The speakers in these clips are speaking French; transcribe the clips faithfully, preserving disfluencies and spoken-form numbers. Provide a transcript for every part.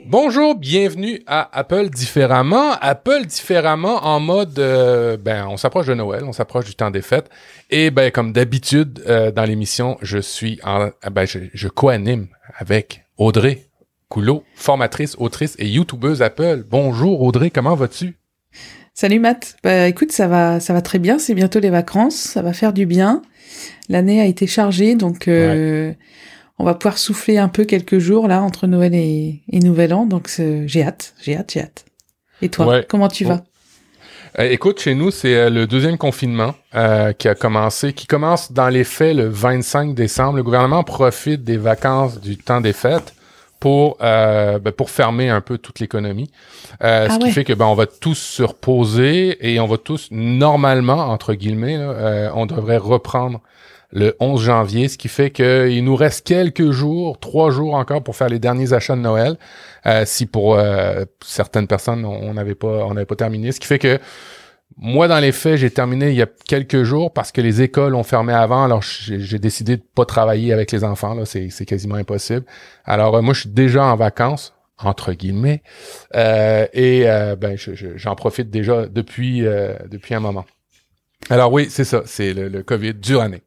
Bonjour, bienvenue à Apple Différemment. Apple Différemment en mode, euh, ben, on s'approche de Noël, on s'approche du temps des fêtes. Et ben, comme d'habitude, euh, dans l'émission, je suis en, ben, je, je co-anime avec Audrey Coulot, formatrice, autrice et youtubeuse Apple. Bonjour Audrey, comment vas-tu? Salut Matt. Bah écoute, ça va, ça va très bien. C'est bientôt les vacances, ça va faire du bien. L'année a été chargée, donc euh, ouais. On va pouvoir souffler un peu quelques jours là entre Noël et, et Nouvel An. Donc j'ai hâte, j'ai hâte, j'ai hâte. Et toi, ouais. Comment tu vas? Euh, écoute, chez nous, c'est euh, le deuxième confinement euh, qui a commencé, qui commence dans les faits le vingt-cinq décembre. Le gouvernement profite des vacances du temps des fêtes pour euh, ben, pour fermer un peu toute l'économie. Euh, ah ce qui ouais. fait que ben on va tous se reposer et on va tous normalement entre guillemets, là, euh, on devrait reprendre le onze janvier, ce qui fait qu'il nous reste quelques jours, trois jours encore pour faire les derniers achats de Noël. Euh, si pour euh, certaines personnes on n'avait pas on n'avait pas terminé, ce qui fait que moi, dans les faits, j'ai terminé il y a quelques jours parce que les écoles ont fermé avant. Alors, j'ai, j'ai décidé de pas travailler avec les enfants. Là, c'est, c'est quasiment impossible. Alors, euh, moi, je suis déjà en vacances, entre guillemets, euh, et euh, ben, je, je, j'en profite déjà depuis euh, depuis un moment. Alors oui, c'est ça, c'est le, le COVID dure année.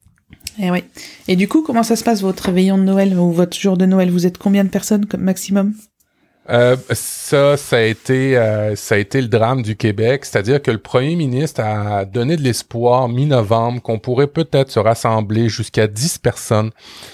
Et oui. Et du coup, comment ça se passe votre réveillon de Noël ou votre jour de Noël? Vous êtes combien de personnes maximum? Euh, ça, ça a été, euh, ça a été le drame du Québec, c'est-à-dire que le premier ministre a donné de l'espoir mi-novembre qu'on pourrait peut-être se rassembler jusqu'à dix personnes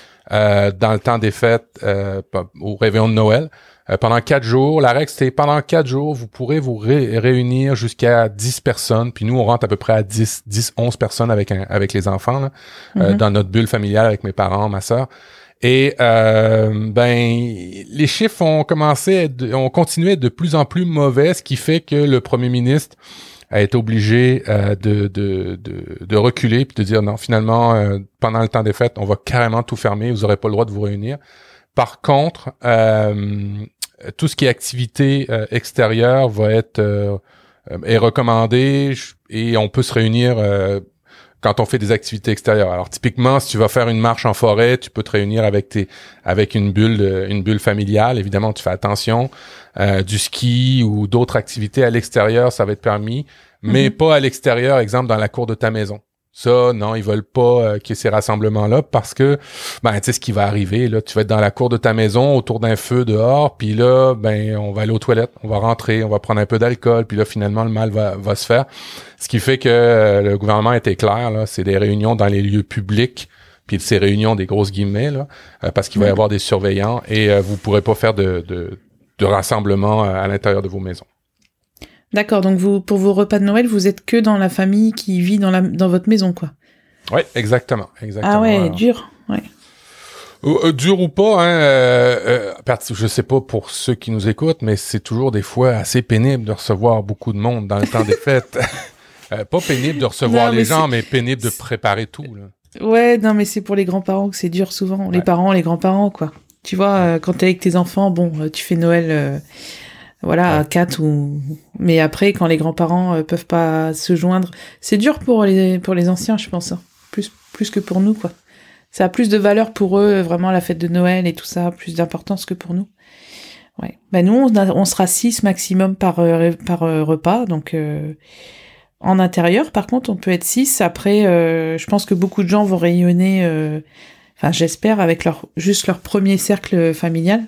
euh, dans le temps des fêtes euh, au réveillon de Noël. Euh, pendant quatre jours, la règle c'était pendant quatre jours, vous pourrez vous ré- réunir jusqu'à dix personnes, puis nous on rentre à peu près à dix, dix, onze personnes avec un, avec les enfants là, mm-hmm. euh, dans notre bulle familiale avec mes parents, ma sœur. Et euh, ben les chiffres ont commencé à être, ont continué à être de plus en plus mauvais, ce qui fait que le premier ministre a été obligé euh, de, de de de reculer puis de dire non, finalement euh, pendant le temps des fêtes, on va carrément tout fermer, vous aurez pas le droit de vous réunir. Par contre, euh, tout ce qui est activité euh, extérieure va être euh, est recommandé et on peut se réunir euh, quand on fait des activités extérieures. Alors typiquement, si tu vas faire une marche en forêt, tu peux te réunir avec tes avec une bulle une bulle familiale. Évidemment, tu fais attention. Euh, du ski ou d'autres activités à l'extérieur, ça va être permis, mais mm-hmm. pas à l'extérieur, exemple dans la cour de ta maison. Ça, non, ils veulent pas euh, qu'il y ait ces rassemblements-là parce que, ben, tu sais ce qui va arriver, là, tu vas être dans la cour de ta maison autour d'un feu dehors, puis là, ben, on va aller aux toilettes, on va rentrer, on va prendre un peu d'alcool, puis là, finalement, le mal va, va se faire. Ce qui fait que euh, le gouvernement était clair, là, c'est des réunions dans les lieux publics, puis ces réunions des grosses guillemets, là, euh, parce qu'il va y avoir des surveillants et euh, vous pourrez pas faire de, de, de rassemblement à l'intérieur de vos maisons. D'accord, donc vous, pour vos repas de Noël, vous êtes que dans la famille qui vit dans la dans votre maison, quoi. Oui, exactement, exactement. Ah ouais, alors, dur, ouais. Euh, dur ou pas, hein, euh, euh, je sais pas pour ceux qui nous écoutent, mais c'est toujours des fois assez pénible de recevoir beaucoup de monde dans le temps des fêtes. euh, pas pénible de recevoir non, les gens, c'est... mais pénible de préparer tout, là. Ouais, non, mais c'est pour les grands-parents que c'est dur souvent. Ouais. Les parents, les grands-parents, quoi. Tu vois, euh, quand t'es avec tes enfants, bon, euh, tu fais Noël... Euh... Voilà, à quatre ou mais après quand les grands-parents euh, peuvent pas se joindre, c'est dur pour les pour les anciens, je pense, hein. plus plus que pour nous quoi. Ça a plus de valeur pour eux vraiment la fête de Noël et tout ça, plus d'importance que pour nous. Ouais. Ben nous on, a, on sera six maximum par euh, par euh, repas donc euh, en intérieur par contre on peut être six. Après euh, je pense que beaucoup de gens vont rayonner euh, enfin j'espère avec leur juste leur premier cercle familial.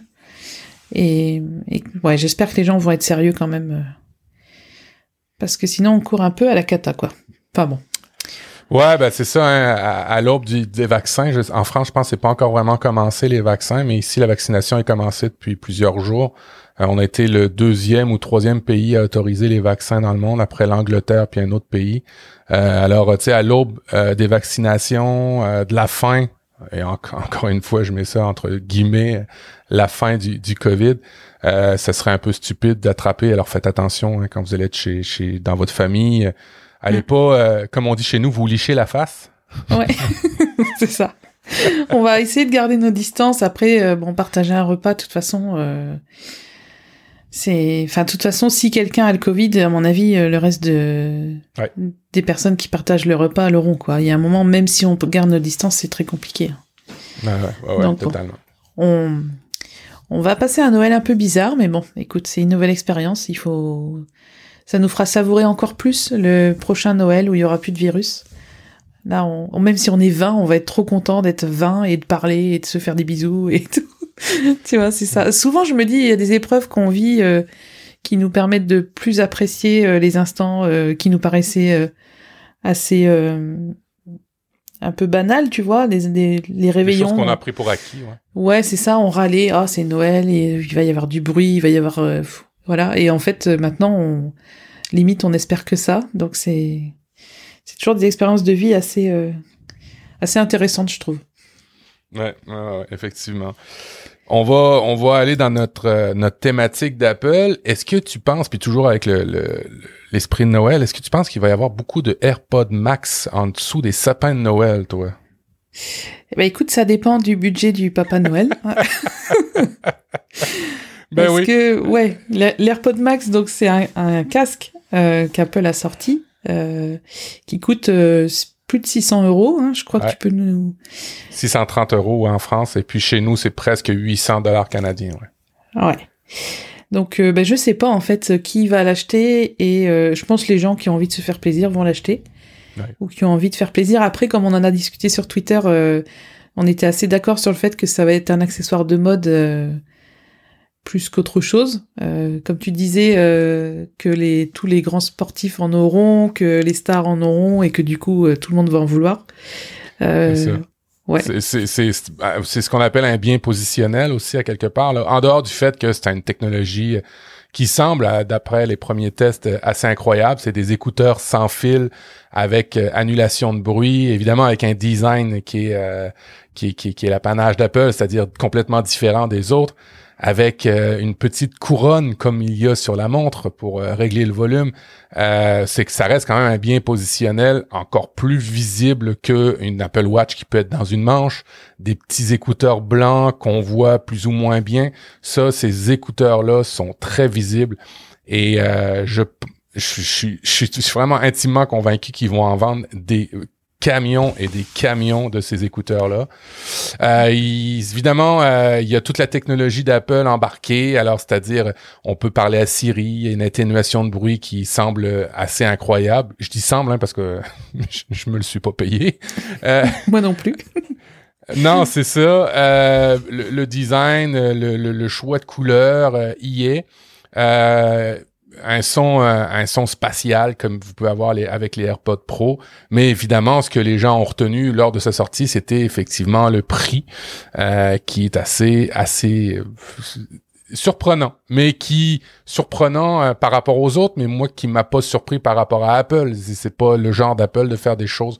Et, et ouais, j'espère que les gens vont être sérieux quand même, euh, parce que sinon on court un peu à la cata, quoi. Enfin bon. Ouais, ben c'est ça. Hein, à, à l'aube du, des vaccins, je, en France, je pense que c'est pas encore vraiment commencé les vaccins, mais ici la vaccination est commencée depuis plusieurs jours. Euh, on a été le deuxième ou troisième pays à autoriser les vaccins dans le monde après l'Angleterre puis un autre pays. Euh, alors, tu sais, à l'aube euh, des vaccinations, euh, de la fin. Et en, encore une fois, je mets ça entre guillemets, la fin du, du COVID, euh, ça serait un peu stupide d'attraper. Alors faites attention hein, quand vous allez être chez, chez dans votre famille. Allez mmh. pas, euh, comme on dit chez nous, vous licher la face. Ouais, c'est ça. On va essayer de garder nos distances. Après, euh, bon, partager un repas, de toute façon, euh, c'est... Enfin, de toute façon, si quelqu'un a le Covid, à mon avis, le reste de... Ouais. des personnes qui partagent le repas l'auront, quoi. Il y a un moment, même si on garde nos distances, c'est très compliqué. Ouais, ouais, ouais, ouais. Donc, totalement. On... on va passer un Noël un peu bizarre, mais bon, écoute, c'est une nouvelle expérience. Il faut, ça nous fera savourer encore plus le prochain Noël où il y aura plus de virus. Là, on, même si on est vingt, on va être trop content d'être vingt et de parler et de se faire des bisous et tout. Tu vois, c'est ça. Souvent, je me dis, il y a des épreuves qu'on vit euh, qui nous permettent de plus apprécier euh, les instants euh, qui nous paraissaient euh, assez euh, un peu banals, tu vois, les, les, les réveillons. Les choses qu'on a pris pour acquis, ouais. Ouais, c'est ça, on râlait, ah, c'est Noël, et il va y avoir du bruit, il va y avoir... Euh, voilà, et en fait, maintenant, on, limite, on espère que ça, donc c'est... C'est toujours des expériences de vie assez, euh, assez intéressantes, je trouve. Ouais, ouais, ouais, effectivement. On va, on va aller dans notre, euh, notre thématique d'Apple. Est-ce que tu penses, puis toujours avec le, le, l'esprit de Noël, est-ce que tu penses qu'il va y avoir beaucoup de AirPods Max en dessous des sapins de Noël, toi? Eh ben, écoute, ça dépend du budget du Papa Noël. Ben Parce oui. que, ouais, l'AirPod Max, donc, c'est un, un casque euh, qu'Apple a sorti. Euh, qui coûte euh, plus de six cents euros, hein, je crois ouais. que tu peux nous... six cent trente euros en France, et puis chez nous, c'est presque huit cents dollars canadiens, ouais. Ouais. Donc, euh, ben, je sais pas, en fait, qui va l'acheter, et euh, je pense que les gens qui ont envie de se faire plaisir vont l'acheter, ouais. ou qui ont envie de faire plaisir. Après, comme on en a discuté sur Twitter, euh, on était assez d'accord sur le fait que ça va être un accessoire de mode euh, plus qu'autre chose. Euh, comme tu disais, euh, que les, tous les grands sportifs en auront, que les stars en auront, et que du coup, euh, tout le monde va en vouloir. Euh, c'est ça. Ouais. C'est, c'est, c'est, c'est ce qu'on appelle un bien positionnel aussi, à quelque part, là. En dehors du fait que c'est une technologie qui semble, d'après les premiers tests, assez incroyable. C'est des écouteurs sans fil avec euh, annulation de bruit, évidemment avec un design qui est, euh, qui est, qui est, qui est l'apanage d'Apple, c'est-à-dire complètement différent des autres, avec euh, une petite couronne comme il y a sur la montre pour euh, régler le volume. Euh, c'est que ça reste quand même un bien positionnel encore plus visible qu'une Apple Watch qui peut être dans une manche, des petits écouteurs blancs qu'on voit plus ou moins bien. Ça, ces écouteurs-là sont très visibles et euh, je, je, je, je, je suis vraiment intimement convaincu qu'ils vont en vendre des camions et des camions de ces écouteurs-là. Euh, il, évidemment, euh, il y a toute la technologie d'Apple embarquée. Alors, c'est-à-dire, on peut parler à Siri, il y a une atténuation de bruit qui semble assez incroyable. Je dis semble, hein, parce que je, je me le suis pas payé. Euh, Moi non plus. Non, c'est ça. Euh, le, le design, le, le, le choix de couleurs euh, y est. Euh, un son euh, un son spatial comme vous pouvez avoir les, avec les AirPods Pro, mais évidemment ce que les gens ont retenu lors de sa sortie, c'était effectivement le prix euh, qui est assez assez euh, surprenant, mais qui surprenant euh, par rapport aux autres, mais moi qui m'a pas surpris par rapport à Apple. C'est pas le genre d'Apple de faire des choses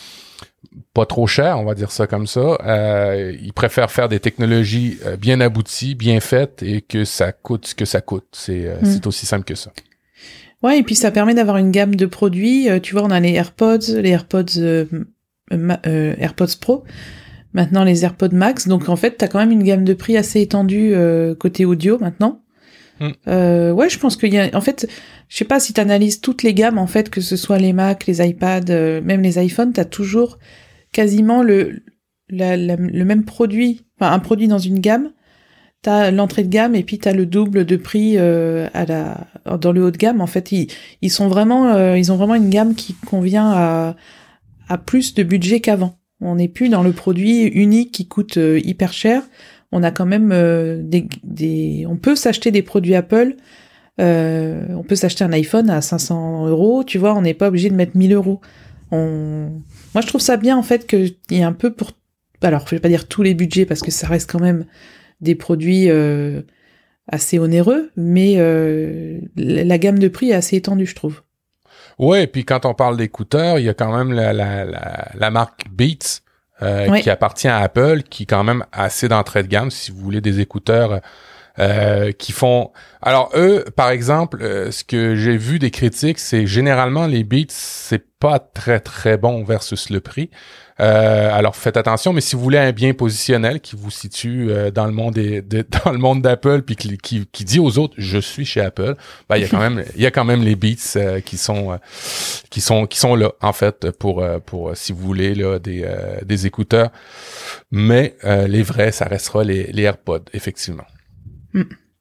pas trop chères, on va dire ça comme ça. Euh, ils préfèrent faire des technologies euh, bien abouties, bien faites, et que ça coûte ce que ça coûte. C'est, euh, mm. c'est aussi simple que ça. Ouais, et puis ça permet d'avoir une gamme de produits. Euh, tu vois, on a les AirPods, les AirPods, euh, euh, AirPods Pro, maintenant les AirPods Max. Donc en fait, t'as quand même une gamme de prix assez étendue euh, côté audio maintenant. Mm. Euh, ouais, je pense qu'il y a... En fait, je sais pas si t'analyses toutes les gammes, en fait, que ce soit les Mac, les iPads, euh, même les iPhones, t'as toujours quasiment le, la, la, le même produit, enfin un produit dans une gamme. T'as l'entrée de gamme et puis t'as le double de prix euh, à la dans le haut de gamme. En fait, ils ils sont vraiment euh, ils ont vraiment une gamme qui convient à à plus de budget qu'avant. On n'est plus dans le produit unique qui coûte euh, hyper cher. On a quand même euh, des des on peut s'acheter des produits Apple. Euh, on peut s'acheter un iPhone à cinq cents euros. Tu vois, on n'est pas obligé de mettre mille euros. On... Moi, je trouve ça bien, en fait, qu'il y ait un peu pour... Alors, je vais pas dire tous les budgets, parce que ça reste quand même des produits euh, assez onéreux, mais euh, la gamme de prix est assez étendue, je trouve. Ouais, et puis quand on parle d'écouteurs, il y a quand même la, la, la, la marque Beats, euh, ouais. qui appartient à Apple, qui est quand même assez d'entrée de gamme, si vous voulez des écouteurs... Euh, qui font... Alors, eux, par exemple, euh, ce que j'ai vu des critiques, c'est généralement les Beats, c'est pas très, très bon versus le prix. Euh, alors, faites attention, mais si vous voulez un bien positionnel qui vous situe euh, dans le monde des, de, dans le monde d'Apple, puis qui, qui, qui dit aux autres, je suis chez Apple, ben, il y a quand même, il y a quand même les Beats euh, qui sont, euh, qui sont, qui sont là, en fait, pour, euh, pour, euh, si vous voulez, là, des, euh, des écouteurs. Mais euh, les vrais, ça restera les, les AirPods, effectivement. Mm.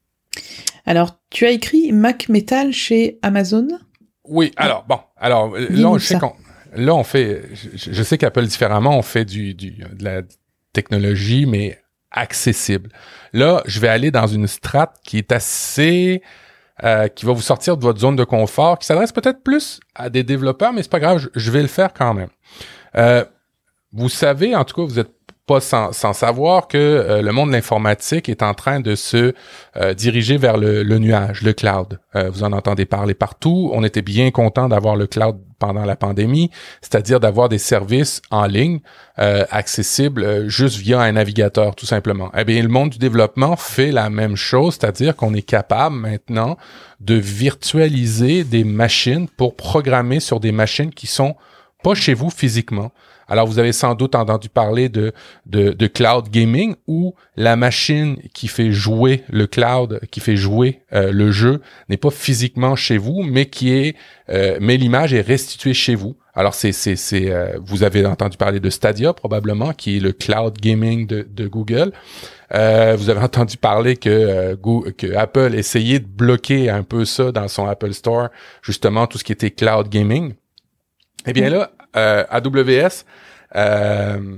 Alors, tu as écrit Mac Metal chez Amazon? Oui, alors, bon, alors, là, on, je sais qu'on, là, on fait, je, je sais qu'Apple, différemment, on fait du, du, de la technologie, mais accessible. Là, je vais aller dans une strate qui est assez, euh, qui va vous sortir de votre zone de confort, qui s'adresse peut-être plus à des développeurs, mais c'est pas grave, je, je vais le faire quand même. Euh, vous savez, en tout cas, vous êtes pas sans, sans savoir que euh, le monde de l'informatique est en train de se euh, diriger vers le, le nuage, le cloud. Euh, vous en entendez parler partout. On était bien content d'avoir le cloud pendant la pandémie, c'est-à-dire d'avoir des services en ligne euh, accessibles euh, juste via un navigateur, tout simplement. Eh bien, le monde du développement fait la même chose, c'est-à-dire qu'on est capable maintenant de virtualiser des machines pour programmer sur des machines qui sont pas chez vous physiquement. Alors, vous avez sans doute entendu parler de, de, de cloud gaming, où la machine qui fait jouer le cloud, qui fait jouer euh, le jeu, n'est pas physiquement chez vous, mais qui est, euh, mais l'image est restituée chez vous. Alors, c'est, c'est, c'est, euh, vous avez entendu parler de Stadia probablement, qui est le cloud gaming de, de Google. Euh, vous avez entendu parler que, euh, Go, que Apple essayait de bloquer un peu ça dans son Apple Store, justement tout ce qui était cloud gaming. Eh bien là, euh, A W S euh, euh,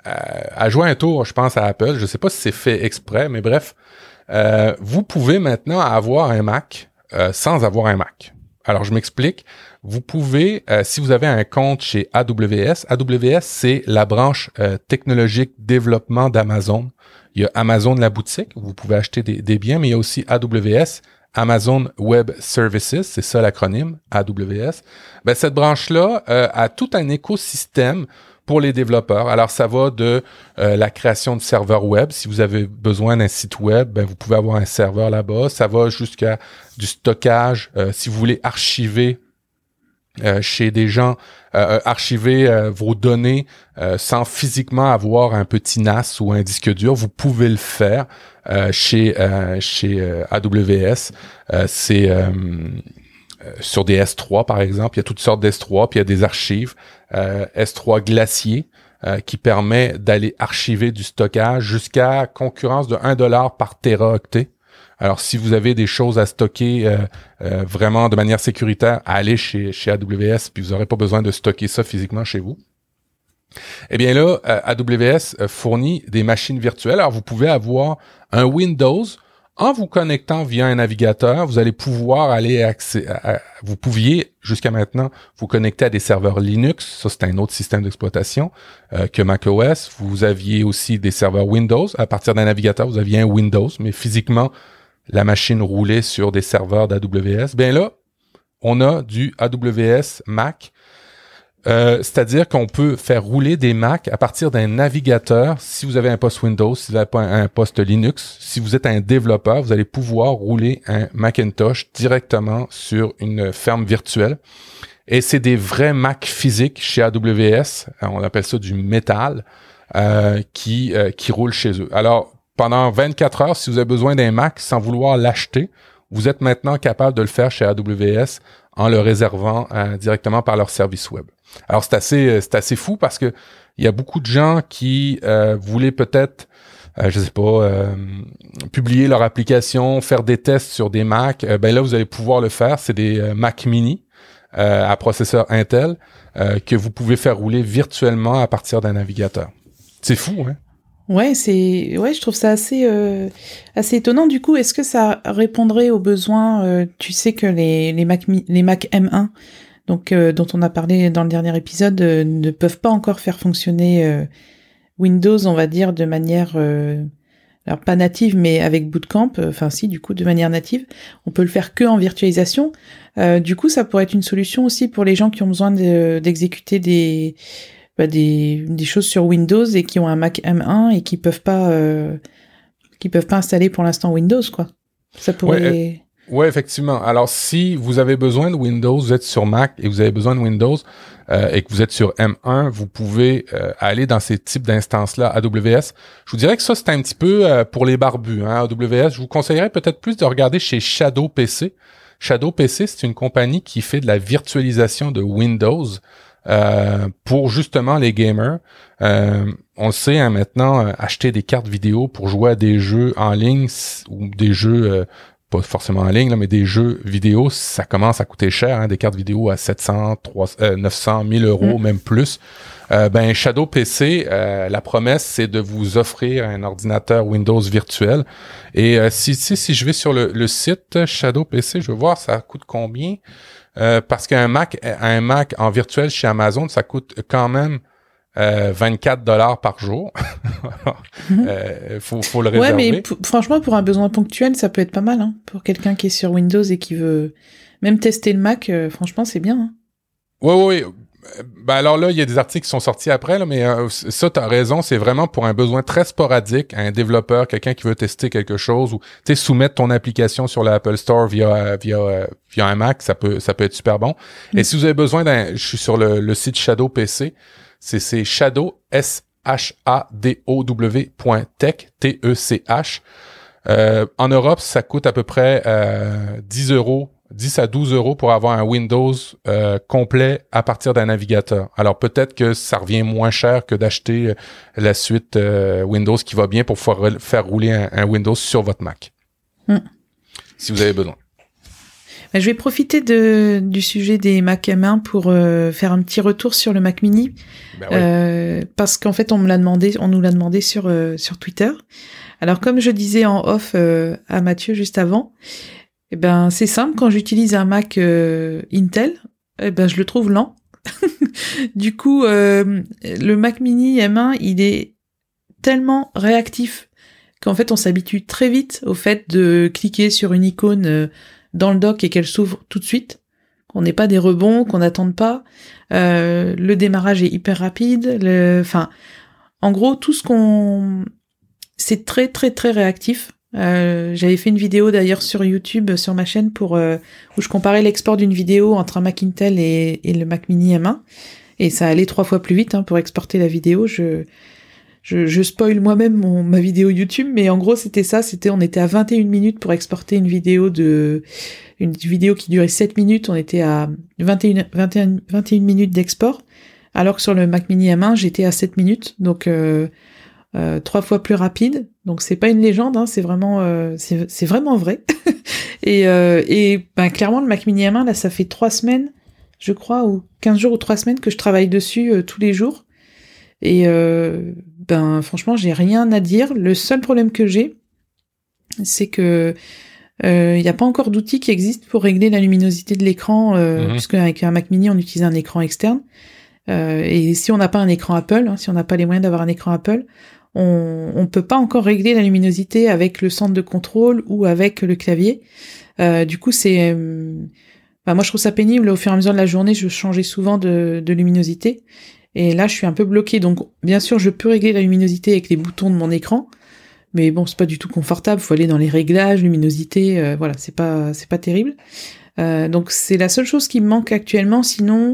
a joué un tour, je pense, à Apple. Je sais pas si c'est fait exprès, mais bref, euh, vous pouvez maintenant avoir un Mac euh, sans avoir un Mac. Alors, je m'explique. Vous pouvez, euh, si vous avez un compte chez A W S, A W S, c'est la branche euh, technologique développement d'Amazon. Il y a Amazon, la boutique, où vous pouvez acheter des, des biens, mais il y a aussi A W S, Amazon Web Services, c'est ça l'acronyme, A W S. Ben, cette branche-là euh, a tout un écosystème pour les développeurs. Alors, ça va de euh, la création de serveurs web. Si vous avez besoin d'un site web, ben, vous pouvez avoir un serveur là-bas. Ça va jusqu'à du stockage. Euh, si vous voulez archiver Euh, chez des gens, euh, archiver euh, vos données euh, sans physiquement avoir un petit N A S ou un disque dur, vous pouvez le faire euh, chez euh, chez euh, A W S. Euh, c'est euh, euh, sur des S trois par exemple, il y a toutes sortes d'S trois, puis il y a des archives euh, S trois Glacier euh, qui permet d'aller archiver du stockage jusqu'à concurrence de un dollar par téraoctet. Alors, si vous avez des choses à stocker euh, euh, vraiment de manière sécuritaire, allez chez, chez A W S, puis vous n'aurez pas besoin de stocker ça physiquement chez vous. Eh bien là, euh, A W S euh, fournit des machines virtuelles. Alors, vous pouvez avoir un Windows. En vous connectant via un navigateur, vous allez pouvoir aller accès, à, à, vous pouviez jusqu'à maintenant vous connecter à des serveurs Linux. Ça, c'est un autre système d'exploitation euh, que macOS. Vous aviez aussi des serveurs Windows. À partir d'un navigateur, vous aviez un Windows, mais physiquement, la machine roulait sur des serveurs d'A W S. Bien là, on a du A W S Mac, euh, c'est-à-dire qu'on peut faire rouler des Macs à partir d'un navigateur. Si vous avez un poste Windows, si vous avez pas un poste Linux, si vous êtes un développeur, vous allez pouvoir rouler un Macintosh directement sur une ferme virtuelle. Et c'est des vrais Macs physiques chez A W S, on appelle ça du métal, euh, qui, euh, qui roulent chez eux. Alors, pendant vingt-quatre heures, si vous avez besoin d'un Mac sans vouloir l'acheter, vous êtes maintenant capable de le faire chez A W S en le réservant euh, directement par leur service web. Alors, c'est assez, c'est assez fou parce que il y a beaucoup de gens qui euh, voulaient peut-être, euh, je sais pas, euh, publier leur application, faire des tests sur des Mac. Euh, ben là, vous allez pouvoir le faire. C'est des euh, Mac Mini euh, à processeur Intel euh, que vous pouvez faire rouler virtuellement à partir d'un navigateur. C'est fou, hein? Ouais, c'est ouais, je trouve ça assez euh, assez étonnant. Du coup, est-ce que ça répondrait aux besoins euh, tu sais que les les Mac les Mac M un, donc euh, dont on a parlé dans le dernier épisode, euh, ne peuvent pas encore faire fonctionner euh, Windows, on va dire de manière euh, alors pas native, mais avec Bootcamp. Enfin, si, du coup, de manière native, on peut le faire que en virtualisation. Euh, du coup, ça pourrait être une solution aussi pour les gens qui ont besoin de, d'exécuter des Bah des, des choses sur Windows et qui ont un Mac M un et qui peuvent pas euh, qui peuvent pas installer pour l'instant Windows, quoi. Ça pourrait... Ouais, euh, ouais, effectivement. Alors, si vous avez besoin de Windows, vous êtes sur Mac et vous avez besoin de Windows euh, et que vous êtes sur M un, vous pouvez euh, aller dans ces types d'instances-là A W S. Je vous dirais que ça, c'est un petit peu euh, pour les barbus, hein, A W S. Je vous conseillerais peut-être plus de regarder chez Shadow P C. Shadow P C, c'est une compagnie qui fait de la virtualisation de Windows. euh, pour justement les gamers. Euh, on le sait, hein, maintenant, euh, acheter des cartes vidéo pour jouer à des jeux en ligne ou des jeux, euh, pas forcément en ligne, là, mais des jeux vidéo, ça commence à coûter cher, hein, des cartes vidéo à sept cents, trois cents, euh, neuf cents, mille euros, mmh. même plus. Euh, ben Shadow P C, euh, la promesse, c'est de vous offrir un ordinateur Windows virtuel. Et euh, si, si si je vais sur le, le site Shadow P C, je vais voir ça coûte combien. Euh, parce qu'un Mac, un Mac en virtuel chez Amazon, ça coûte quand même euh, vingt-quatre dollars par jour. mmh. euh, faut faut le réserver. Ouais, mais p- franchement, pour un besoin ponctuel, ça peut être pas mal. Hein, pour quelqu'un qui est sur Windows et qui veut même tester le Mac, euh, franchement, c'est bien. Hein. Oui, oui, oui. Ben alors là, il y a des articles qui sont sortis après, là, mais euh, ça, t'as raison, c'est vraiment pour un besoin très sporadique, un développeur, quelqu'un qui veut tester quelque chose, ou tu sais, soumettre ton application sur l'Apple Store via via via un Mac, ça peut ça peut être super bon. Mm. Et si vous avez besoin d'un, je suis sur le, le site Shadow P C, c'est c'est Shadow S H A D O W point tech T E C H. Euh, en Europe, ça coûte à peu près euh, dix euros. dix à douze euros pour avoir un Windows euh, complet à partir d'un navigateur. Alors peut-être que ça revient moins cher que d'acheter la suite euh, Windows qui va bien pour pouvoir faire rouler un, un Windows sur votre Mac. Mm. Si vous avez besoin. Je vais profiter de, du sujet des Mac M un pour euh, faire un petit retour sur le Mac Mini. Ben oui. euh, parce qu'en fait, on me l'a demandé, on nous l'a demandé sur, euh, sur Twitter. Alors comme je disais en off euh, à Mathieu juste avant, eh ben, c'est simple, quand j'utilise un Mac euh, Intel, eh ben, je le trouve lent. Du coup, euh, le Mac Mini M un, il est tellement réactif qu'en fait, on s'habitue très vite au fait de cliquer sur une icône euh, dans le dock et qu'elle s'ouvre tout de suite, qu'on n'ait pas des rebonds, qu'on n'attende pas. Euh, le démarrage est hyper rapide. Le... Enfin, en gros, tout ce qu'on... C'est très, très, très réactif. Euh, j'avais fait une vidéo d'ailleurs sur YouTube, sur ma chaîne, pour euh, où je comparais l'export d'une vidéo entre un Mac Intel et, et le Mac Mini M un, et ça allait trois fois plus vite hein, pour exporter la vidéo. Je, je, je spoil moi-même mon, ma vidéo YouTube, mais en gros c'était ça, c'était on était à vingt et une minutes pour exporter une vidéo de une vidéo qui durait sept minutes, on était à vingt et une, vingt et un, vingt et une minutes d'export, alors que sur le Mac Mini M un j'étais à sept minutes, donc euh, euh, trois fois plus rapide. Donc c'est pas une légende, hein, c'est vraiment euh, c'est, c'est vraiment vrai. et euh, et ben clairement le Mac Mini M un là, ça fait trois semaines, je crois, ou quinze jours ou trois semaines que je travaille dessus euh, tous les jours. Et euh, ben franchement, j'ai rien à dire. Le seul problème que j'ai, c'est que il euh, y a pas encore d'outil qui existe pour régler la luminosité de l'écran, euh, mmh. puisque avec un Mac Mini on utilise un écran externe. Euh, et si on n'a pas un écran Apple, hein, si on n'a pas les moyens d'avoir un écran Apple, on on peut pas encore régler la luminosité avec le centre de contrôle ou avec le clavier. Euh, du coup, c'est, euh, bah, moi je trouve ça pénible. Au fur et à mesure de la journée, je changeais souvent de, de luminosité. Et là, je suis un peu bloquée. Donc, bien sûr, je peux régler la luminosité avec les boutons de mon écran, mais bon, c'est pas du tout confortable. Faut aller dans les réglages, luminosité, euh, voilà, c'est pas, c'est pas terrible. Euh, donc, c'est la seule chose qui me manque actuellement. Sinon,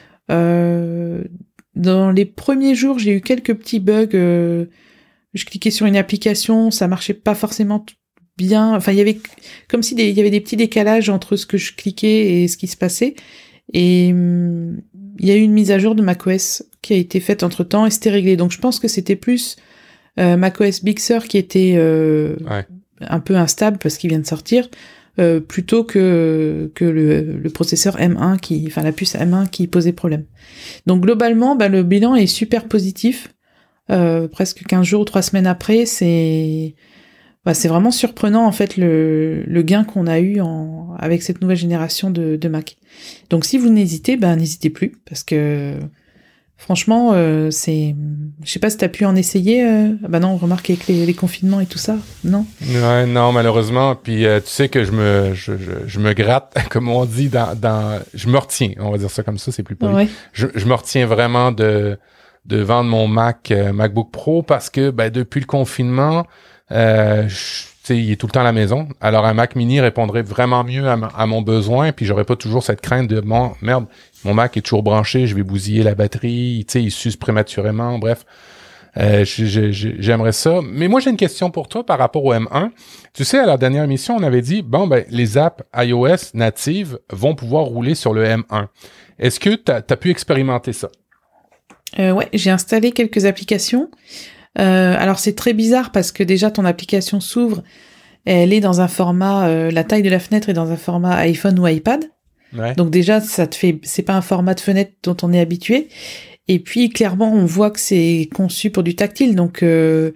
euh, dans les premiers jours, j'ai eu quelques petits bugs. Euh, je cliquais sur une application, ça marchait pas forcément t- bien. Enfin, il y avait comme si des, il y avait des petits décalages entre ce que je cliquais et ce qui se passait. Et hum, il y a eu une mise à jour de macOS qui a été faite entre-temps et c'était réglé. Donc je pense que c'était plus euh, macOS Big Sur qui était euh, ouais. un peu instable parce qu'il vient de sortir, euh, plutôt que que le, le processeur M un qui, enfin la puce M un qui posait problème. Donc globalement, bah, le bilan est super positif. Euh, presque quinze jours ou trois semaines après, c'est bah, c'est vraiment surprenant en fait le, le gain qu'on a eu en, avec cette nouvelle génération de, de Mac. Donc si vous n'hésitez, bah, n'hésitez plus, parce que franchement, euh, c'est... Je sais pas si t'as pu en essayer. Euh... Bah non, remarque avec les, les confinements et tout ça, non? Ouais, non, malheureusement. Puis euh, tu sais que je me je, je, je me gratte, comme on dit, dans, dans... Je me retiens, on va dire ça comme ça, c'est plus poli. Ouais. Je, je me retiens vraiment de, de vendre mon Mac, euh, MacBook Pro, parce que ben, depuis le confinement... Euh, je, il est tout le temps à la maison. Alors un Mac Mini répondrait vraiment mieux à, ma, à mon besoin, puis j'aurais pas toujours cette crainte de bon, merde, mon Mac est toujours branché, je vais bousiller la batterie, tu sais, il s'use prématurément, bref. Euh, j'aimerais ça. Mais moi, j'ai une question pour toi par rapport au M un. Tu sais, à la dernière émission, on avait dit, bon, ben, les apps iOS natives vont pouvoir rouler sur le M un. Est-ce que tu as pu expérimenter ça? Euh, ouais, j'ai installé quelques applications. Euh, alors, c'est très bizarre parce que déjà, ton application s'ouvre, elle est dans un format, euh, la taille de la fenêtre est dans un format iPhone ou iPad. Ouais. Donc déjà, ça te fait, c'est pas un format de fenêtre dont on est habitué. Et puis, clairement, on voit que c'est conçu pour du tactile. Donc, euh,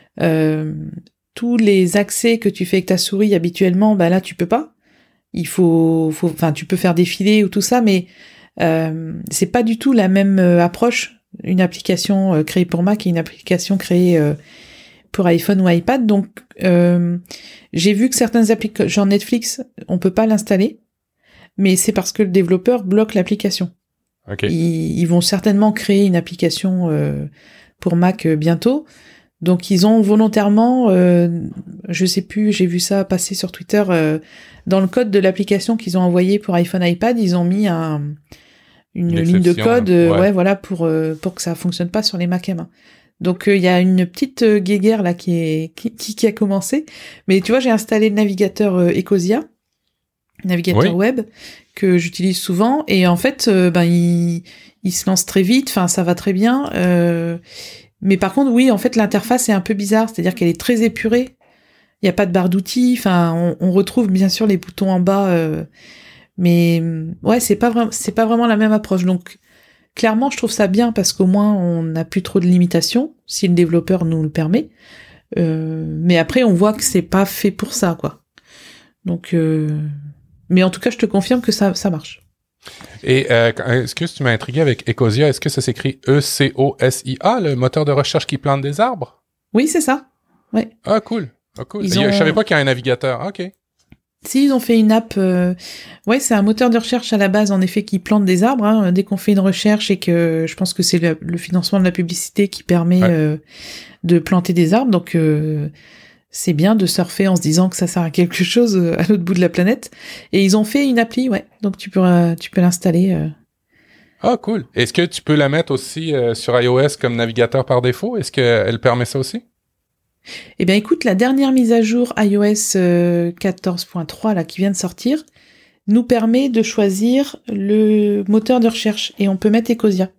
euh, tous les accès que tu fais avec ta souris habituellement, bah là, tu peux pas. Il faut, faut, enfin, tu peux faire défiler ou tout ça, mais euh, c'est pas du tout la même euh, approche. Une application euh, créée pour Mac et une application créée euh, pour iPhone ou iPad. Donc, euh, j'ai vu que certaines applications, genre Netflix, on peut pas l'installer, mais c'est parce que le développeur bloque l'application. Okay. Ils, ils vont certainement créer une application euh, pour Mac euh, bientôt. Donc ils ont volontairement, euh, je sais plus, j'ai vu ça passer sur Twitter, euh, dans le code de l'application qu'ils ont envoyé pour iPhone, iPad, ils ont mis un, une, une ligne de code, euh, ouais. ouais, voilà, pour euh, pour que ça fonctionne pas sur les Mac M un. Donc il euh, y a une petite euh, guéguerre là qui est qui, qui a commencé. Mais tu vois, j'ai installé le navigateur euh, Ecosia, navigateur oui. web que j'utilise souvent, et en fait, euh, ben il il se lance très vite. Enfin, ça va très bien. Euh, Mais par contre, oui, en fait, l'interface est un peu bizarre, c'est-à-dire qu'elle est très épurée. Il n'y a pas de barre d'outils. Enfin, on, on retrouve bien sûr les boutons en bas, euh, mais ouais, c'est pas vraiment, c'est pas vraiment la même approche. Donc, clairement, je trouve ça bien parce qu'au moins, on n'a plus trop de limitations si le développeur nous le permet. Euh, mais après, on voit que c'est pas fait pour ça, quoi. Donc, euh, mais en tout cas, je te confirme que ça, ça marche. Et euh, est-ce que tu m'as intrigué avec Ecosia? Est-ce que ça s'écrit E C O S I A, le moteur de recherche qui plante des arbres? Oui, c'est ça. Ouais. Ah, cool. Ah, cool. Ils ont... Je savais pas qu'il y a un navigateur. OK. Si, ils ont fait une app... Euh... Ouais, c'est un moteur de recherche à la base, en effet, qui plante des arbres. Hein. Dès qu'on fait une recherche et que... Je pense que c'est le, le financement de la publicité qui permet ouais. euh, de planter des arbres. Donc... Euh... c'est bien de surfer en se disant que ça sert à quelque chose à l'autre bout de la planète. Et ils ont fait une appli, ouais. Donc tu peux, euh, tu peux l'installer. Euh... Ah, cool. Est-ce que tu peux la mettre aussi euh, sur iOS comme navigateur par défaut? Est-ce qu'elle permet ça aussi? Eh bien, écoute, la dernière mise à jour iOS euh, quatorze point trois, là, qui vient de sortir, nous permet de choisir le moteur de recherche. Et on peut mettre Ecosia.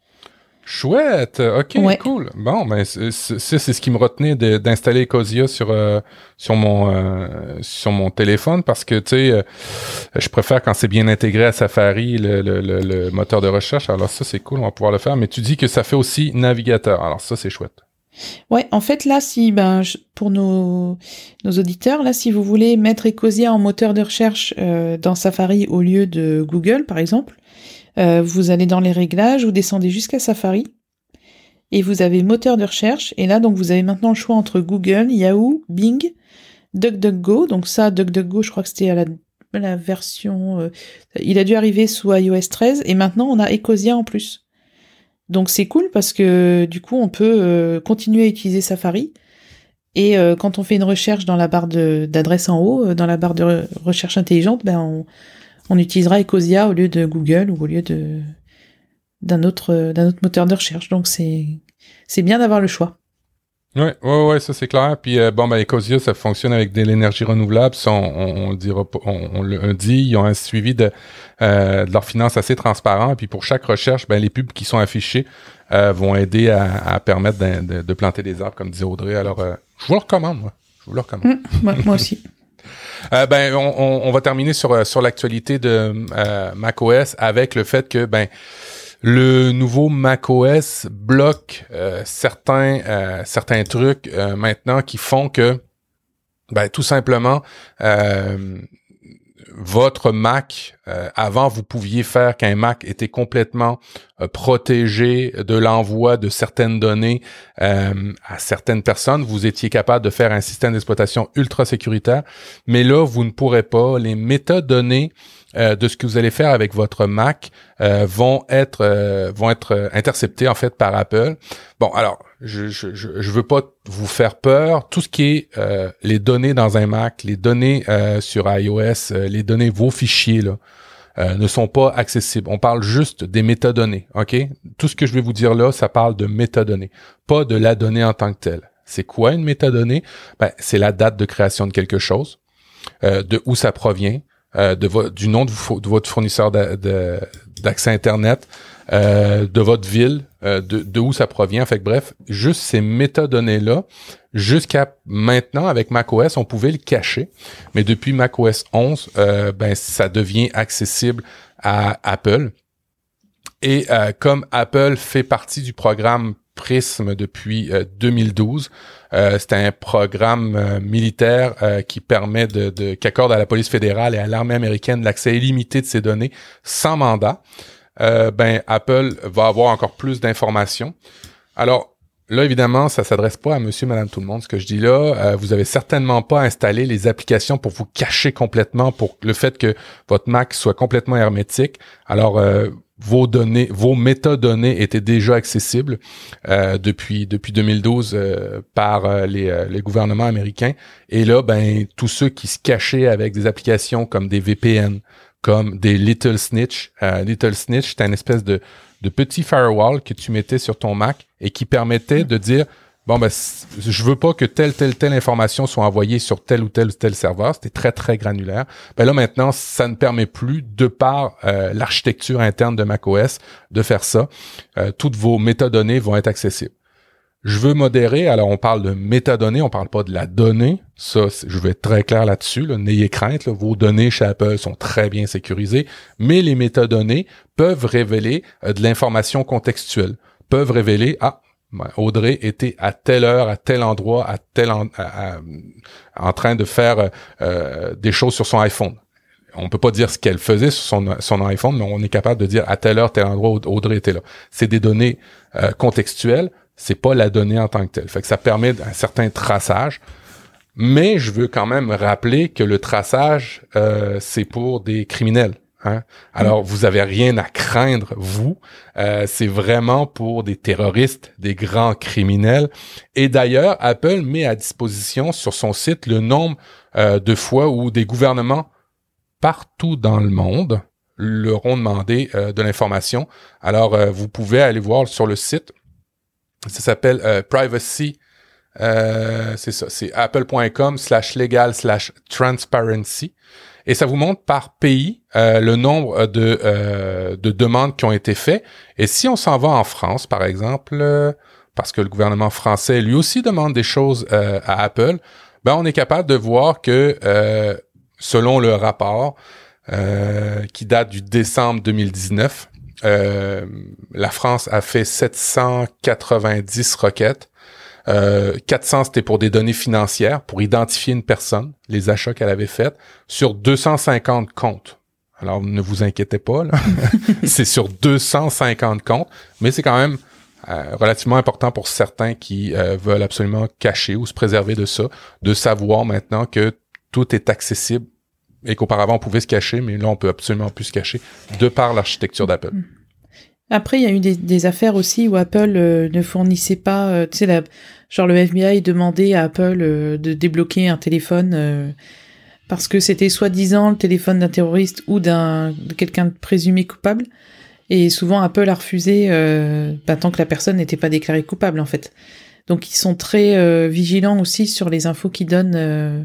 Chouette, ok, ouais. Cool. Bon, ben c'est, c'est, c'est ce qui me retenait de, d'installer Ecosia sur euh, sur mon euh, sur mon téléphone parce que tu sais, euh, je préfère quand c'est bien intégré à Safari le, le, le, le moteur de recherche. Alors ça c'est cool, on va pouvoir le faire. Mais tu dis que ça fait aussi navigateur. Alors ça c'est chouette. Ouais, en fait là, si ben je, pour nos nos auditeurs là, si vous voulez mettre Ecosia en moteur de recherche euh, dans Safari au lieu de Google par exemple. Euh, vous allez dans les réglages, vous descendez jusqu'à Safari et vous avez moteur de recherche et là donc vous avez maintenant le choix entre Google, Yahoo, Bing, DuckDuckGo. Donc ça, DuckDuckGo, je crois que c'était à la, la version, euh, il a dû arriver sous iOS treize et maintenant on a Ecosia en plus. Donc c'est cool parce que du coup on peut euh, continuer à utiliser Safari et euh, quand on fait une recherche dans la barre de, d'adresse en haut, euh, dans la barre de re- recherche intelligente, ben on on utilisera Ecosia au lieu de Google ou au lieu de d'un autre d'un autre moteur de recherche. Donc c'est c'est bien d'avoir le choix. Ouais, ouais, ouais, ça c'est clair. Puis euh, bon, ben Ecosia, ça fonctionne avec de l'énergie renouvelable. Ça, on, on, on dira, on, on le dit. Ils ont un suivi de, euh, de leurs finances assez transparent. Et puis pour chaque recherche, ben les pubs qui sont affichées euh, vont aider à, à permettre de, de, de planter des arbres, comme disait Audrey. Alors, euh, je vous le recommande, moi. Je vous le recommande. Mmh, moi, moi aussi. Euh, ben, on, on, on va terminer sur sur l'actualité de euh, macOS avec le fait que ben le nouveau macOS bloque euh, certains euh, certains trucs euh, maintenant qui font que ben tout simplement euh, votre Mac, euh, avant vous pouviez faire qu'un Mac était complètement euh, protégé de l'envoi de certaines données euh, à certaines personnes. Vous étiez capable de faire un système d'exploitation ultra sécuritaire, mais là, vous ne pourrez pas. Les métadonnées euh, de ce que vous allez faire avec votre Mac euh, vont être euh, vont être euh, interceptées en fait par Apple. Bon, alors, je je je, je veux pas vous faire peur. Tout ce qui est euh, les données dans un Mac, les données euh, sur iOS, euh, les données, vos fichiers là, euh, ne sont pas accessibles. On parle juste des métadonnées, OK? Tout ce que je vais vous dire là, ça parle de métadonnées, pas de la donnée en tant que telle. C'est quoi une métadonnée? Ben, c'est la date de création de quelque chose, euh, de où ça provient, euh, de vo- du nom de, vo- de votre fournisseur d'a- de, d'accès Internet, euh, de votre ville, euh, de, de où ça provient. Fait que bref, juste ces métadonnées-là, jusqu'à maintenant, avec macOS, on pouvait le cacher. Mais depuis macOS onze, euh, ben, ça devient accessible à Apple. Et euh, comme Apple fait partie du programme Prism depuis euh, deux mille douze, euh, c'est un programme euh, militaire euh, qui permet de, de qui accorde à la police fédérale et à l'armée américaine l'accès illimité de ces données sans mandat. Euh, ben Apple va avoir encore plus d'informations. Alors là, évidemment, ça s'adresse pas à monsieur, madame, tout le monde, ce que je dis là. Euh, vous avez certainement pas installé les applications pour vous cacher complètement, pour le fait que votre Mac soit complètement hermétique. Alors, euh, vos données, vos métadonnées étaient déjà accessibles euh, depuis depuis deux mille douze euh, par euh, les, euh, les gouvernements américains. Et là, ben tous ceux qui se cachaient avec des applications comme des V P N, comme des Little Snitch. Euh, Little Snitch, c'est une espèce de de petit firewall que tu mettais sur ton Mac et qui permettait de dire bon ben je veux pas que telle telle telle information soit envoyée sur tel ou tel ou tel serveur. C'était très très granulaire. Ben là maintenant ça ne permet plus, de par euh, l'architecture interne de macOS, de faire ça. Euh, toutes vos métadonnées vont être accessibles. Je veux modérer, alors on parle de métadonnées, on parle pas de la donnée. Ça, je vais être très clair là-dessus. Là. N'ayez crainte, là. Vos données chez Apple sont très bien sécurisées, mais les métadonnées peuvent révéler euh, de l'information contextuelle, peuvent révéler ah Audrey était à telle heure, à tel endroit, à tel en, à, à, en train de faire euh, des choses sur son iPhone. On peut pas dire ce qu'elle faisait sur son, son iPhone, mais on est capable de dire à telle heure, tel endroit, Audrey était là. C'est des données euh, contextuelles, c'est pas la donnée en tant que telle. Fait que ça permet un certain traçage. Mais je veux quand même rappeler que le traçage, euh, c'est pour des criminels. Hein? Alors, vous avez rien à craindre, vous. Euh, c'est vraiment pour des terroristes, des grands criminels. Et d'ailleurs, Apple met à disposition sur son site le nombre euh, de fois où des gouvernements partout dans le monde leur ont demandé euh, de l'information. Alors, euh, vous pouvez aller voir sur le site. Ça s'appelle euh, Privacy. Euh, c'est ça, c'est apple.com slash legal slash transparency. Et ça vous montre par pays euh, le nombre de euh, de demandes qui ont été faites. Et si on s'en va en France, par exemple, euh, parce que le gouvernement français lui aussi demande des choses euh, à Apple, ben on est capable de voir que euh, selon le rapport euh, qui date du décembre deux mille dix-neuf, euh, la France a fait sept cent quatre-vingt-dix requêtes. Euh, quatre cents, c'était pour des données financières, pour identifier une personne, les achats qu'elle avait faits, sur deux cent cinquante comptes. Alors, ne vous inquiétez pas, là. C'est sur deux cent cinquante comptes, mais c'est quand même euh, relativement important pour certains qui euh, veulent absolument cacher ou se préserver de ça, de savoir maintenant que tout est accessible et qu'auparavant, on pouvait se cacher, mais là, on peut absolument plus se cacher de par l'architecture d'Apple. Après, il y a eu des, des affaires aussi où Apple euh, ne fournissait pas, euh, tu sais, la, genre le F B I demandait à Apple euh, de débloquer un téléphone euh, parce que c'était soi-disant le téléphone d'un terroriste ou d'un de quelqu'un de présumé coupable. Et souvent, Apple a refusé euh, bah, tant que la personne n'était pas déclarée coupable, en fait. Donc, ils sont très euh, vigilants aussi sur les infos qu'ils donnent. Euh...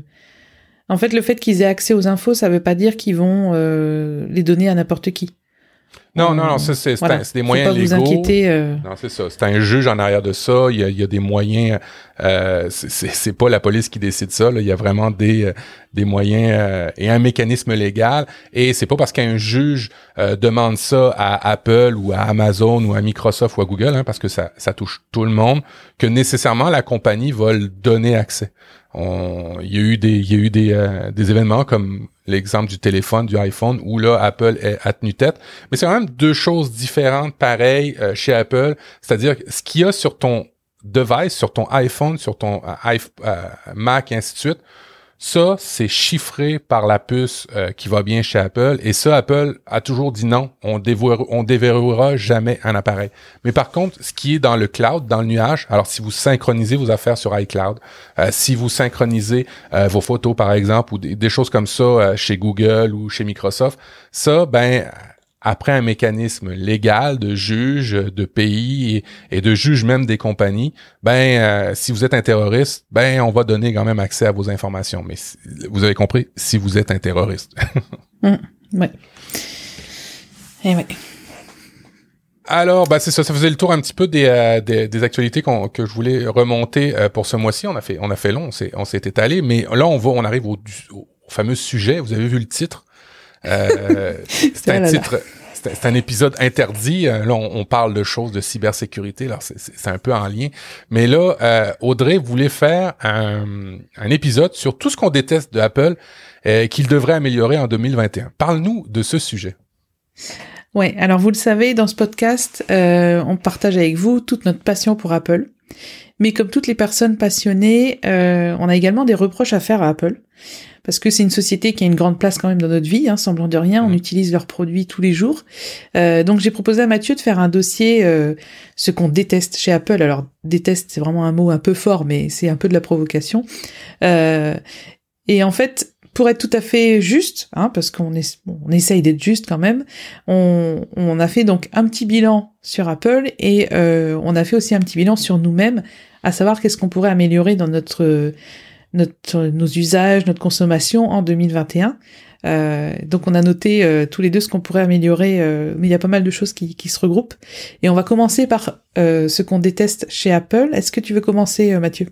En fait, le fait qu'ils aient accès aux infos, ça veut pas dire qu'ils vont euh, les donner à n'importe qui. Non, non, non, ça, c'est, c'est, voilà. un, c'est des moyens Faut pas légaux. Vous inquiéter, euh... Non, c'est ça. C'est un juge en arrière de ça. Il y a, il y a des moyens. Euh, c'est, c'est, c'est pas la police qui décide ça. Là. Il y a vraiment des, euh, des moyens euh, et un mécanisme légal. Et c'est pas parce qu'un juge euh, demande ça à Apple ou à Amazon ou à Microsoft ou à Google, hein, parce que ça, ça touche tout le monde, que nécessairement la compagnie va le donner accès. On, il y a eu des, il y a eu des, euh, des événements comme l'exemple du téléphone, du iPhone, où là, Apple est à tenu tête. Mais c'est quand même deux choses différentes, pareilles, euh, chez Apple. C'est-à-dire, ce qu'il y a sur ton device, sur ton iPhone, sur ton euh, euh, Mac, et ainsi de suite, Ça, c'est chiffré par la puce euh, qui va bien chez Apple. Et ça, Apple a toujours dit non, on déverrouillera, on déverrouillera jamais un appareil. Mais par contre, ce qui est dans le cloud, dans le nuage, alors si vous synchronisez vos affaires sur iCloud, euh, si vous synchronisez euh, vos photos, par exemple, ou des, des choses comme ça euh, chez Google ou chez Microsoft, ça, ben... après un mécanisme légal de juge, de pays et, et de juge même des compagnies, ben euh, si vous êtes un terroriste, ben on va donner quand même accès à vos informations. Mais si, vous avez compris, si vous êtes un terroriste. mmh, ouais. Et ouais. Alors, ben c'est ça, ça faisait le tour un petit peu des euh, des, des actualités qu'on, que je voulais remonter euh, pour ce mois-ci. On a fait on a fait long, on s'est on s'est étalé, mais là on va on arrive au, au fameux sujet. Vous avez vu le titre? Euh, c'est un titre, c'est, c'est un épisode interdit. Là, on, on parle de choses de cybersécurité. Alors, c'est, c'est, c'est un peu en lien. Mais là, euh, Audrey voulait faire un, un épisode sur tout ce qu'on déteste de Apple euh, qu'il devrait améliorer en deux mille vingt et un. Parle-nous de ce sujet. Ouais. Alors, vous le savez, dans ce podcast, euh, on partage avec vous toute notre passion pour Apple. Mais comme toutes les personnes passionnées, euh, on a également des reproches à faire à Apple. Parce que c'est une société qui a une grande place quand même dans notre vie, hein, semblant de rien, on utilise leurs produits tous les jours. Euh, donc j'ai proposé à Mathieu de faire un dossier, euh, ce qu'on déteste chez Apple. Alors déteste, c'est vraiment un mot un peu fort, mais c'est un peu de la provocation. Euh, et en fait, pour être tout à fait juste, hein, parce qu'on est, bon, on essaye d'être juste quand même, on, on a fait donc un petit bilan sur Apple et euh, on a fait aussi un petit bilan sur nous-mêmes, à savoir qu'est-ce qu'on pourrait améliorer dans notre Notre, nos usages, notre consommation en deux mille vingt et un. Euh, donc on a noté euh, tous les deux ce qu'on pourrait améliorer, euh, mais il y a pas mal de choses qui, qui se regroupent. Et on va commencer par euh, ce qu'on déteste chez Apple. Est-ce que tu veux commencer, euh, Mathieu?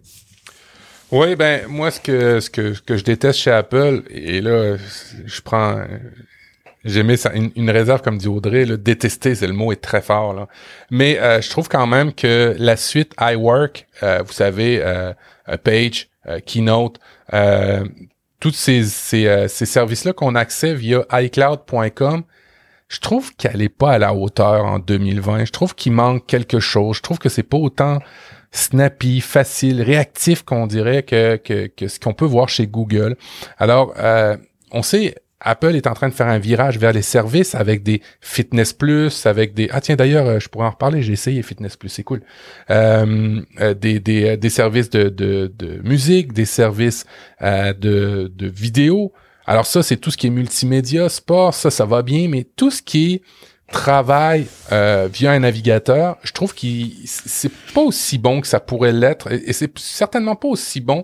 Oui, ben moi ce que ce que ce que je déteste chez Apple, et là je prends, j'aimais ça une, une réserve comme dit Audrey, là, détester, c'est le mot est très fort là. Mais euh, je trouve quand même que la suite iWork, euh, vous savez, euh, Page, Euh, Keynote, euh, tous ces ces, euh, ces services-là qu'on a accès via iCloud point com, je trouve qu'elle est pas à la hauteur en deux mille vingt. Je trouve qu'il manque quelque chose. Je trouve que c'est pas autant snappy, facile, réactif qu'on dirait que que, que ce qu'on peut voir chez Google. Alors, euh, on sait Apple est en train de faire un virage vers les services avec des Fitness Plus, avec des... Ah tiens, d'ailleurs, je pourrais en reparler, j'ai essayé Fitness Plus, c'est cool. Euh, euh, des, des, des services de, de, de musique, des services euh, de, de vidéo. Alors ça, c'est tout ce qui est multimédia, sport, ça, ça va bien, mais tout ce qui est travail euh, via un navigateur, je trouve que c'est pas aussi bon que ça pourrait l'être, et, et c'est certainement pas aussi bon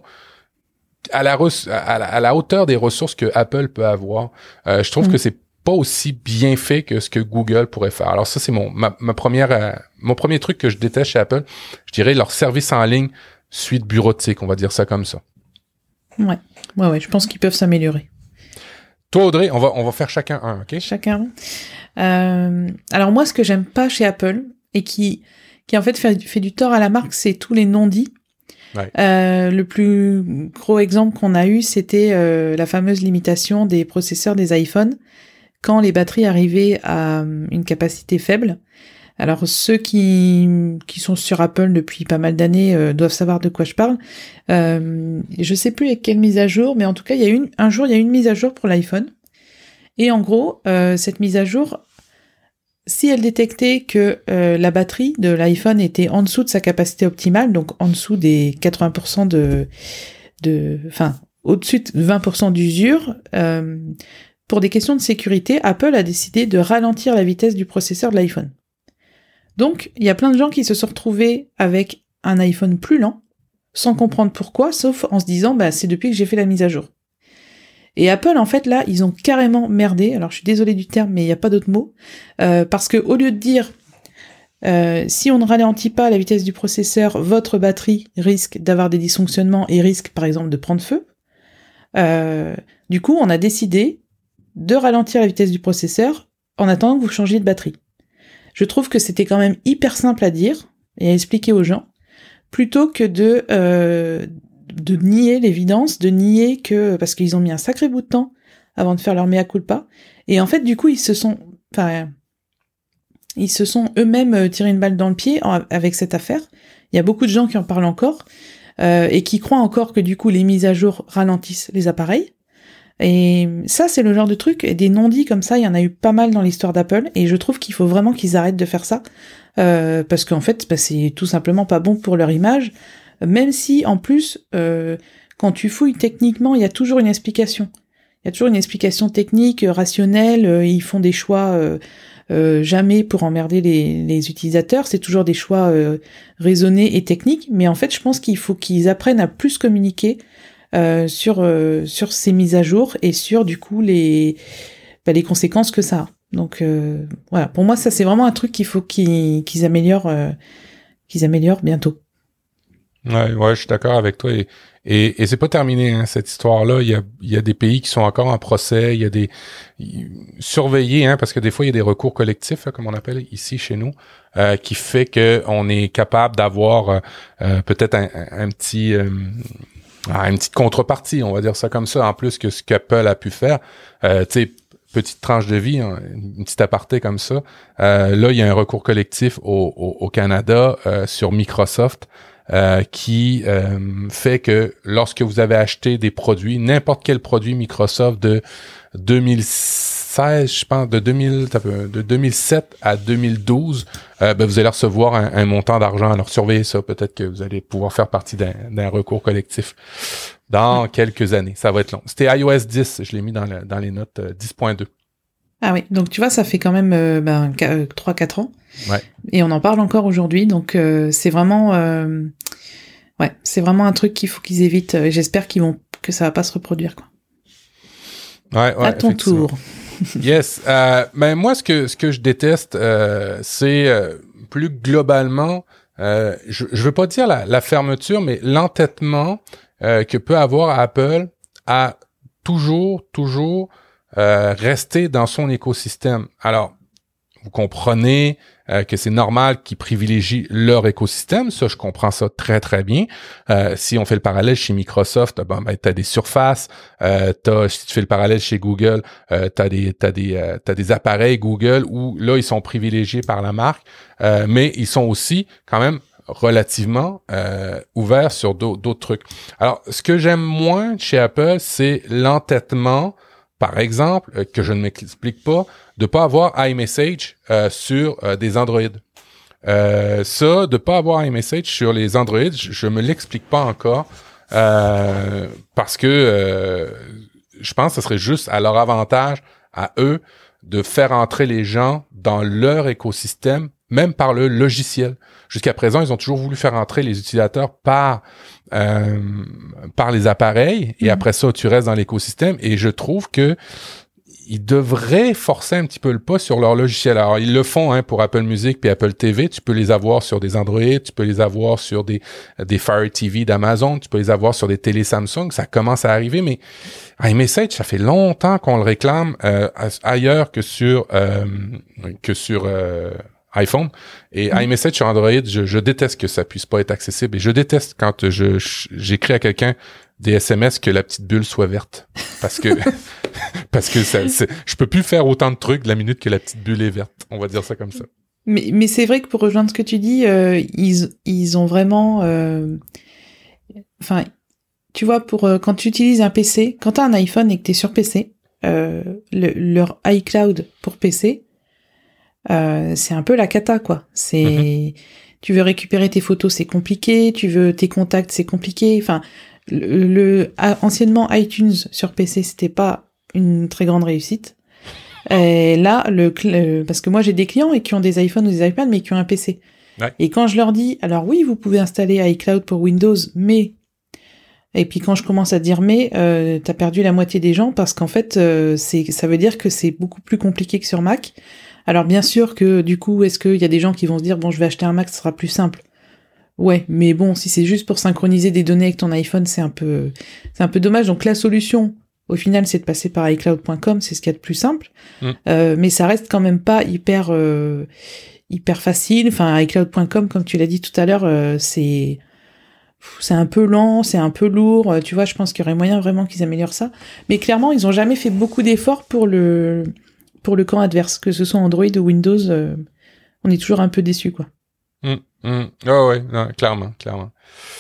à la, re- à la, à la hauteur des ressources que Apple peut avoir. Euh, je trouve mmh. que c'est pas aussi bien fait que ce que Google pourrait faire. Alors ça, c'est mon ma, ma première euh, mon premier truc que je déteste chez Apple. Je dirais leur service en ligne suite bureautique, on va dire ça comme ça. Ouais, ouais, ouais. Je pense qu'ils peuvent s'améliorer. Toi, Audrey, on va on va faire chacun un, ok? Chacun. Euh, alors moi, ce que j'aime pas chez Apple et qui qui en fait fait, fait du tort à la marque, c'est tous les non-dits. Ouais. Euh, le plus gros exemple qu'on a eu, c'était euh, la fameuse limitation des processeurs des iPhones quand les batteries arrivaient à une capacité faible. Alors ceux qui qui sont sur Apple depuis pas mal d'années euh, doivent savoir de quoi je parle. Euh, je sais plus avec quelle mise à jour, mais en tout cas il y a une un jour il y a une mise à jour pour l'iPhone. Et en gros euh, cette mise à jour, si elle détectait que euh, la batterie de l'iPhone était en dessous de sa capacité optimale, donc en dessous des quatre-vingts pour cent de, de, enfin, au-dessus de vingt pour cent d'usure, euh, pour des questions de sécurité, Apple a décidé de ralentir la vitesse du processeur de l'iPhone. Donc, il y a plein de gens qui se sont retrouvés avec un iPhone plus lent, sans comprendre pourquoi, sauf en se disant, bah, c'est depuis que j'ai fait la mise à jour. Et Apple, en fait, là, ils ont carrément merdé. Alors, je suis désolée du terme, mais il n'y a pas d'autre mot. Euh, parce que au lieu de dire, euh, si on ne ralentit pas la vitesse du processeur, votre batterie risque d'avoir des dysfonctionnements et risque, par exemple, de prendre feu. Euh, du coup, on a décidé de ralentir la vitesse du processeur en attendant que vous changiez de batterie. Je trouve que c'était quand même hyper simple à dire et à expliquer aux gens, plutôt que de... Euh, de nier l'évidence, de nier que... Parce qu'ils ont mis un sacré bout de temps avant de faire leur mea culpa. Et en fait, du coup, ils se sont... Enfin, ils se sont eux-mêmes tiré une balle dans le pied avec cette affaire. Il y a beaucoup de gens qui en parlent encore. euh, et qui croient encore que du coup les mises à jour ralentissent les appareils. Et ça, c'est le genre de truc, et des non-dits comme ça, il y en a eu pas mal dans l'histoire d'Apple, et je trouve qu'il faut vraiment qu'ils arrêtent de faire ça, euh, parce qu'en fait, bah, c'est tout simplement pas bon pour leur image, même si, en plus, euh, quand tu fouilles techniquement, il y a toujours une explication. Il y a toujours une explication technique, euh, rationnelle, euh, ils font des choix euh, euh, jamais pour emmerder les, les utilisateurs, c'est toujours des choix euh, raisonnés et techniques, mais en fait, je pense qu'il faut qu'ils apprennent à plus communiquer Euh, sur euh, sur ces mises à jour et sur du coup les bah, les conséquences que ça a. Donc euh, voilà, pour moi ça c'est vraiment un truc qu'il faut qu'ils qu'ils améliorent euh, qu'ils améliorent bientôt. Ouais, ouais, je suis d'accord avec toi et et, et c'est pas terminé hein, cette histoire-là. Il y a il y a des pays qui sont encore en procès. Il y a des surveillés hein, parce que des fois il y a des recours collectifs là, comme on appelle ici chez nous, euh, qui fait que on est capable d'avoir euh, peut-être un, un, un petit euh, Ah, une petite contrepartie, on va dire ça comme ça, en plus que ce qu'Apple a pu faire. Euh, tu sais, petite tranche de vie, hein, une petite aparté comme ça. Euh, là, il y a un recours collectif au, au, au Canada euh, sur Microsoft euh, qui euh, fait que lorsque vous avez acheté des produits, n'importe quel produit Microsoft de deux mille seize, je pense, de deux mille, de deux mille sept à deux mille douze, euh, ben vous allez recevoir un, un montant d'argent. Alors surveillez ça, peut-être que vous allez pouvoir faire partie d'un, d'un recours collectif dans ouais. quelques années. Ça va être long. C'était iOS dix, je l'ai mis dans, le, dans les notes euh, dix point deux. Ah oui, donc tu vois, ça fait quand même euh, ben, trois quatre ans. Ouais. Et on en parle encore aujourd'hui, donc euh, c'est vraiment... Euh, ouais, c'est vraiment un truc qu'il faut qu'ils évitent. Et j'espère qu'ils vont, que ça va pas se reproduire, quoi. Ouais, ouais, à ton tour. Yes. Euh, ben moi, ce que ce que je déteste, euh, c'est euh, plus globalement, euh, je je veux pas dire la, la fermeture, mais l'entêtement euh, que peut avoir Apple à toujours, toujours euh, rester dans son écosystème. Alors, vous comprenez euh, que c'est normal qu'ils privilégient leur écosystème. Ça, je comprends ça très, très bien. Euh, si on fait le parallèle chez Microsoft, ben, ben t'as des surfaces. Euh, t'as, si tu fais le parallèle chez Google, euh, t'as des, t'as des, euh, t'as des appareils Google où là, ils sont privilégiés par la marque, euh, mais ils sont aussi quand même relativement euh, ouverts sur d'autres, d'autres trucs. Alors, ce que j'aime moins chez Apple, c'est l'entêtement, par exemple, euh, que je ne m'explique pas, de pas avoir iMessage euh, sur euh, des Android. Euh, ça, de pas avoir iMessage sur les Android, je, je me l'explique pas encore euh, parce que euh, je pense que ce serait juste à leur avantage, à eux, de faire entrer les gens dans leur écosystème, même par le logiciel. Jusqu'à présent, ils ont toujours voulu faire entrer les utilisateurs par euh, par les appareils, et mmh. après ça, tu restes dans l'écosystème. Et je trouve que ils devraient forcer un petit peu le pas sur leur logiciel. Alors, ils le font hein, pour Apple Music puis Apple T V. Tu peux les avoir sur des Android, tu peux les avoir sur des, des Fire T V d'Amazon, tu peux les avoir sur des télé Samsung. Ça commence à arriver, mais iMessage, ça fait longtemps qu'on le réclame euh, ailleurs que sur euh, que sur euh, iPhone. Et mmh. iMessage sur Android, je, je déteste que ça puisse pas être accessible. Et je déteste quand je, je j'écris à quelqu'un des S M S que la petite bulle soit verte. Parce que parce que ça, c'est, je peux plus faire autant de trucs de la minute que la petite bulle est verte. On va dire ça comme ça. Mais, mais c'est vrai que pour rejoindre ce que tu dis, euh, ils, ils ont vraiment... Euh, enfin, tu vois, pour euh, quand tu utilises un P C, quand tu as un iPhone et que tu es sur P C, euh, le, leur iCloud pour P C, euh, c'est un peu la cata, quoi. C'est... Mm-hmm. Tu veux récupérer tes photos, c'est compliqué. Tu veux tes contacts, c'est compliqué. Enfin... Le, le anciennement iTunes sur P C, c'était pas une très grande réussite. Et là, le, le parce que moi j'ai des clients et qui ont des iPhones ou des iPads mais qui ont un P C. Ouais. Et quand je leur dis, alors oui, vous pouvez installer iCloud pour Windows, mais et puis quand je commence à dire mais, euh, t'as perdu la moitié des gens parce qu'en fait, euh, c'est ça veut dire que c'est beaucoup plus compliqué que sur Mac. Alors bien sûr que du coup, est-ce qu'il y a des gens qui vont se dire bon, je vais acheter un Mac, ce sera plus simple. Ouais, mais bon, si c'est juste pour synchroniser des données avec ton iPhone, c'est un peu, c'est un peu dommage. Donc la solution, au final, c'est de passer par iCloud point com, c'est ce qu'il y a de plus simple. Mmh. Euh, mais ça reste quand même pas hyper, euh, hyper facile. Enfin, iCloud point com, comme tu l'as dit tout à l'heure, euh, c'est, c'est un peu lent, c'est un peu lourd. Tu vois, je pense qu'il y aurait moyen vraiment qu'ils améliorent ça. Mais clairement, ils ont jamais fait beaucoup d'efforts pour le, pour le camp adverse, que ce soit Android ou Windows. Euh, on est toujours un peu déçus, quoi. Mmh. Mmh. Oh ouais, non, clairement, clairement.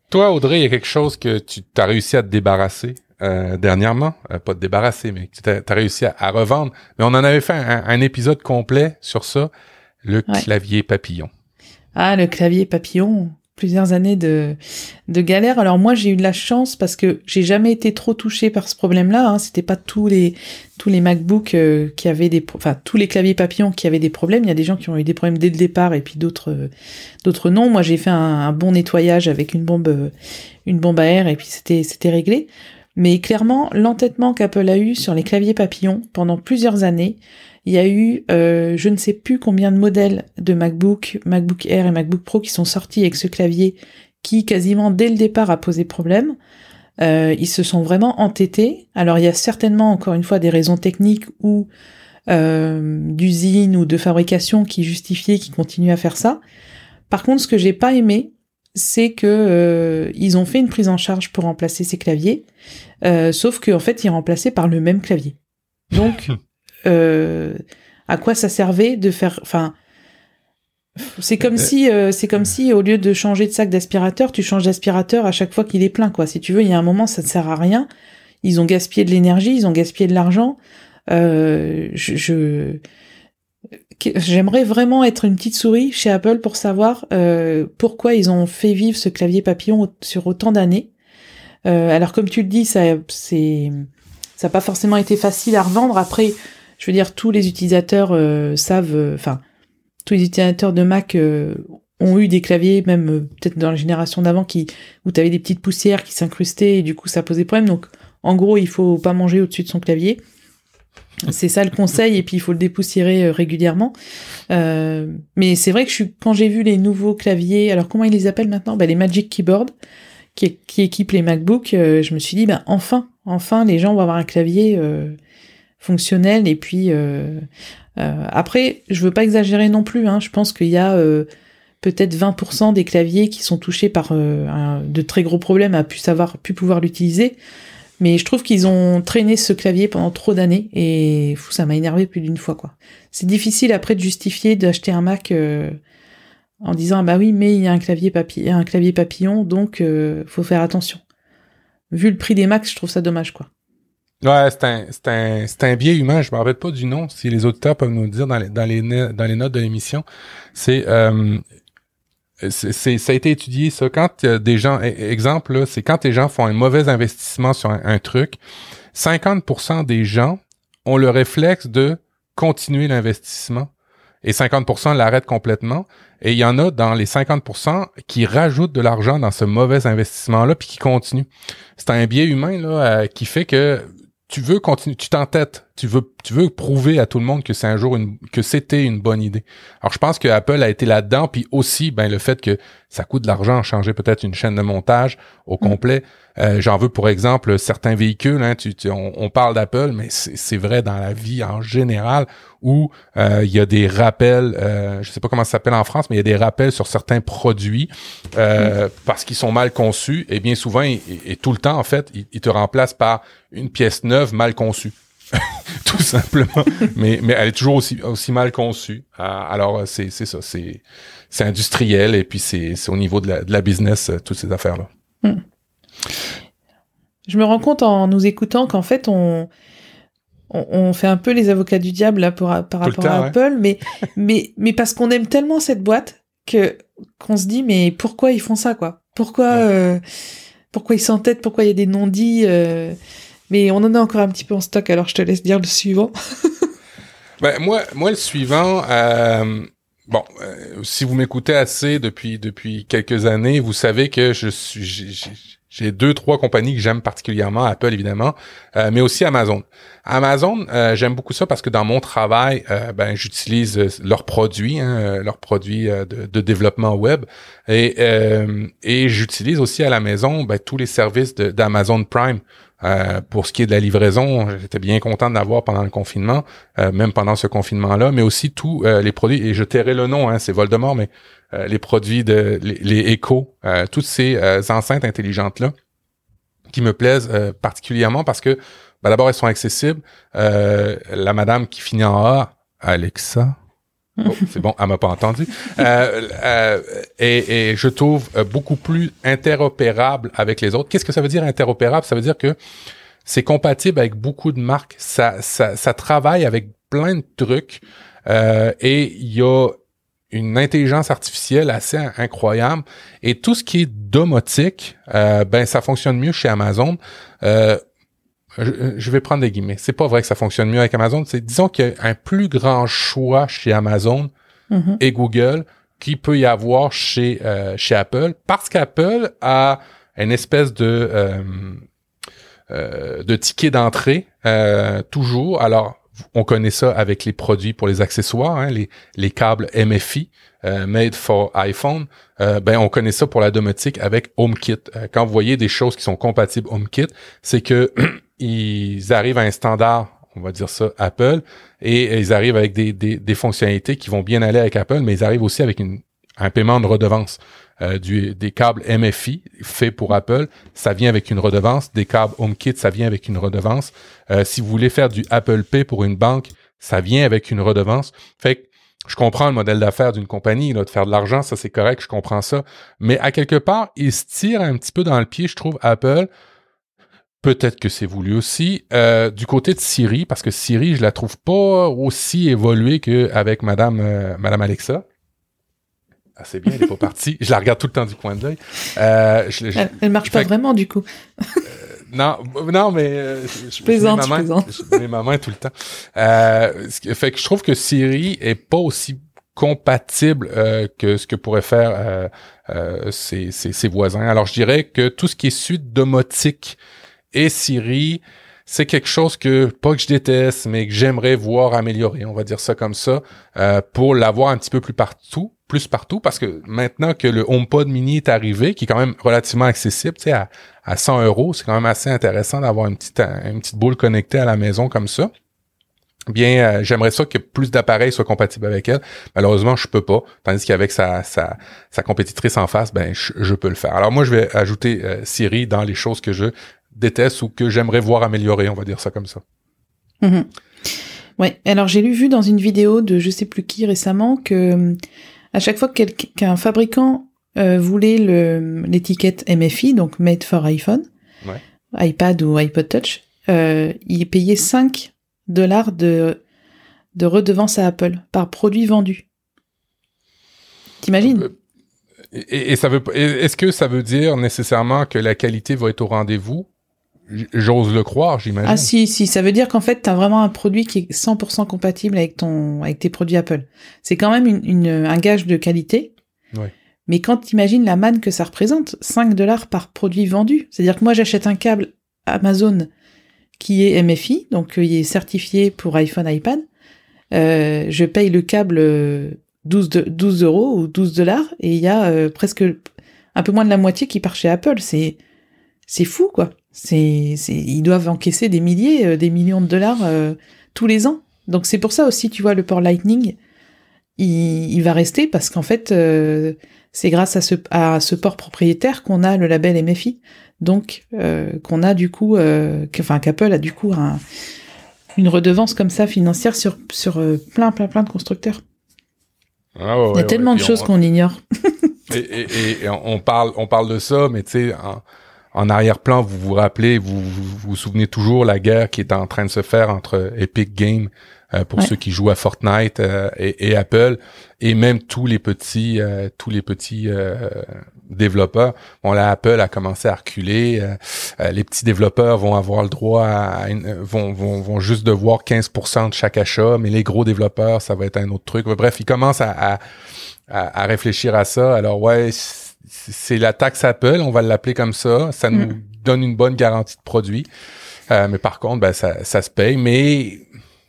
Toi, Audrey, il y a quelque chose que tu as réussi à te débarrasser euh, dernièrement. Euh, pas te débarrasser, mais que tu as réussi à, à revendre. Mais on en avait fait un, un épisode complet sur ça, le ouais. clavier papillon. Ah, le clavier papillon, plusieurs années de de galère. Alors moi, j'ai eu de la chance parce que j'ai jamais été trop touchée par ce problème-là. Hein. C'était pas tous les tous les MacBooks euh, qui avaient des, enfin tous les claviers papillons qui avaient des problèmes. Il y a des gens qui ont eu des problèmes dès le départ et puis d'autres euh, d'autres non. Moi, j'ai fait un, un bon nettoyage avec une bombe euh, une bombe à air et puis c'était c'était réglé. Mais clairement, l'entêtement qu'Apple a eu sur les claviers papillons pendant plusieurs années. Il y a eu, euh, je ne sais plus combien de modèles de MacBook, MacBook Air et MacBook Pro qui sont sortis avec ce clavier qui, quasiment dès le départ, a posé problème. Euh, ils se sont vraiment entêtés. Alors, il y a certainement, encore une fois, des raisons techniques ou euh, d'usine ou de fabrication qui justifiaient qu'ils continuent à faire ça. Par contre, ce que j'ai pas aimé, c'est que euh, ils ont fait une prise en charge pour remplacer ces claviers, euh, sauf qu'en fait, ils remplaçaient par le même clavier. Donc... Euh, à quoi ça servait de faire, enfin, c'est comme si, euh, c'est comme si au lieu de changer de sac d'aspirateur, tu changes d'aspirateur à chaque fois qu'il est plein, quoi. Si tu veux, il y a un moment, ça ne sert à rien. Ils ont gaspillé de l'énergie, ils ont gaspillé de l'argent. Euh, je, je, j'aimerais vraiment être une petite souris chez Apple pour savoir euh, pourquoi ils ont fait vivre ce clavier papillon sur autant d'années. Euh, alors comme tu le dis, ça, c'est, ça n'a pas forcément été facile à revendre. Après. Je veux dire, tous les utilisateurs euh, savent, enfin, euh, tous les utilisateurs de Mac euh, ont eu des claviers, même euh, peut-être dans la génération d'avant, qui où t'avais des petites poussières qui s'incrustaient et du coup ça posait problème. Donc, en gros, il faut pas manger au-dessus de son clavier. C'est ça le conseil, et puis il faut le dépoussiérer euh, régulièrement. Euh, mais c'est vrai que je suis, quand j'ai vu les nouveaux claviers, alors comment ils les appellent maintenant ? Ben, les Magic Keyboard, qui, qui équipent les MacBooks, euh, je me suis dit, ben enfin, enfin, les gens vont avoir un clavier. Euh, fonctionnel et puis euh, euh, après je veux pas exagérer non plus hein, je pense qu'il y a euh, peut-être vingt pour cent des claviers qui sont touchés par euh, un, de très gros problèmes à pu savoir pu pouvoir l'utiliser, mais je trouve qu'ils ont traîné ce clavier pendant trop d'années et fou, ça m'a énervé plus d'une fois quoi. C'est difficile après de justifier d'acheter un Mac euh, en disant ah bah oui mais il y a un clavier papi- un clavier papillon donc euh, faut faire attention. Vu le prix des Macs, je trouve ça dommage quoi. Ouais, c'est un, c'est un, c'est un biais humain. Je me rappelle pas du nom. Si les auditeurs peuvent nous le dire dans les, dans les, dans les notes de l'émission, c'est, euh, c'est, c'est, ça a été étudié. Ça, quand euh, des gens, exemple, là, c'est quand les gens font un mauvais investissement sur un, un truc, cinquante pour cent des gens ont le réflexe de continuer l'investissement et cinquante pour cent l'arrêtent complètement. Et il y en a dans les cinquante pour cent qui rajoutent de l'argent dans ce mauvais investissement-là puis qui continuent. C'est un biais humain là euh, qui fait que tu veux continuer, tu t'entêtes, tu veux, tu veux prouver à tout le monde que c'est un jour une, que c'était une bonne idée. Alors je pense que Apple a été là-dedans, puis aussi ben le fait que ça coûte de l'argent changer peut-être une chaîne de montage au complet. Euh, j'en veux pour exemple certains véhicules, hein, tu, tu, on, on parle d'Apple, mais c'est, c'est vrai dans la vie en général où euh, il y a des rappels, euh, je sais pas comment ça s'appelle en France, mais il y a des rappels sur certains produits euh, mm. parce qu'ils sont mal conçus. Et bien souvent et, et tout le temps en fait, ils, ils te remplacent par une pièce neuve mal conçue. Tout simplement, mais mais elle est toujours aussi aussi mal conçue. Alors c'est c'est ça, c'est c'est industriel et puis c'est c'est au niveau de la de la business toutes ces affaires là. Hmm. Je me rends compte en nous écoutant qu'en fait on on, on fait un peu les avocats du diable là pour par rapport temps, à ouais. Apple, mais mais mais parce qu'on aime tellement cette boîte que qu'on se dit mais pourquoi ils font ça quoi ? Pourquoi ouais. euh, pourquoi ils s'entêtent ? Pourquoi il y a des non-dits euh, Mais on en a encore un petit peu en stock, alors je te laisse dire le suivant. ben moi, moi le suivant, euh, bon, euh, si vous m'écoutez assez depuis depuis quelques années, vous savez que je suis j'ai, j'ai deux trois compagnies que j'aime particulièrement, Apple évidemment, euh, mais aussi Amazon. Amazon, euh, j'aime beaucoup ça parce que dans mon travail, euh, ben j'utilise euh, leurs produits, hein, leurs produits euh, de, de développement web, et euh, et j'utilise aussi à la maison ben tous les services de, d'Amazon Prime. Euh, pour ce qui est de la livraison, j'étais bien content d'avoir pendant le confinement, euh, même pendant ce confinement-là, mais aussi tous euh, les produits, et je tairai le nom, hein, c'est Voldemort, mais euh, les produits de les, les Echo, euh, toutes ces euh, enceintes intelligentes-là, qui me plaisent euh, particulièrement parce que, ben, d'abord, elles sont accessibles. Euh, la madame qui finit en A, Alexa, Oh, c'est bon, elle m'a pas entendu. Euh, euh, et, et je trouve euh, beaucoup plus interopérable avec les autres. Qu'est-ce que ça veut dire interopérable? Ça veut dire que c'est compatible avec beaucoup de marques. Ça, ça, ça travaille avec plein de trucs. Euh, et il y a une intelligence artificielle assez incroyable. Et tout ce qui est domotique, euh, ben ça fonctionne mieux chez Amazon. Euh, Je, je vais prendre des guillemets. C'est pas vrai que ça fonctionne mieux avec Amazon. C'est, disons qu'il y a un plus grand choix chez Amazon mm-hmm. et Google qu'il peut y avoir chez euh, chez Apple, parce qu'Apple a une espèce de euh, euh, de ticket d'entrée euh, toujours. Alors, on connaît ça avec les produits pour les accessoires, hein, les les câbles M F I euh, made for iPhone. Euh, ben on connaît ça pour la domotique avec HomeKit. Euh, quand vous voyez des choses qui sont compatibles HomeKit, c'est que ils arrivent à un standard, on va dire ça, Apple, et ils arrivent avec des, des, des fonctionnalités qui vont bien aller avec Apple, mais ils arrivent aussi avec une, un paiement de redevance. Euh, du, des câbles M F I faits pour Apple, ça vient avec une redevance. Des câbles HomeKit, ça vient avec une redevance. Euh, si vous voulez faire du Apple Pay pour une banque, ça vient avec une redevance. Fait que je comprends le modèle d'affaires d'une compagnie, là, de faire de l'argent, ça c'est correct, je comprends ça. Mais à quelque part, ils se tirent un petit peu dans le pied, je trouve, Apple. Peut-être que c'est voulu aussi. Euh, du côté de Siri, parce que Siri, je la trouve pas aussi évoluée qu'avec Madame euh, Madame Alexa. Ah, c'est bien, elle est pas partie. Je la regarde tout le temps du coin de l'œil. Euh, je, je, elle, elle marche pas que, vraiment, du coup. euh, non, non, mais euh, je, je plaisante, je mets ma main, je plaisante. Je mets ma main tout le temps. Euh, fait que je trouve que Siri est pas aussi compatible euh, que ce que pourraient faire euh, euh, ses, ses, ses voisins. Alors, je dirais que tout ce qui est suite domotique et Siri, c'est quelque chose que, pas que je déteste, mais que j'aimerais voir améliorer, on va dire ça comme ça, euh, pour l'avoir un petit peu plus partout, plus partout, parce que maintenant que le HomePod mini est arrivé, qui est quand même relativement accessible, tu sais, à, à cent euros, c'est quand même assez intéressant d'avoir une petite, une petite boule connectée à la maison comme ça. Bien, euh, j'aimerais ça que plus d'appareils soient compatibles avec elle. Malheureusement, je peux pas. Tandis qu'avec sa, sa, sa compétitrice en face, ben, je, je peux le faire. Alors moi, je vais ajouter euh, Siri dans les choses que je déteste ou que j'aimerais voir améliorer, on va dire ça comme ça. Mmh. Ouais. Alors j'ai lu vu dans une vidéo de je sais plus qui récemment que à chaque fois qu'un fabricant euh, voulait le, l'étiquette M F I, donc Made for iPhone, ouais. iPad ou iPod Touch, euh, il payait cinq dollars de de redevance à Apple par produit vendu. T'imagines? Euh, et, et ça veut, est-ce que ça veut dire nécessairement que la qualité va être au rendez-vous? J'ose le croire, j'imagine. Ah si, si, ça veut dire qu'en fait, t'as vraiment un produit qui est cent pour cent compatible avec ton, avec tes produits Apple. C'est quand même une, une, un gage de qualité. Ouais. Mais quand t'imagines la manne que ça représente, cinq dollars par produit vendu. C'est-à-dire que moi, j'achète un câble Amazon qui est M F I, donc il est certifié pour iPhone, iPad. Euh, je paye le câble douze, de, douze euros ou douze dollars et il y a euh, presque un peu moins de la moitié qui part chez Apple. C'est, c'est fou, quoi. C'est, c'est, ils doivent encaisser des milliers, euh, des millions de dollars euh, tous les ans. Donc c'est pour ça aussi, tu vois, le port Lightning, il, il va rester parce qu'en fait, euh, c'est grâce à ce, à ce port propriétaire qu'on a le label M F I. Donc euh, qu'on a du coup, euh, enfin qu'Apple a du coup un, une redevance comme ça financière sur sur euh, plein plein plein de constructeurs. Ah ouais, il y a ouais, tellement ouais. de choses on, qu'on ignore. et, et, et on parle on parle de ça, mais tu sais. En... En arrière-plan, vous vous rappelez, vous, vous vous vous souvenez toujours la guerre qui est en train de se faire entre Epic Games, euh, pour ouais. ceux qui jouent à Fortnite, euh, et, et Apple, et même tous les petits, euh, tous les petits euh, développeurs. Bon, là, Apple a commencé à reculer. Euh, euh, les petits développeurs vont avoir le droit à, une, vont, vont, vont juste devoir quinze pour cent de chaque achat, mais les gros développeurs, ça va être un autre truc. Bref, ils commencent à, à, à, à réfléchir à ça. Alors ouais. C'est la taxe Apple, on va l'appeler comme ça. Ça nous mm. donne une bonne garantie de produit. Euh, mais par contre, ben, ça, ça se paye. Mais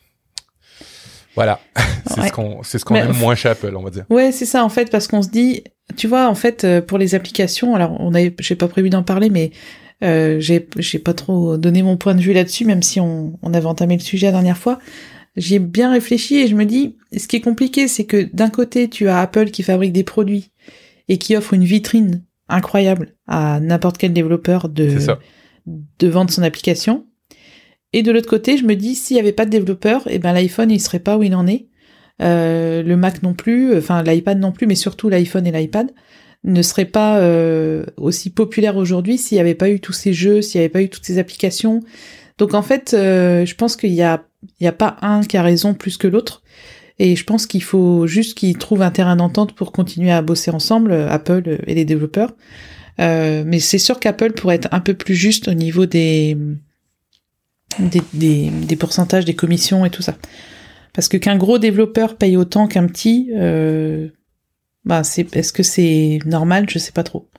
voilà, c'est ouais. ce qu'on, c'est ce qu'on mais, aime moins chez Apple, on va dire. Ouais, c'est ça en fait, parce qu'on se dit, tu vois, en fait, pour les applications, alors on avait, j'ai pas prévu d'en parler, mais euh, j'ai, j'ai pas trop donné mon point de vue là-dessus, même si on, on avait entamé le sujet la dernière fois. J'y ai bien réfléchi et je me dis, ce qui est compliqué, c'est que d'un côté, tu as Apple qui fabrique des produits et qui offre une vitrine incroyable à n'importe quel développeur de, de vendre son application. Et de l'autre côté, je me dis, s'il n'y avait pas de développeur, eh ben l'iPhone, il serait pas où il en est. euh, le Mac non plus, enfin l'iPad non plus, mais surtout l'iPhone et l'iPad ne seraient pas euh, aussi populaires aujourd'hui s'il n'y avait pas eu tous ces jeux, s'il n'y avait pas eu toutes ces applications. Donc en fait, euh, je pense qu'il y a, il y a pas un qui a raison plus que l'autre. Et je pense qu'il faut juste qu'ils trouvent un terrain d'entente pour continuer à bosser ensemble, Apple et les développeurs. Euh, mais c'est sûr qu'Apple pourrait être un peu plus juste au niveau des, des, des, des pourcentages, des commissions et tout ça. Parce que qu'un gros développeur paye autant qu'un petit, euh, bah c'est, est-ce que c'est normal? Je sais pas trop.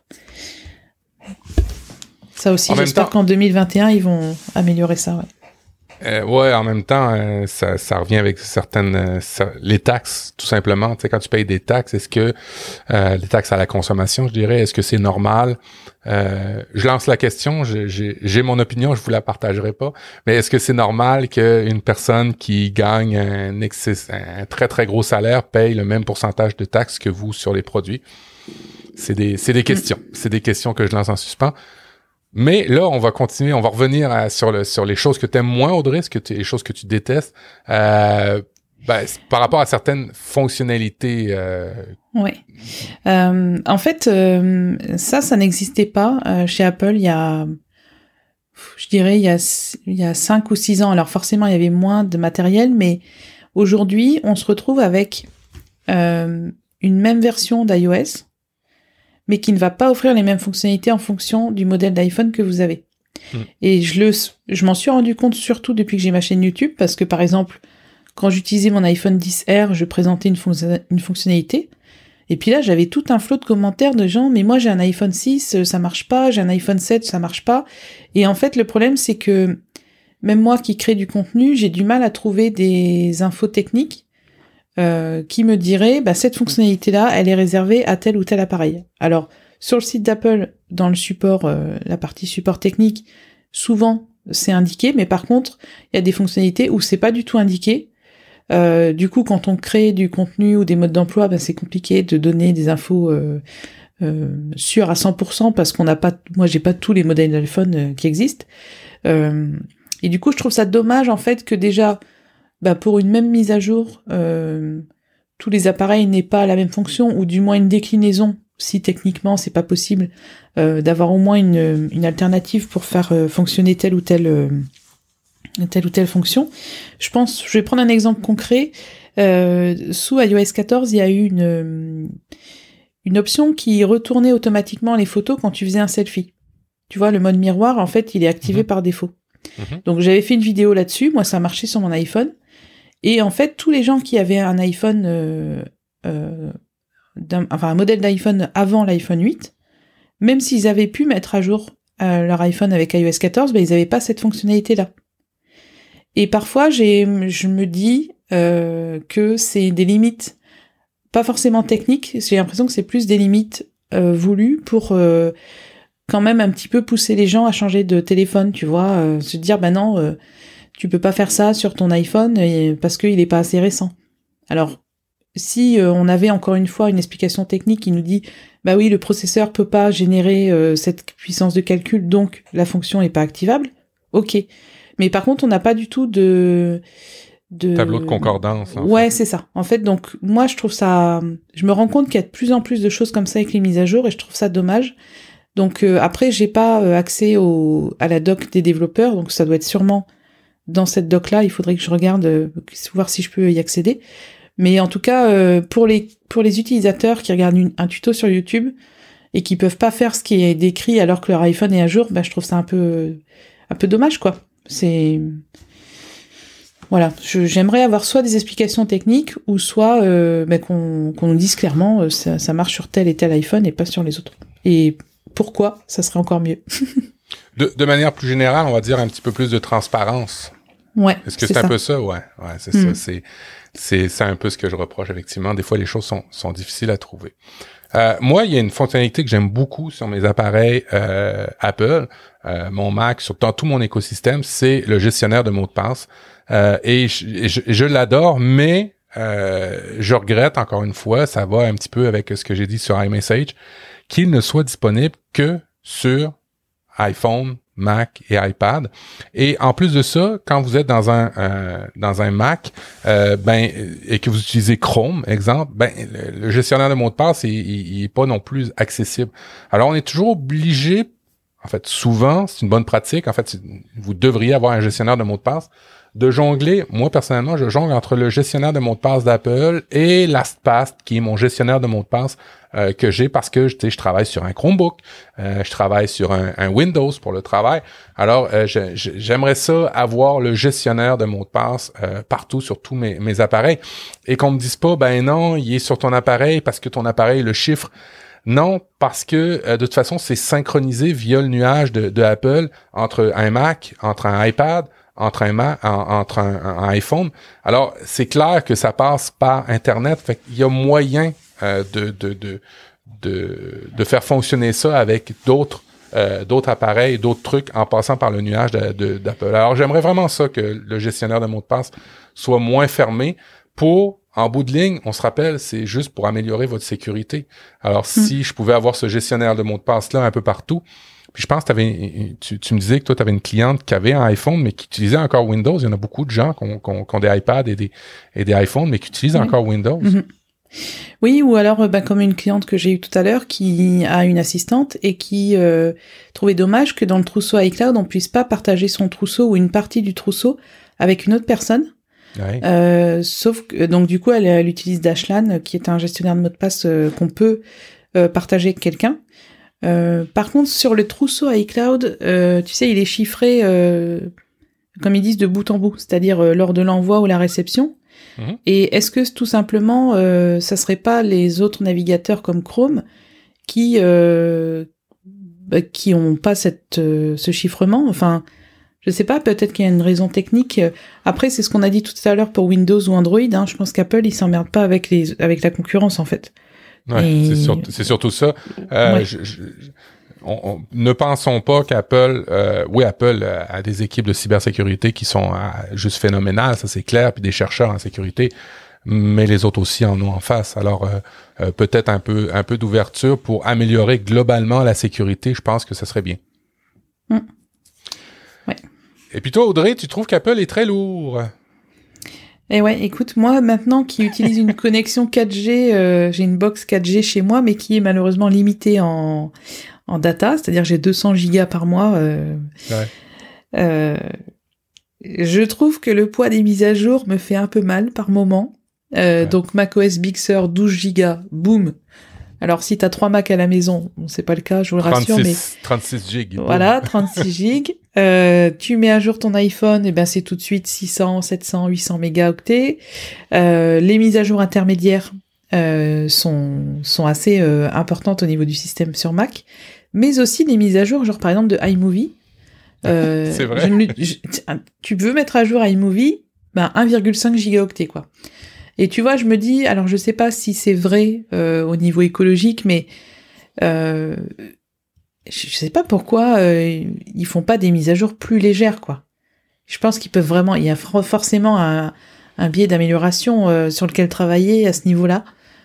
Ça aussi, en j'espère temps... qu'en deux mille vingt et un, ils vont améliorer ça, ouais. Euh, ouais, en même temps, euh, ça, ça revient avec certaines euh, ça, les taxes, tout simplement. Tu sais, quand tu payes des taxes, est-ce que euh, les taxes à la consommation, je dirais, est-ce que c'est normal? Euh, je lance la question, j'ai, j'ai, j'ai mon opinion, je vous la partagerai pas. Mais est-ce que c'est normal qu'une personne qui gagne un, excès, un très très gros salaire paye le même pourcentage de taxes que vous sur les produits? C'est des, c'est des questions. C'est des questions que je lance en suspens. Mais là, on va continuer, on va revenir à, sur le sur les choses que tu aimes moins, Audrey, ce que tu, les choses que tu détestes, euh, ben, par rapport à certaines fonctionnalités. Euh... Oui. Euh, en fait, euh, ça, ça n'existait pas euh, chez Apple il y a, je dirais, il y a il y a cinq ou six ans. Alors forcément, il y avait moins de matériel, mais aujourd'hui, on se retrouve avec euh, une même version d'iOS, mais qui ne va pas offrir les mêmes fonctionnalités en fonction du modèle d'iPhone que vous avez. Mmh. Et je le, je m'en suis rendu compte surtout depuis que j'ai ma chaîne YouTube, parce que par exemple, quand j'utilisais mon iPhone dix R, je présentais une, fon- une fonctionnalité, et puis là, j'avais tout un flot de commentaires de gens, mais moi j'ai un iPhone six, ça marche pas, j'ai un iPhone sept, ça marche pas. Et en fait, le problème, c'est que même moi qui crée du contenu, j'ai du mal à trouver des infos techniques Euh, qui me dirait, bah, cette fonctionnalité-là, elle est réservée à tel ou tel appareil. Alors, sur le site d'Apple, dans le support, euh, la partie support technique, souvent, c'est indiqué, mais par contre, il y a des fonctionnalités où c'est pas du tout indiqué. Euh, du coup, quand on crée du contenu ou des modes d'emploi, bah, c'est compliqué de donner des infos euh, euh, sûres à cent pour cent parce qu'on n'a pas, moi, j'ai pas tous les modèles d'iPhone euh, qui existent. Euh, et du coup, je trouve ça dommage, en fait, que déjà, bah pour une même mise à jour, euh, tous les appareils n'aient pas la même fonction, ou du moins une déclinaison, si techniquement c'est pas possible, euh, d'avoir au moins une, une alternative pour faire euh, fonctionner telle ou telle, euh, telle ou telle fonction. Je pense, je vais prendre un exemple concret. Euh, sous iOS quatorze, il y a eu une, une option qui retournait automatiquement les photos quand tu faisais un selfie. Tu vois, le mode miroir, en fait, il est activé mmh. par défaut. Mmh. Donc j'avais fait une vidéo là-dessus, moi ça marchait sur mon iPhone. Et en fait, tous les gens qui avaient un iPhone, euh, euh, d'un, enfin un modèle d'iPhone avant l'iPhone huit, même s'ils avaient pu mettre à jour euh, leur iPhone avec iOS quatorze, ben ils n'avaient pas cette fonctionnalité-là. Et parfois, j'ai, je me dis euh, que c'est des limites, pas forcément techniques. J'ai l'impression que c'est plus des limites euh, voulues pour euh, quand même un petit peu pousser les gens à changer de téléphone, tu vois, euh, se dire bah non. Euh, Tu peux pas faire ça sur ton iPhone parce qu'il est pas assez récent. Alors, si euh, on avait encore une fois une explication technique qui nous dit bah oui, le processeur peut pas générer euh, cette puissance de calcul, donc la fonction est pas activable, ok. Mais par contre, on n'a pas du tout de... de... tableau de concordance. En ouais, fait. c'est ça. En fait, donc, moi, je trouve ça... Je me rends compte qu'il y a de plus en plus de choses comme ça avec les mises à jour et je trouve ça dommage. Donc, euh, après, j'ai pas euh, accès au... à la doc des développeurs, donc ça doit être sûrement... dans cette doc-là, il faudrait que je regarde, euh, voir si je peux y accéder. Mais en tout cas, euh, pour les pour les utilisateurs qui regardent une, un tuto sur YouTube et qui peuvent pas faire ce qui est décrit alors que leur iPhone est à jour, bah je trouve ça un peu un peu dommage, quoi. C'est voilà, je, j'aimerais avoir soit des explications techniques ou soit euh, bah, qu'on qu'on nous dise clairement euh, ça, ça marche sur tel et tel iPhone et pas sur les autres. Et pourquoi ça serait encore mieux. de, de manière plus générale, on va dire un petit peu plus de transparence. Ouais. Est-ce que c'est, c'est un peu ça? Ouais, ouais, c'est mm. ça. C'est, c'est, c'est un peu ce que je reproche, effectivement. Des fois, les choses sont, sont difficiles à trouver. Euh, moi, il y a une fonctionnalité que j'aime beaucoup sur mes appareils euh, Apple, euh, mon Mac, sur dans tout mon écosystème, c'est le gestionnaire de mots de passe. Euh, et je, je, je l'adore, mais euh, je regrette, encore une fois, ça va un petit peu avec ce que j'ai dit sur iMessage, qu'il ne soit disponible que sur iPhone, Mac et iPad. Et en plus de ça, quand vous êtes dans un euh, dans un Mac, euh, ben et que vous utilisez Chrome, exemple, ben le, le gestionnaire de mots de passe, il, il, il est pas non plus accessible. Alors on est toujours obligé, en fait, souvent, c'est une bonne pratique. En fait, vous devriez avoir un gestionnaire de mots de passe. De jongler, moi personnellement, je jongle entre le gestionnaire de mots de passe d'Apple et LastPass, qui est mon gestionnaire de mots de passe euh, que j'ai parce que, tu sais, je travaille sur un Chromebook, euh, je travaille sur un, un Windows pour le travail. Alors, euh, je, je, j'aimerais ça avoir le gestionnaire de mots de passe euh, partout sur tous mes, mes appareils et qu'on me dise pas, ben non, il est sur ton appareil parce que ton appareil le chiffre. Non, parce que euh, de toute façon, c'est synchronisé via le nuage de, de Apple entre un Mac, entre un iPad, entre un Mac, en, entre un, un iPhone. Alors, c'est clair que ça passe par Internet. Fait qu'il y a moyen euh, de, de, de, de, de faire fonctionner ça avec d'autres euh, d'autres appareils, d'autres trucs en passant par le nuage de, de, d'Apple. Alors, j'aimerais vraiment ça, que le gestionnaire de mots de passe soit moins fermé pour... En bout de ligne, on se rappelle, c'est juste pour améliorer votre sécurité. Alors, mm. si je pouvais avoir ce gestionnaire de mots de passe-là un peu partout, puis je pense que t'avais, tu, tu me disais que toi, tu avais une cliente qui avait un iPhone, mais qui utilisait encore Windows. Il y en a beaucoup de gens qui ont, qui ont, qui ont des iPads et des, et des iPhones, mais qui utilisent oui. encore Windows. Mm-hmm. Oui, ou alors bah, comme une cliente que j'ai eue tout à l'heure qui a une assistante et qui euh, trouvait dommage que dans le trousseau iCloud, on puisse pas partager son trousseau ou une partie du trousseau avec une autre personne. Ouais. Euh, sauf que donc du coup elle, elle utilise Dashlane qui est un gestionnaire de mots de passe euh, qu'on peut euh, partager avec quelqu'un. Euh, par contre sur le trousseau iCloud, euh, tu sais il est chiffré euh, comme ils disent de bout en bout, c'est-à-dire euh, lors de l'envoi ou la réception. Mmh. Et est-ce que tout simplement euh, ça serait pas les autres navigateurs comme Chrome qui euh, bah, qui ont pas cette euh, ce chiffrement, enfin je sais pas, peut-être qu'il y a une raison technique. Après, c'est ce qu'on a dit tout à l'heure pour Windows ou Android. Hein. Je pense qu'Apple, il s'emmerde pas avec les avec la concurrence, en fait. Ouais, Et... c'est, sur, c'est surtout ça. Euh, ouais. je, je, on, on, ne pensons pas qu'Apple... Euh, oui, Apple a des équipes de cybersécurité qui sont euh, juste phénoménales, ça c'est clair, puis des chercheurs en sécurité, mais les autres aussi en ont en face. Alors, euh, euh, peut-être un peu un peu d'ouverture pour améliorer globalement la sécurité, je pense que ça serait bien. Mm. Ouais. Et puis toi, Audrey, tu trouves qu'Apple est très lourd? Eh ouais, écoute, moi, maintenant, qui utilise une connexion quatre G, euh, j'ai une box quatre G chez moi, mais qui est malheureusement limitée en, en data, c'est-à-dire j'ai deux cents gigas par mois. Euh, ouais. euh, je trouve que le poids des mises à jour me fait un peu mal par moment. Euh, ouais. Donc macOS Big Sur, douze gigas, boum. Alors, si t'as trois Mac à la maison, bon, c'est pas le cas, je vous le rassure, mais... trente-six gigs. Voilà, trente-six gigs. Euh, tu mets à jour ton iPhone, et ben c'est tout de suite six cents, sept cents, huit cents mégaoctets. Euh, les mises à jour intermédiaires euh, sont, sont assez euh, importantes au niveau du système sur Mac, mais aussi des mises à jour, genre par exemple de iMovie. Euh, c'est vrai. Je ne, je, tu veux mettre à jour iMovie, ben un virgule cinq gigaoctets, quoi. Et tu vois, je me dis, alors je sais pas si c'est vrai euh, au niveau écologique, mais euh, je sais pas pourquoi euh, ils font pas des mises à jour plus légères, quoi. Je pense qu'ils peuvent vraiment, il y a forcément un, un biais d'amélioration euh, sur lequel travailler à ce niveau-là.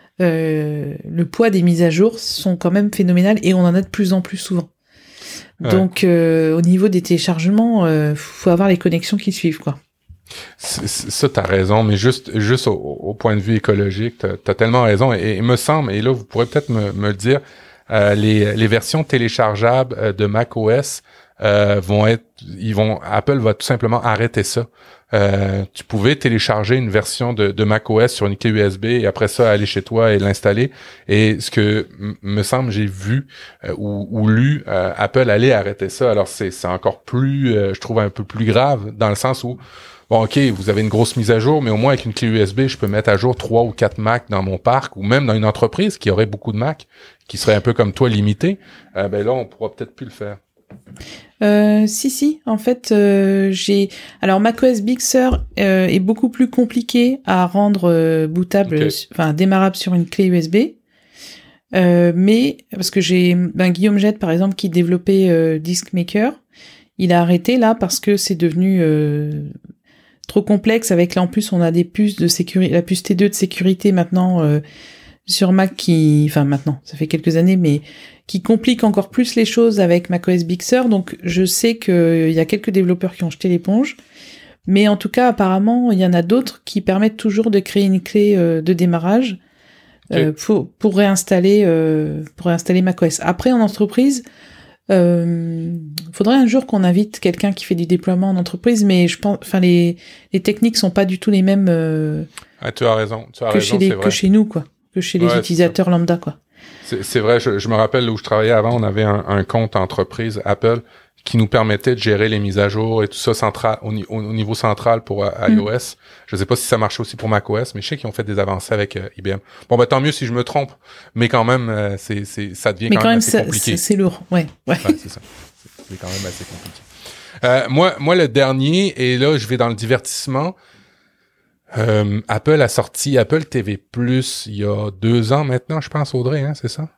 Euh, le poids des mises à jour sont quand même phénoménales et on en a de plus en plus souvent. Ouais. Donc euh, au niveau des téléchargements, euh, faut avoir les connexions qui suivent, quoi. C'est, c'est, ça, t'as raison, mais juste juste au, au point de vue écologique, t'as, t'as tellement raison. Et il me semble, et là, vous pourrez peut-être me, me le dire, euh, les, les versions téléchargeables de macOS euh, vont être, ils vont, Apple va tout simplement arrêter ça. Euh, tu pouvais télécharger une version de, de macOS sur une clé U S B et après ça aller chez toi et l'installer. Et ce que m- me semble j'ai vu euh, ou, ou lu, euh, Apple allait arrêter ça. Alors c'est, c'est encore plus, euh, je trouve un peu plus grave dans le sens où bon, OK, vous avez une grosse mise à jour, mais au moins avec une clé U S B, je peux mettre à jour trois ou quatre Mac dans mon parc, ou même dans une entreprise qui aurait beaucoup de Mac, qui serait un peu comme toi limité. Euh, ben là, on pourra peut-être plus le faire. Euh, si, si. En fait, euh, j'ai... Alors, macOS Big Sur euh, est beaucoup plus compliqué à rendre euh, bootable, okay. enfin, démarrable sur une clé U S B. Euh, mais, parce que j'ai ben, Guillaume Jette, par exemple, qui développait euh, Disk Maker, il a arrêté, là, parce que c'est devenu... Euh, trop complexe avec là en plus on a des puces de sécurité, la puce T deux de sécurité maintenant euh, sur Mac qui, enfin maintenant, ça fait quelques années, mais qui complique encore plus les choses avec macOS Big Sur. Donc je sais qu'il y a quelques développeurs qui ont jeté l'éponge, mais en tout cas apparemment il y en a d'autres qui permettent toujours de créer une clé euh, de démarrage euh, okay. pour pour réinstaller euh, pour réinstaller macOS. Après en entreprise, euh, faudrait un jour qu'on invite quelqu'un qui fait du déploiement en entreprise, mais je pense, enfin les les techniques sont pas du tout les mêmes. Euh, ah, tu as raison, tu as que raison, chez les, c'est vrai. que chez nous quoi, que chez les ouais, utilisateurs lambda quoi. C'est, c'est vrai, je, je me rappelle où je travaillais avant, on avait un, un compte entreprise Apple qui nous permettait de gérer les mises à jour et tout ça central, au, au, au niveau central pour euh, iOS. Mm. Je sais pas si ça marchait aussi pour macOS, mais je sais qu'ils ont fait des avancées avec euh, I B M. Bon, ben tant mieux si je me trompe, mais quand même, euh, c'est, c'est, ça devient mais quand, quand même, même assez ça, compliqué. C'est, c'est lourd, ouais. ouais. ouais c'est ça. C'est, c'est quand même assez compliqué. Euh, moi, moi, le dernier, et là, je vais dans le divertissement. Euh, Apple a sorti Apple T V Plus il y a deux ans maintenant, je pense, Audrey, hein, c'est ça?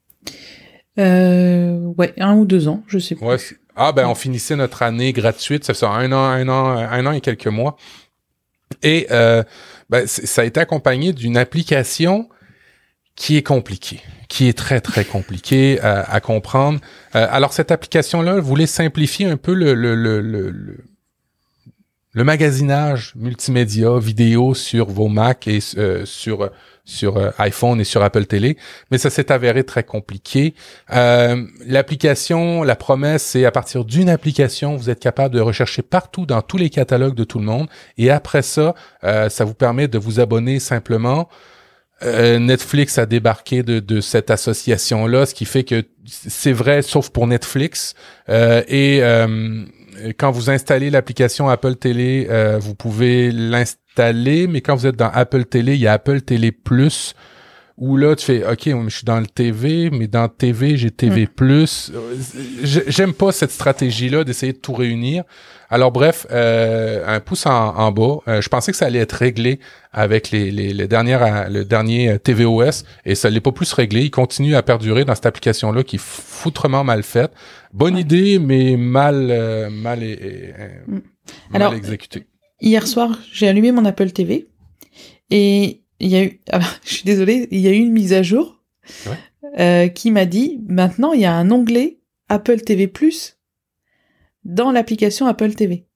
Euh, ouais, un ou deux ans, je sais plus. Ouais, ah, ben, on finissait notre année gratuite, ça fait un an, un an, un an et quelques mois. Et, euh, ben, ça a été accompagné d'une application qui est compliquée, qui est très, très compliquée à, à comprendre. Euh, alors, cette application-là voulait simplifier un peu le, le, le, le, le le magasinage multimédia vidéo sur vos Mac et euh, sur sur euh, iPhone et sur Apple Télé, mais ça s'est avéré très compliqué. Euh, l'application, la promesse, c'est à partir d'une application, vous êtes capable de rechercher partout dans tous les catalogues de tout le monde, et après ça, euh, ça vous permet de vous abonner simplement. Euh, Netflix a débarqué de, de cette association-là, ce qui fait que c'est vrai, sauf pour Netflix, euh, et euh, quand vous installez l'application Apple Télé, euh, vous pouvez l'installer, mais quand vous êtes dans Apple Télé, il y a Apple Télé Plus, où là, tu fais, OK, je suis dans le T V, mais dans T V, j'ai T V mm. Plus. J'aime pas cette stratégie-là d'essayer de tout réunir. Alors bref, euh, un pouce en, en bas. Euh, je pensais que ça allait être réglé avec les, les, les dernières, le dernier T V O S, et ça l'est pas plus réglé. Il continue à perdurer dans cette application-là qui est foutrement mal faite. Bonne ouais. idée, mais mal, euh, mal, et, et, mm. mal Alors, exécutée. Hier soir, j'ai allumé mon Apple T V et il y a eu, alors, je suis désolée, il y a eu une mise à jour ouais. euh, qui m'a dit, maintenant, il y a un onglet Apple T V Plus dans l'application Apple T V.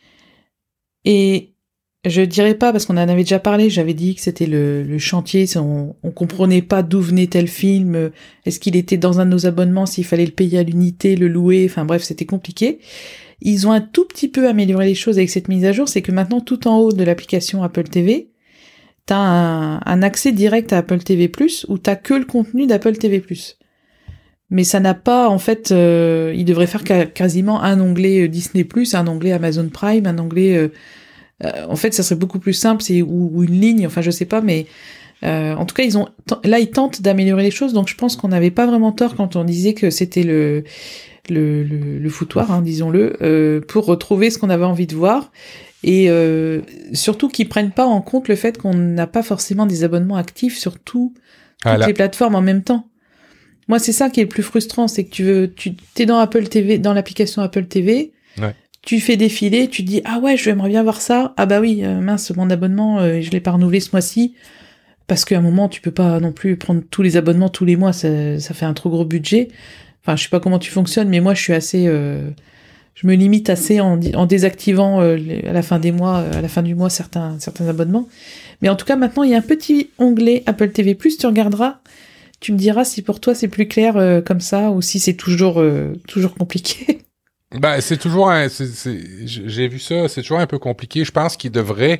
Et je dirais pas, parce qu'on en avait déjà parlé, j'avais dit que c'était le, le chantier, on, on comprenait pas d'où venait tel film, est-ce qu'il était dans un de nos abonnements, s'il fallait le payer à l'unité, le louer, enfin bref, c'était compliqué. Ils ont un tout petit peu amélioré les choses avec cette mise à jour, c'est que maintenant, tout en haut de l'application Apple T V, t'as un, un accès direct à Apple T V Plus, où t'as que le contenu d'Apple T V Plus. Mais ça n'a pas, en fait, euh, il devrait faire ca- quasiment un onglet Disney Plus, un onglet Amazon Prime, un onglet, euh, euh, en fait, ça serait beaucoup plus simple, c'est ou, ou une ligne, enfin, je sais pas, mais euh, en tout cas, ils ont, t- là, ils tentent d'améliorer les choses, donc je pense qu'on n'avait pas vraiment tort quand on disait que c'était le, le, le, le foutoir, hein, disons-le, euh, pour retrouver ce qu'on avait envie de voir. Et euh, surtout qu'ils prennent pas en compte le fait qu'on n'a pas forcément des abonnements actifs sur tout, toutes voilà. les plateformes en même temps. Moi, c'est ça qui est le plus frustrant, c'est que tu veux, tu t'es dans Apple T V, dans l'application Apple T V, ouais. tu fais défiler, tu te dis ah ouais, je j'aimerais bien voir ça. Ah bah oui, euh, mince, mon abonnement, euh, je l'ai pas renouvelé ce mois-ci, parce qu'à un moment, tu peux pas non plus prendre tous les abonnements tous les mois, ça, ça fait un trop gros budget. Enfin, je sais pas comment tu fonctionnes, mais moi, je suis assez euh, je me limite assez en, en désactivant euh, à la fin des mois, à la fin du mois certains certains abonnements. Mais en tout cas, maintenant, il y a un petit onglet Apple T V Plus. Tu regarderas, tu me diras si pour toi c'est plus clair euh, comme ça ou si c'est toujours euh, toujours compliqué. Ben c'est toujours un, c'est, c'est, j'ai vu ça, c'est toujours un peu compliqué. Je pense qu'il devrait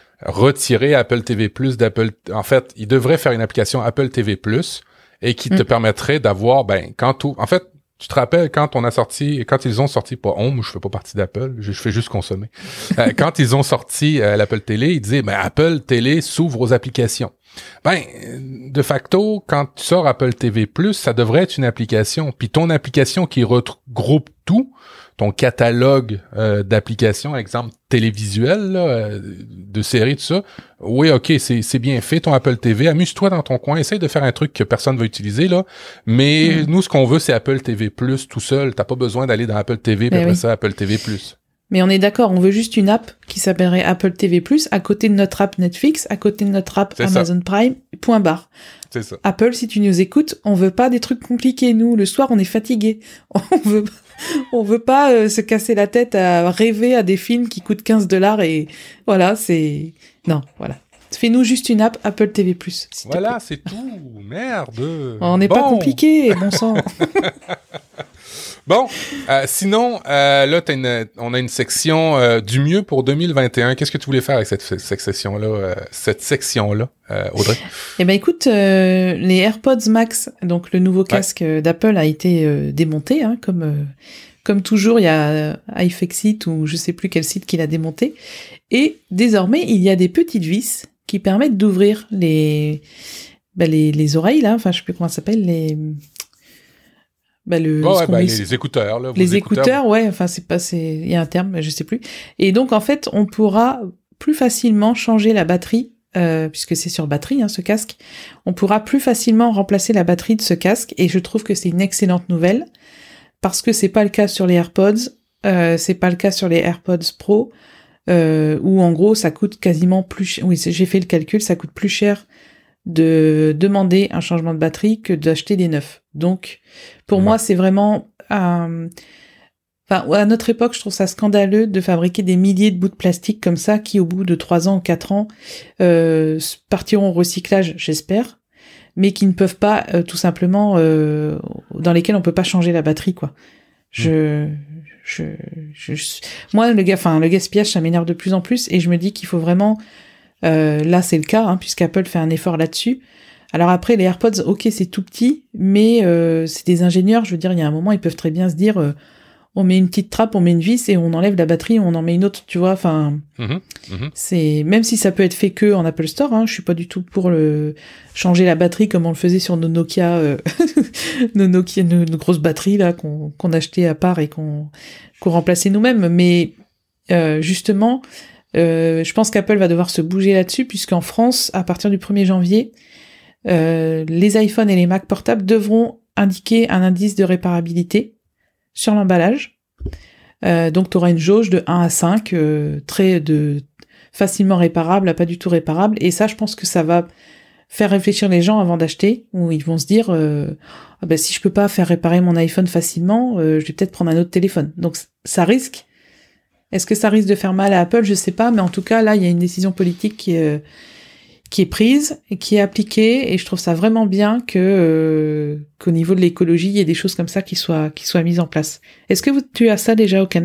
retirer Apple T V Plus d'Apple. En fait, il devrait faire une application Apple T V Plus et qui te mm. permettrait d'avoir, ben quand tout, en fait. Tu te rappelles quand on a sorti, quand ils ont sorti, pas on, je fais pas partie d'Apple, je, je fais juste consommer. euh, quand ils ont sorti euh, l'Apple Télé, ils disaient, ben Apple Télé s'ouvre aux applications. Ben, de facto, quand tu sors Apple T V Plus, ça devrait être une application. Puis ton application qui regroupe tout, ton catalogue euh, d'applications, exemple télévisuel, là, euh, de séries, tout ça. Oui, ok, c'est c'est bien fait, ton Apple T V. Amuse-toi dans ton coin, essaye de faire un truc que personne va utiliser, là. Mais mm. nous, ce qu'on veut, c'est Apple T V Plus tout seul. T'as pas besoin d'aller dans Apple T V, puis après oui. ça, Apple T V Plus. Mais on est d'accord, on veut juste une app qui s'appellerait Apple T V plus, à côté de notre app Netflix, à côté de notre app C'est Amazon ça. Prime, point barre. C'est ça. Apple, si tu nous écoutes, on veut pas des trucs compliqués. Nous, le soir, on est fatigué. On veut, on veut pas euh, se casser la tête à rêver à des films qui coûtent quinze dollars et voilà, c'est... Non, voilà. Fais-nous juste une app Apple T V plus. Voilà, c'est tout. Merde. On n'est bon. pas compliqué, bon sang. Bon, euh, sinon, euh, là, t'as une, on a une section euh, du mieux pour deux mille vingt et un. Qu'est-ce que tu voulais faire avec cette, cette section-là, euh, cette section-là, euh, Audrey? Eh ben, écoute, euh, les AirPods Max, donc le nouveau casque ouais. d'Apple a été euh, démonté, hein, comme euh, comme toujours, il y a euh, iFixit ou je sais plus quel site qui l'a démonté. Et désormais, il y a des petites vis qui permettent d'ouvrir les, ben, les les oreilles là. Enfin, je sais plus comment ça s'appelle les. Bah le oh ouais, bah, les, les écouteurs là les écouteurs, écouteurs ouais enfin c'est pas c'est il y a un terme mais je sais plus et donc en fait on pourra plus facilement changer la batterie euh, puisque c'est sur batterie hein, ce casque on pourra plus facilement remplacer la batterie de ce casque et je trouve que c'est une excellente nouvelle parce que c'est pas le cas sur les AirPods euh, c'est pas le cas sur les AirPods Pro euh, où en gros ça coûte quasiment plus ch- oui j'ai fait le calcul ça coûte plus cher de demander un changement de batterie que d'acheter des neufs. Donc, pour ouais. moi, c'est vraiment... Euh... Enfin, à notre époque, je trouve ça scandaleux de fabriquer des milliers de bouts de plastique comme ça qui, au bout de trois ans ou quatre ans, euh, partiront au recyclage, j'espère, mais qui ne peuvent pas, euh, tout simplement, euh, dans lesquels on peut pas changer la batterie, quoi. Je... Mmh. Je, je, je... Moi, le, enfin, le gaspillage, ça m'énerve de plus en plus et je me dis qu'il faut vraiment... Euh, là, c'est le cas, hein, puisqu'Apple fait un effort là-dessus. Alors après, les AirPods, ok, c'est tout petit, mais euh, c'est des ingénieurs. Je veux dire, il y a un moment, ils peuvent très bien se dire, euh, on met une petite trappe, on met une vis et on enlève la batterie, on en met une autre, tu vois. Enfin, mmh, mmh. c'est même si ça peut être fait que en Apple Store. Hein, je suis pas du tout pour le changer la batterie comme on le faisait sur nos Nokia, euh, nos Nokia, nos, nos grosses batteries là qu'on, qu'on achetait à part et qu'on qu'on remplaçait nous-mêmes. Mais euh, justement. Euh, je pense qu'Apple va devoir se bouger là-dessus, puisqu'en France, à partir du premier janvier, euh, les iPhones et les Mac portables devront indiquer un indice de réparabilité sur l'emballage. Euh, donc, tu auras une jauge de un à cinq, euh, très de facilement réparable à pas du tout réparable. Et ça, je pense que ça va faire réfléchir les gens avant d'acheter, où ils vont se dire euh, ah ben, si je peux pas faire réparer mon iPhone facilement, euh, je vais peut-être prendre un autre téléphone. Donc, ça risque... Est-ce que ça risque de faire mal à Apple ? Je sais pas, mais en tout cas, là, il y a une décision politique qui est, euh, qui est prise et qui est appliquée, et je trouve ça vraiment bien que euh, qu'au niveau de l'écologie, il y ait des choses comme ça qui soient qui soient mises en place. Est-ce que vous, tu as ça déjà au Canada ?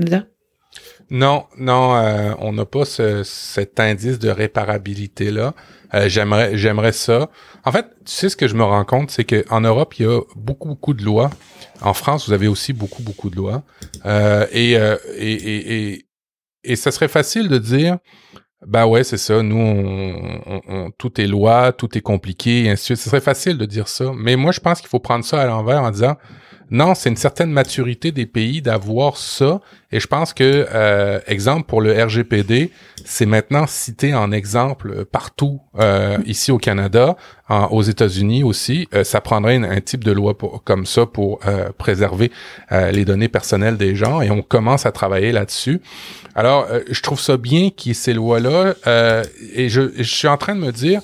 Non, non, euh, on n'a pas ce, cet indice de réparabilité là. Euh, j'aimerais, j'aimerais ça. En fait, tu sais ce que je me rends compte, c'est que en Europe, il y a beaucoup, beaucoup de lois. En France, vous avez aussi beaucoup, beaucoup de lois. Euh, et, euh, et, et, et Et ça serait facile de dire, bah ouais, c'est ça, nous, on, on, on, tout est loi, tout est compliqué, et ainsi de suite. Ce serait facile de dire ça. Mais moi, je pense qu'il faut prendre ça à l'envers en disant, non, c'est une certaine maturité des pays d'avoir ça. Et je pense que, euh, exemple, pour le R G P D, c'est maintenant cité en exemple partout, euh, ici au Canada, en, aux États-Unis aussi. Euh, ça prendrait une, un type de loi pour, comme ça pour euh, préserver euh, les données personnelles des gens. Et on commence à travailler là-dessus. Alors, euh, je trouve ça bien qu'il y ait ces lois-là. Euh, et je, je suis en train de me dire...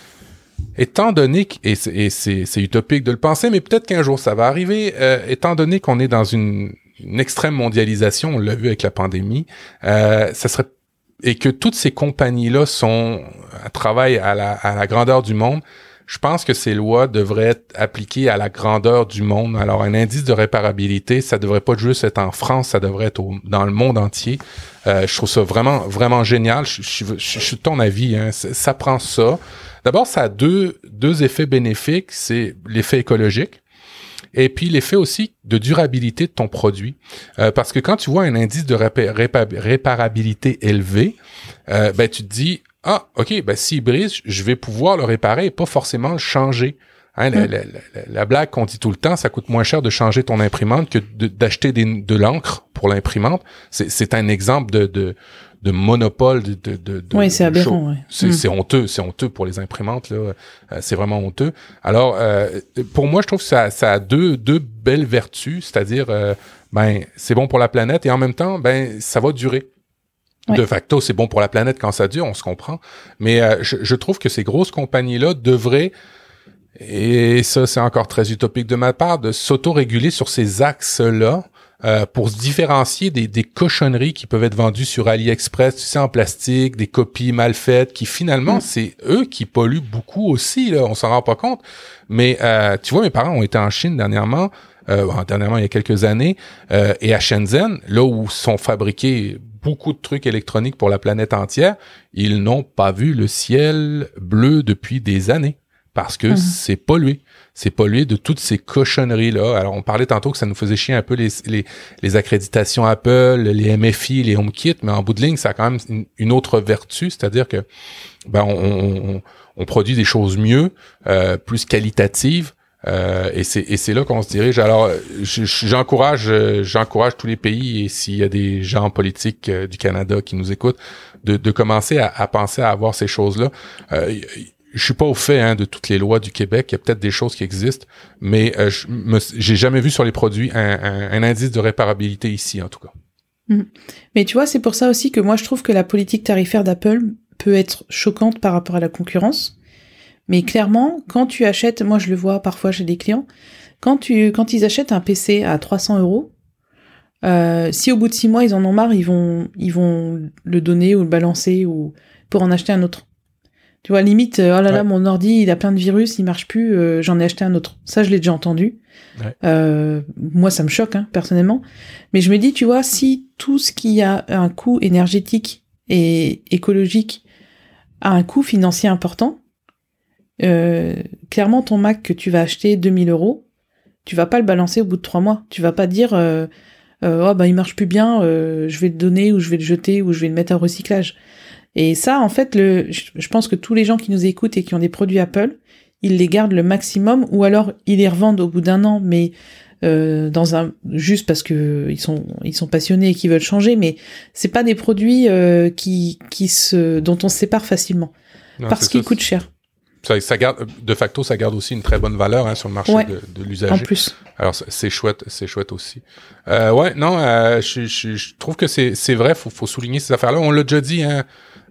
Étant donné que, et c'est, et c'est, c'est utopique de le penser, mais peut-être qu'un jour ça va arriver, euh, étant donné qu'on est dans une, une extrême mondialisation, on l'a vu avec la pandémie, euh, ça serait, et que toutes ces compagnies-là sont, travaillent à la, à la grandeur du monde, je pense que ces lois devraient être appliquées à la grandeur du monde. Alors, un indice de réparabilité, ça devrait pas juste être en France, ça devrait être au, dans le monde entier. Euh, je trouve ça vraiment, vraiment génial. Je, je, je, je suis de ton avis, hein. Ça, ça prend ça. D'abord, ça a deux, deux effets bénéfiques. C'est l'effet écologique et puis l'effet aussi de durabilité de ton produit. Euh, parce que quand tu vois un indice de répa- répa- réparabilité élevé, euh, ben tu te dis, ah, OK, ben s'il brise, je vais pouvoir le réparer et pas forcément le changer. Hein, la, la, la, la blague qu'on dit tout le temps, ça coûte moins cher de changer ton imprimante que de, d'acheter des, de l'encre pour l'imprimante. C'est, c'est un exemple de, de, de monopole de, de, de, de oui, c'est aberrant. Ouais. C'est, mmh. c'est honteux, c'est honteux pour les imprimantes là. Euh, c'est vraiment honteux. Alors, euh, pour moi, je trouve que ça, ça a deux, deux belles vertus, c'est-à-dire, euh, ben, c'est bon pour la planète et en même temps, ben, ça va durer. Ouais. De facto, c'est bon pour la planète quand ça dure, on se comprend. Mais euh, je, je trouve que ces grosses compagnies-là devraient, et ça, c'est encore très utopique de ma part, de s'auto-réguler sur ces axes-là euh, pour se différencier des, des cochonneries qui peuvent être vendues sur AliExpress, tu sais, en plastique, des copies mal faites, qui finalement, mmh. c'est eux qui polluent beaucoup aussi, là, on s'en rend pas compte. Mais euh, tu vois, mes parents ont été en Chine dernièrement, euh, dernièrement, il y a quelques années, euh, et à Shenzhen, là où sont fabriqués beaucoup de trucs électroniques pour la planète entière, ils n'ont pas vu le ciel bleu depuis des années. Parce que mmh. c'est pollué. C'est pollué de toutes ces cochonneries-là. Alors, on parlait tantôt que ça nous faisait chier un peu les, les, les accréditations Apple, les M F I, les HomeKit, mais en bout de ligne, ça a quand même une, une autre vertu, c'est-à-dire que ben on, on, on produit des choses mieux, euh, plus qualitatives, euh, et c'est et c'est là qu'on se dirige. Alors, j'encourage j'encourage tous les pays, et s'il y a des gens politiques euh, du Canada qui nous écoutent, de, de commencer à, à penser à avoir ces choses-là. Euh, Je suis pas au fait hein, de toutes les lois du Québec. Il y a peut-être des choses qui existent, mais euh, je me, j'ai jamais vu sur les produits un, un, un indice de réparabilité ici, en tout cas. Mmh. Mais tu vois, c'est pour ça aussi que moi, je trouve que la politique tarifaire d'Apple peut être choquante par rapport à la concurrence. Mais clairement, quand tu achètes, moi je le vois parfois chez des clients, quand tu, quand ils achètent un P C à trois cents euros, euh, si au bout de six mois ils en ont marre, ils vont, ils vont le donner ou le balancer ou pour en acheter un autre. Tu vois, limite, oh là là, ouais. mon ordi, il a plein de virus, il marche plus, euh, j'en ai acheté un autre. Ça, je l'ai déjà entendu. Ouais. Euh, moi, ça me choque, hein, personnellement. Mais je me dis, tu vois, si tout ce qui a un coût énergétique et écologique a un coût financier important, euh, clairement, ton Mac que tu vas acheter deux mille euros, tu vas pas le balancer au bout de trois mois. Tu vas pas dire, euh, euh, oh, ben, il marche plus bien, euh, je vais le donner, ou je vais le jeter, ou je vais le mettre à recyclage. Et ça, en fait, le, je pense que tous les gens qui nous écoutent et qui ont des produits Apple, ils les gardent le maximum, ou alors ils les revendent au bout d'un an, mais euh, dans un juste parce que ils sont ils sont passionnés et qu'ils veulent changer. Mais c'est pas des produits euh, qui qui se dont on se sépare facilement non, parce qu'ils ça, coûtent cher. Ça, ça garde de facto, ça garde aussi une très bonne valeur hein, sur le marché ouais, de, de l'usager. En plus. Alors c'est chouette, c'est chouette aussi. Euh, ouais, non, euh, je, je, je trouve que c'est c'est vrai, faut faut souligner ces affaires-là. On l'a déjà dit, hein.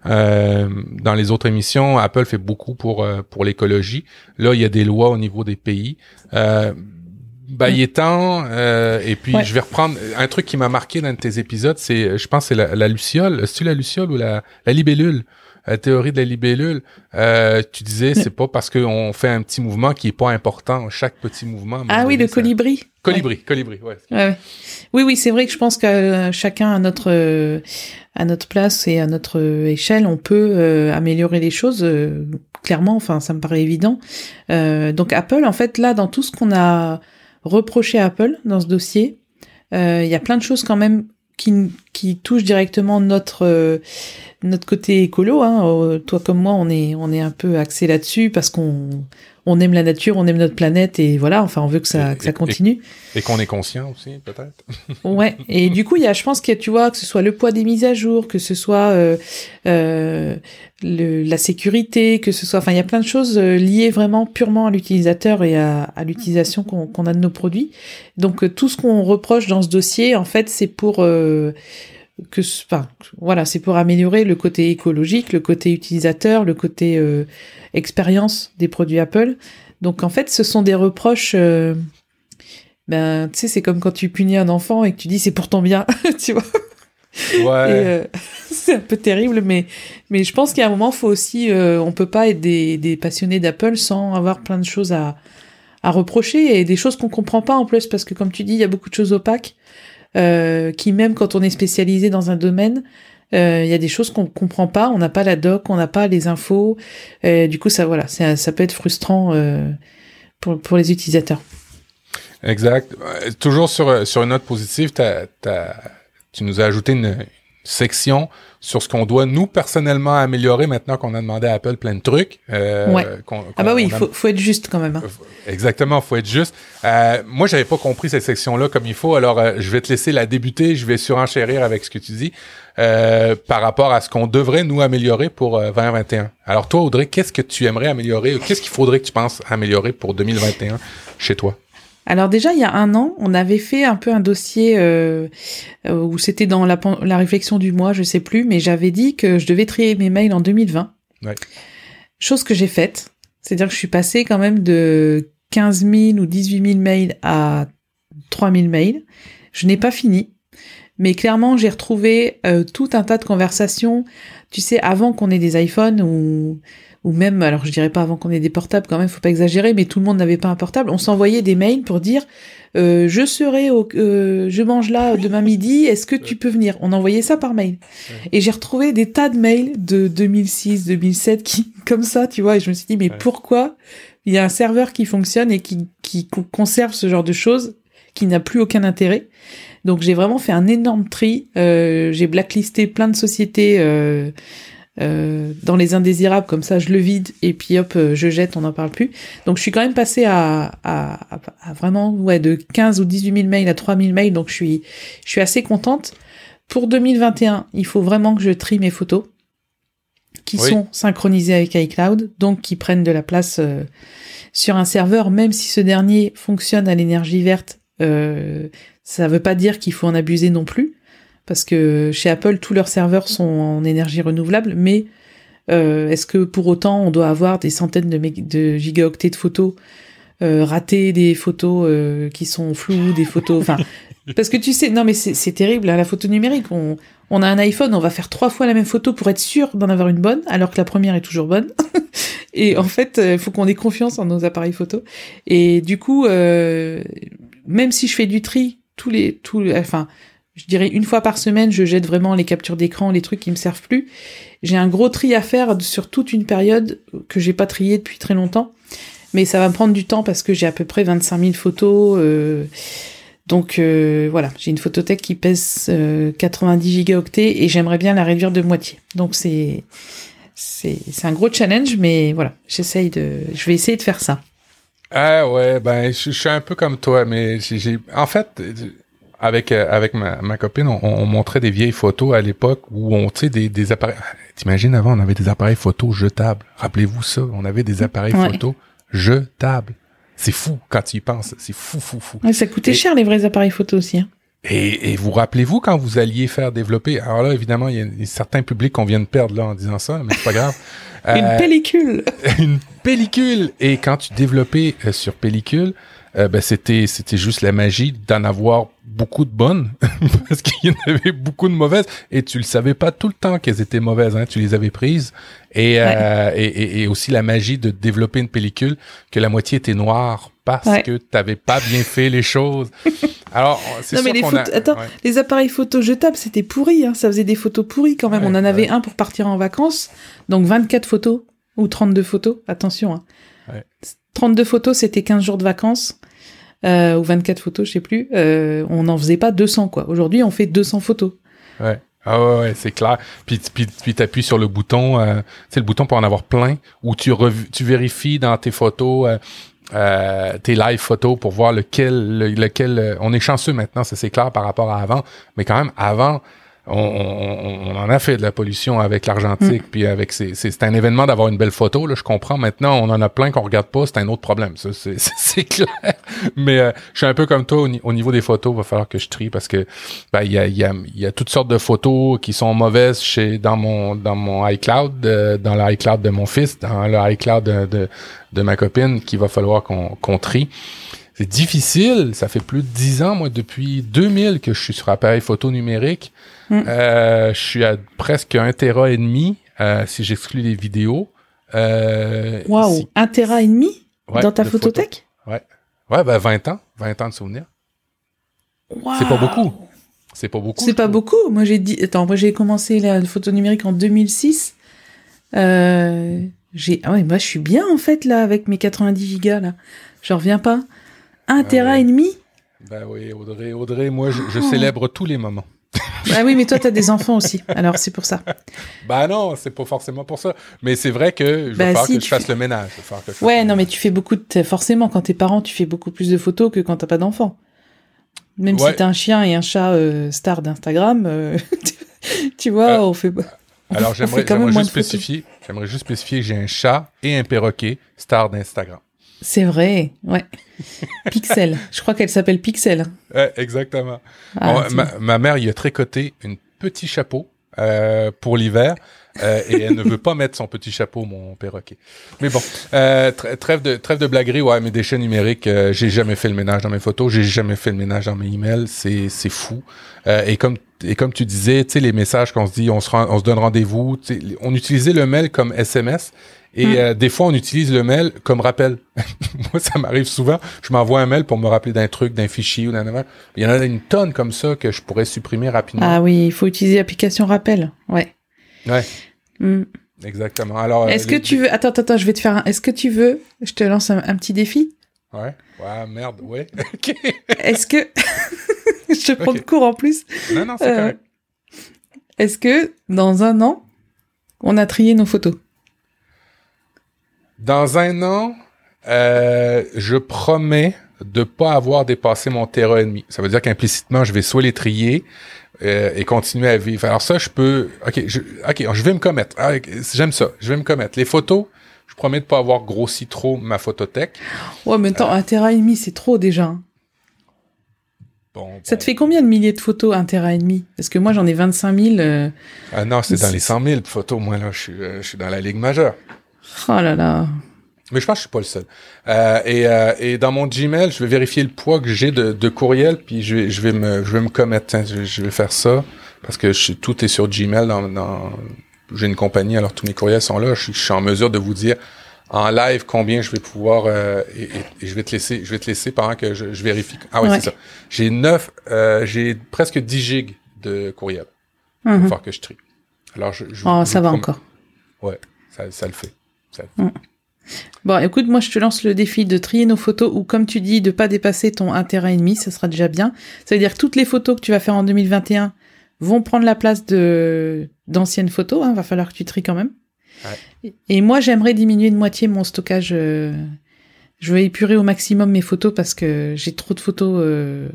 Euh, dans les autres émissions, Apple fait beaucoup pour euh, pour l'écologie. Là, il y a des lois au niveau des pays. Euh, ben, mmh. il est temps. Euh, et puis, ouais. je vais reprendre un truc qui m'a marqué dans tes épisodes. C'est, je pense, c'est la, la luciole. C'est-tu la luciole ou la, la libellule? La théorie de la libellule. Euh, tu disais, c'est pas parce qu'on fait un petit mouvement qui est pas important. Chaque petit mouvement. Ah oui, le colibri. Colibri, ouais. colibri, ouais. ouais, ouais. Oui, oui, c'est vrai que je pense que chacun à notre euh, à notre place et à notre échelle, on peut euh, améliorer les choses. Euh, clairement, enfin, ça me paraît évident. Euh, donc Apple, en fait, là, dans tout ce qu'on a reproché à Apple dans ce dossier, il euh, y a plein de choses quand même qui qui touchent directement notre euh, notre côté écolo. Hein. Toi comme moi, on est on est un peu axé là-dessus parce qu'on on aime la nature, on aime notre planète et voilà, enfin on veut que ça, et, que ça continue. Et, et qu'on est conscient aussi, peut-être. Ouais, et du coup, il y a, je pense que tu vois, que ce soit le poids des mises à jour, que ce soit euh, euh, le, la sécurité, que ce soit, enfin il y a plein de choses liées vraiment purement à l'utilisateur et à, à l'utilisation qu'on, qu'on a de nos produits. Donc euh, tout ce qu'on reproche dans ce dossier, en fait, c'est pour euh, que, enfin voilà, c'est pour améliorer le côté écologique, le côté utilisateur, le côté euh, expérience des produits Apple. Donc en fait, ce sont des reproches. Euh, ben, tu sais, c'est comme quand tu punis un enfant et que tu dis c'est pour ton bien, tu vois. Ouais. Et, euh, c'est un peu terrible, mais mais je pense qu'à un moment, faut aussi, euh, on peut pas être des des passionnés d'Apple sans avoir plein de choses à à reprocher et des choses qu'on comprend pas en plus parce que comme tu dis, il y a beaucoup de choses opaques euh, qui même quand on est spécialisé dans un domaine. Il euh, y a des choses qu'on comprend pas, on n'a pas la doc, on n'a pas les infos. Euh, du coup, ça, voilà, ça, ça peut être frustrant euh, pour pour les utilisateurs. Exact. Euh, toujours sur sur une note positive, t'as, t'as, tu nous as ajouté une section sur ce qu'on doit nous personnellement améliorer maintenant qu'on a demandé à Apple plein de trucs. Euh, ouais. Qu'on, qu'on, ah bah oui, il a... faut, faut être juste quand même. Hein. Exactement, faut être juste. Euh, moi, j'avais pas compris cette section-là comme il faut, alors euh, je vais te laisser la débuter, je vais surenchérir avec ce que tu dis euh, par rapport à ce qu'on devrait nous améliorer pour euh, vingt vingt et un. Alors toi, Audrey, qu'est-ce que tu aimerais améliorer ou qu'est-ce qu'il faudrait que tu penses améliorer pour deux mille vingt et un chez toi? Alors déjà, il y a un an, on avait fait un peu un dossier euh, où c'était dans la, la réflexion du mois, je sais plus, mais j'avais dit que je devais trier mes mails en deux mille vingt. Ouais. Chose que j'ai faite. C'est-à-dire que je suis passée quand même de quinze mille ou dix-huit mille mails à trois mille mails. Je n'ai pas fini. Mais clairement, j'ai retrouvé euh, tout un tas de conversations. Tu sais, avant qu'on ait des iPhones ou... ou même, alors je dirais pas avant qu'on ait des portables quand même, faut pas exagérer, mais tout le monde n'avait pas un portable, on s'envoyait des mails pour dire euh, je serai au, euh, je mange là demain midi, est-ce que tu peux venir? On envoyait ça par mail. Et j'ai retrouvé des tas de mails de deux mille six, deux mille sept qui, comme ça, tu vois, et je me suis dit mais pourquoi il y a un serveur qui fonctionne et qui, qui conserve ce genre de choses qui n'a plus aucun intérêt? Donc j'ai vraiment fait un énorme tri, euh, j'ai blacklisté plein de sociétés euh, Euh, dans les indésirables, comme ça je le vide et puis hop euh, je jette, on n'en parle plus. Donc je suis quand même passée à, à, à, à vraiment ouais de quinze ou dix-huit mille mails à trois mille mails, donc je suis je suis assez contente. Pour deux mille vingt et un, il faut vraiment que je trie mes photos qui oui. sont synchronisées avec iCloud, donc qui prennent de la place euh, sur un serveur, même si ce dernier fonctionne à l'énergie verte. Euh, ça veut pas dire qu'il faut en abuser non plus. Parce que chez Apple, tous leurs serveurs sont en énergie renouvelable, mais euh, est-ce que pour autant on doit avoir des centaines de, mé- de gigaoctets de photos, euh, rater des photos euh, qui sont floues, des photos... Enfin, parce que tu sais, non mais c'est, c'est terrible, hein, la photo numérique. On, on a un iPhone, on va faire trois fois la même photo pour être sûr d'en avoir une bonne, alors que la première est toujours bonne. Et en fait, il euh, faut qu'on ait confiance en nos appareils photo. Et du coup, euh, même si je fais du tri, tous les... Tous les enfin... je dirais une fois par semaine, je jette vraiment les captures d'écran, les trucs qui me servent plus. J'ai un gros tri à faire sur toute une période que j'ai pas trié depuis très longtemps. Mais ça va me prendre du temps parce que j'ai à peu près vingt-cinq mille photos. Euh, donc euh, voilà, j'ai une photothèque qui pèse euh, quatre-vingt-dix gigaoctets et j'aimerais bien la réduire de moitié. Donc c'est, c'est, c'est un gros challenge, mais voilà, j'essaye de, je vais essayer de faire ça. Ah ouais, ben je, je suis un peu comme toi, mais j'ai, j'ai en fait... Avec euh, avec ma, ma copine, on, on montrait des vieilles photos à l'époque où on, tu sais, des, des appareils... T'imagines, avant, on avait des appareils photos jetables. Rappelez-vous ça, on avait des appareils ouais. photos jetables. C'est fou, quand tu y penses. C'est fou, fou, fou. Ouais, ça coûtait et, cher, les vrais appareils photos aussi. Hein. Et, et vous rappelez-vous quand vous alliez faire développer... Alors là, évidemment, il y a, il y a certains publics qu'on vient de perdre là en disant ça, mais c'est pas grave. Une euh, pellicule! Une pellicule! Et quand tu développais euh, sur pellicule... Euh, ben c'était c'était juste la magie d'en avoir beaucoup de bonnes parce qu'il y en avait beaucoup de mauvaises et tu le savais pas tout le temps qu'elles étaient mauvaises, hein, tu les avais prises et, ouais. euh, et, et et aussi la magie de développer une pellicule que la moitié était noire parce ouais. que t'avais pas bien fait les choses. Alors c'est non, sûr mais les qu'on photos, a... attends, ouais. les appareils photos jetables c'était pourri, hein, ça faisait des photos pourries quand même. Ouais, on en avait ouais. un pour partir en vacances, donc vingt-quatre photos ou trente-deux photos, attention. Hein. Ouais. trente-deux photos, c'était quinze jours de vacances, euh, ou vingt-quatre photos, je sais plus. Euh, on n'en faisait pas deux cents, quoi. Aujourd'hui, on fait deux cents photos. Ouais. Ah ouais, ouais, c'est clair. Puis, puis, puis t'appuies sur le bouton, euh, c'est le bouton pour en avoir plein, où tu, rev- tu vérifies dans tes photos, euh, euh, tes live photos pour voir lequel, le, lequel, euh, on est chanceux maintenant, ça c'est clair par rapport à avant, mais quand même, avant, On, on, on en a fait de la pollution avec l'argentique, mm. puis avec c'est, c'est, c'est un événement d'avoir une belle photo, là, je comprends. Maintenant, on en a plein qu'on regarde pas, c'est un autre problème, ça, c'est, c'est, c'est clair. Mais euh, je suis un peu comme toi au, au niveau des photos, il va falloir que je trie parce que ben il y a il y a il y a toutes sortes de photos qui sont mauvaises chez dans mon dans mon iCloud, euh, dans l'iCloud de mon fils, dans le iCloud de de, de ma copine, qu'il va falloir qu'on qu'on trie. C'est difficile, ça fait plus de dix ans, moi, depuis deux mille que je suis sur appareil photo numérique. Mm. Euh, je suis à presque un téra et demi, euh, si j'exclus les vidéos. Euh, Waouh, si... un téra et demi ouais, dans ta photothèque? Photo. Ouais, ouais, ben vingt ans, vingt ans de souvenirs. Wow. C'est pas beaucoup. C'est pas beaucoup. C'est pas trouve. beaucoup. Moi, j'ai dit, attends, moi j'ai commencé la photo numérique en deux mille six. Euh, j'ai, ah ouais, moi je suis bien en fait là avec mes quatre-vingt-dix gigas là. Je reviens pas. Un ah téra ouais. et demi? Ben oui, Audrey, Audrey, moi je, je oh. célèbre tous les moments. Ah oui, mais toi, t'as des enfants aussi. Alors, c'est pour ça. Bah non, c'est pas forcément pour ça. Mais c'est vrai que je vais Bah, falloir si, que je tu fasse fais- le ménage. Il va falloir que je fasse Ouais, le non, mais ménage. tu fais beaucoup de... Forcément, quand t'es parent, tu fais beaucoup plus de photos que quand t'as pas d'enfants. Même Ouais. si t'as un chien et un chat euh, star d'Instagram, euh, tu vois, Euh, on fait... Alors on j'aimerais, fait quand j'aimerais même moins juste de photos. spécifier, j'aimerais juste spécifier que j'ai un chat et un perroquet star d'Instagram. C'est vrai, ouais. Pixel. Je crois qu'elle s'appelle Pixel. Ouais, exactement. Ah, Bon, c'est- ma, ma mère y a tricoté un petit chapeau euh, pour l'hiver euh, et elle ne veut pas mettre son petit chapeau, mon perroquet. Mais bon, euh, tr- trêve de trêve de blaguerie. Ouais, mes déchets numériques, euh, j'ai jamais fait le ménage dans mes photos, j'ai jamais fait le ménage dans mes emails. C'est c'est fou. Euh, et comme et comme tu disais, tu sais les messages qu'on se dit, on se rend, on se donne rendez-vous. Tu sais, on utilisait le mail comme S M S. Et Mm. euh, des fois, on utilise le mail comme rappel. Moi, ça m'arrive souvent. Je m'envoie un mail pour me rappeler d'un truc, d'un fichier ou d'un... Il y en a une tonne comme ça que je pourrais supprimer rapidement. Ah oui, il faut utiliser l'application rappel. Ouais. Ouais, Mm. exactement. Alors, euh, Est-ce que les- tu veux... Attends, attends, attends, je vais te faire un... Est-ce que tu veux... Je te lance un, un petit défi. Ouais, ouais, merde, ouais. OK. Est-ce que... je te prends Ok. de cours en plus. Non, non, c'est Euh, correct. Est-ce que, dans un an, on a trié nos photos? Dans un an, euh, je promets de pas avoir dépassé mon téra et demi. Ça veut dire qu'implicitement, je vais soit les trier euh, et continuer à vivre. Alors ça, je peux... OK, je, OK, je vais me commettre. Ah, ok, j'aime ça. Je vais me commettre. Les photos, je promets de pas avoir grossi trop ma photothèque. Ouais, mais attends, un téra et demi, c'est trop déjà. hein. Bon, Ça bon. te fait combien de milliers de photos, un téra et demi? Parce que moi, j'en ai vingt-cinq mille. euh, Ah non, c'est dans c'est- les cent mille photos. Moi, là, je suis, euh, je suis dans la ligue majeure. Oh là là. Mais je pense que je suis pas le seul. Euh, et, euh, et dans mon Gmail, je vais vérifier le poids que j'ai de, de courriel, puis je vais, je vais me, je vais me commettre. Tiens, je, je vais faire ça parce que je, suis- tout est sur Gmail. Dans, dans, j'ai une compagnie, alors tous mes courriels sont là. Je, suis- je suis en mesure de vous dire en live combien je vais pouvoir. Euh, et, et, et je vais te laisser, je vais te laisser pendant que je, je vérifie. Ah ouais, Ouais. c'est ça. J'ai neuf, euh, j'ai presque dix gigs de courriel. Il va Mhm. falloir que je trie. Alors je, je, Oh, je ça vous va prom- encore. Ouais, ça, ça le fait. Ça le fait. Bon, écoute, moi, je te lance le défi de trier nos photos ou, comme tu dis, de pas dépasser ton un téra et demi, ça sera déjà bien. Ça veut dire que toutes les photos que tu vas faire en deux mille vingt et un vont prendre la place de d'anciennes photos. Hein, va falloir que tu tries quand même. Ouais. Et moi, j'aimerais diminuer de moitié mon stockage. euh, Je vais épurer au maximum mes photos parce que j'ai trop de photos. euh,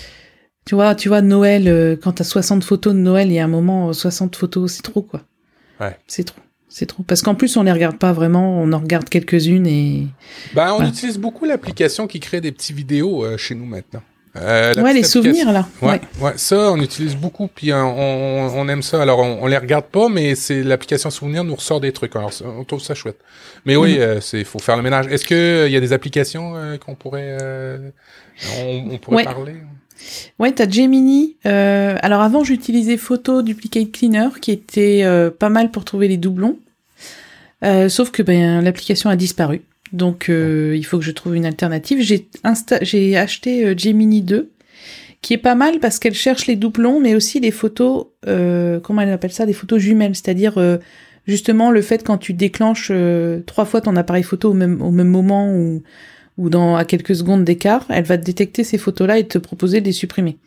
Tu vois, tu vois, Noël, euh, quand t'as soixante photos de Noël, il y a un moment, euh, soixante photos, c'est trop, quoi. Ouais. C'est trop. C'est trop. Parce qu'en plus, on les regarde pas vraiment, on en regarde quelques-unes et... Ben, on Voilà. utilise beaucoup l'application qui crée des petits vidéos euh, chez nous maintenant. Euh, la Ouais, les petite application- souvenirs, là. Ouais, Ouais. ouais, ça, on utilise beaucoup, puis euh, on, on aime ça. Alors, on, on les regarde pas, mais c'est l'application Souvenir nous ressort des trucs. Alors, ça, on trouve ça chouette. Mais oui, Mhm. euh, c'est faut faire le ménage. Est-ce que il y a des applications euh, qu'on pourrait, euh, on, on pourrait Ouais. parler? Ouais, t'as Gemini. Euh, alors avant, j'utilisais Photo Duplicate Cleaner, qui était euh, pas mal pour trouver les doublons. Euh, sauf que ben l'application a disparu. Donc euh, il faut que je trouve une alternative. J'ai insta- j'ai acheté euh, Gemini deux, qui est pas mal parce qu'elle cherche les doublons, mais aussi les photos, euh, comment elle appelle ça, des photos jumelles, c'est-à-dire euh, justement le fait quand tu déclenches euh, trois fois ton appareil photo au même au même moment ou ou dans à quelques secondes d'écart, elle va te détecter ces photos-là et te proposer de les supprimer.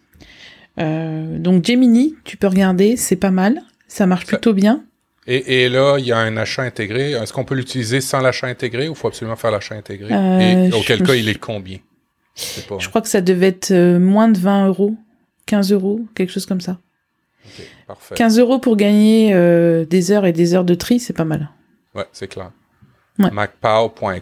Euh, donc Gemini, tu peux regarder, c'est pas mal, ça marche Ça- plutôt bien. Et, et là, il y a un achat intégré. Est-ce qu'on peut l'utiliser sans l'achat intégré ou faut absolument faire l'achat intégré? Euh, et je- auquel cas, il est de combien? Je sais pas. Je crois que ça devait être euh, moins de vingt euros, quinze euros, quelque chose comme ça. Ok, parfait. quinze euros pour gagner euh, des heures et des heures de tri, c'est pas mal. Ouais, c'est clair. Ouais. macpow point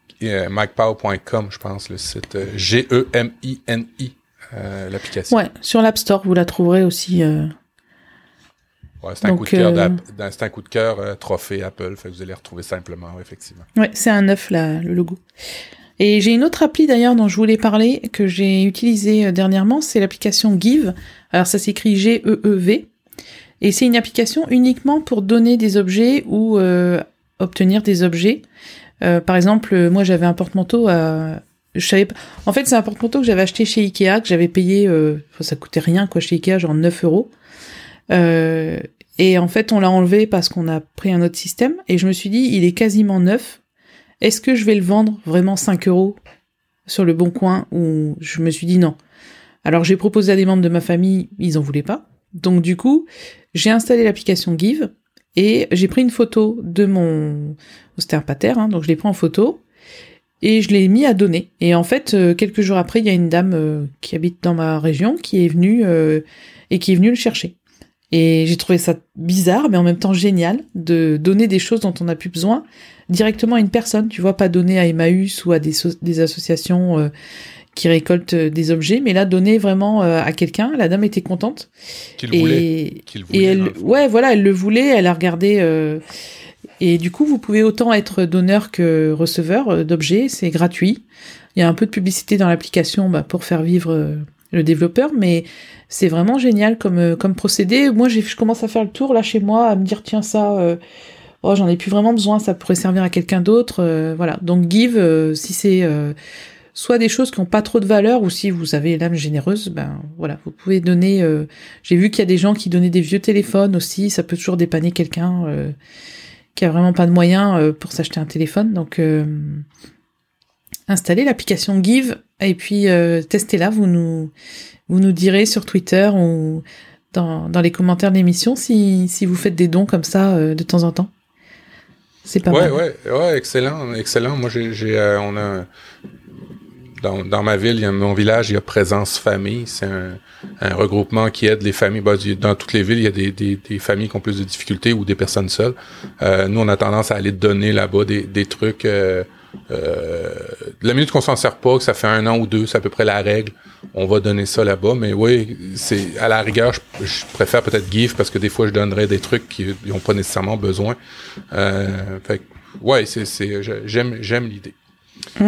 com, je pense, le site. euh, G E M I N I, euh, l'application. Ouais, sur l'App Store, vous la trouverez aussi. euh, Ouais, c'est un Donc, coup de cœur, euh, d'app- d'un- c'est un coup de cœur euh, trophée Apple, fait que vous allez retrouver simplement, ouais, effectivement. Ouais, c'est un neuf, là, le logo. Et j'ai une autre appli d'ailleurs dont je voulais parler, que j'ai utilisée euh, dernièrement, c'est l'application Give. Alors ça s'écrit G E E V. Et c'est une application uniquement pour donner des objets ou euh, obtenir des objets. Euh, par exemple, euh, moi j'avais un porte-manteau à... Je savais pas... En fait, c'est un porte-manteau que j'avais acheté chez Ikea, que j'avais payé... Euh... Enfin, ça coûtait rien, quoi, chez Ikea, genre neuf euros. Euh... Et en fait, on l'a enlevé parce qu'on a pris un autre système. Et je me suis dit, il est quasiment neuf. Est-ce que je vais le vendre vraiment cinq euros sur le bon coin? Ou je me suis dit non. Alors j'ai proposé à des membres de ma famille, ils en voulaient pas. Donc du coup, j'ai installé l'application Give et j'ai pris une photo de mon... C'était un pater, hein, donc je l'ai pris en photo et je l'ai mis à donner. Et en fait, euh, quelques jours après, il y a une dame euh, qui habite dans ma région qui est venue euh, et qui est venue le chercher. Et j'ai trouvé ça bizarre, mais en même temps génial, de donner des choses dont on n'a plus besoin directement à une personne. Tu vois, pas donner à Emmaüs ou à des, so- des associations euh, qui récoltent des objets, mais là, donner vraiment euh, à quelqu'un. La dame était contente. Qu'il et, voulait. Qu'il voulait et elle, ouais, voilà, elle le voulait, elle a regardé. Euh, et du coup, vous pouvez autant être donneur que receveur euh, d'objets, c'est gratuit. Il y a un peu de publicité dans l'application bah, pour faire vivre euh, le développeur, mais c'est vraiment génial comme, euh, comme procédé. Moi, j'ai, je commence à faire le tour là chez moi, à me dire tiens ça, euh, oh j'en ai plus vraiment besoin, ça pourrait servir à quelqu'un d'autre. Euh, voilà. Donc Give, euh, si c'est euh, soit des choses qui n'ont pas trop de valeur, ou si vous avez l'âme généreuse, ben voilà, vous pouvez donner. Euh, j'ai vu qu'il y a des gens qui donnaient des vieux téléphones aussi, ça peut toujours dépanner quelqu'un euh, qui a vraiment pas de moyens euh, pour s'acheter un téléphone. Donc euh, installez l'application Give et puis euh, testez-la. Vous nous vous nous direz sur Twitter ou dans dans les commentaires de l'émission si si vous faites des dons comme ça euh, de temps en temps. C'est pas ouais, mal. Ouais, ouais, excellent, excellent. Moi, j'ai, j'ai euh, on a Dans, dans ma ville, il y a mon village, il y a Présence Famille. C'est un, un regroupement qui aide les familles. Bah, dans toutes les villes, il y a des, des, des familles qui ont plus de difficultés ou des personnes seules. Euh, nous, on a tendance à aller donner là-bas des, des trucs. Euh, euh, la minute qu'on s'en sert pas, que ça fait un an ou deux, c'est à peu près la règle. On va donner ça là-bas. Mais oui, c'est à la rigueur, je, je préfère peut-être Give parce que des fois, je donnerais des trucs qui n'ont pas nécessairement besoin. Euh, fait que, ouais, c'est, c'est, j'aime, j'aime l'idée. Mm.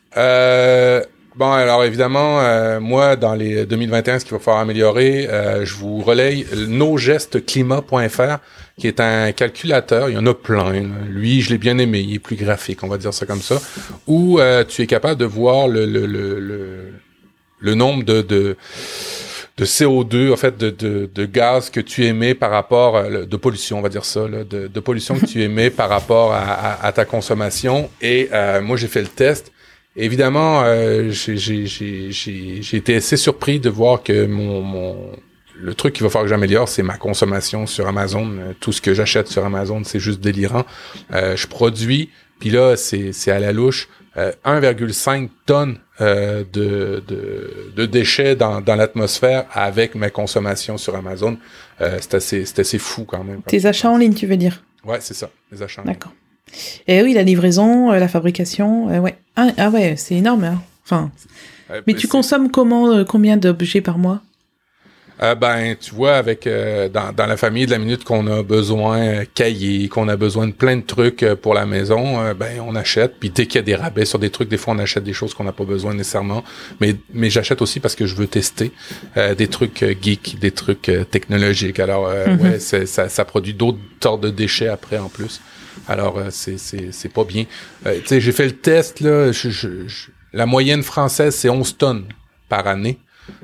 Euh, bon, alors évidemment, euh, moi, dans les deux mille vingt et un, ce qu'il va falloir améliorer, euh, je vous relaye nos gestes climat point f r, qui est un calculateur. Il y en a plein. Là. Lui, je l'ai bien aimé. Il est plus graphique, on va dire ça comme ça. Où euh, tu es capable de voir le le le le, le nombre de de de C O deux, en fait, de, de, de gaz que tu émets par rapport, de pollution, on va dire ça, là, de, de pollution que tu émets par rapport à, à, à ta consommation. Et euh, moi, j'ai fait le test. Évidemment, euh, j'ai, j'ai, j'ai, j'ai, j'ai été assez surpris de voir que mon, mon le truc qu'il va falloir que j'améliore, c'est ma consommation sur Amazon. Tout ce que j'achète sur Amazon, c'est juste délirant. Euh, je produis, puis là, c'est, c'est à la louche, euh, un virgule cinq tonnes euh, de, de, de déchets dans, dans l'atmosphère avec ma consommation sur Amazon. Euh, c'est assez, c'est assez fou quand même. Tes achats en ligne, tu veux dire? Ouais, c'est ça, les achats en ligne. D'accord. Et oui, la livraison, euh, la fabrication, euh, ouais. Ah, ah ouais, c'est énorme. Hein. Enfin, euh, mais tu c'est... consommes comment, euh, combien d'objets par mois? Euh, ben, tu vois, avec euh, dans, dans la famille, de la minute qu'on a besoin euh, cahiers, qu'on a besoin de plein de trucs euh, pour la maison, euh, ben on achète. Puis dès qu'il y a des rabais sur des trucs, des fois on achète des choses qu'on n'a pas besoin nécessairement. Mais mais j'achète aussi parce que je veux tester euh, des trucs euh, geeks, des trucs euh, technologiques. Alors euh, mm-hmm. ouais, c'est, ça ça produit d'autres sortes de déchets après en plus. Alors, euh, c'est, c'est, c'est pas bien. Euh, tu sais, j'ai fait le test, là. Je, je, je, la moyenne française, c'est onze tonnes par année.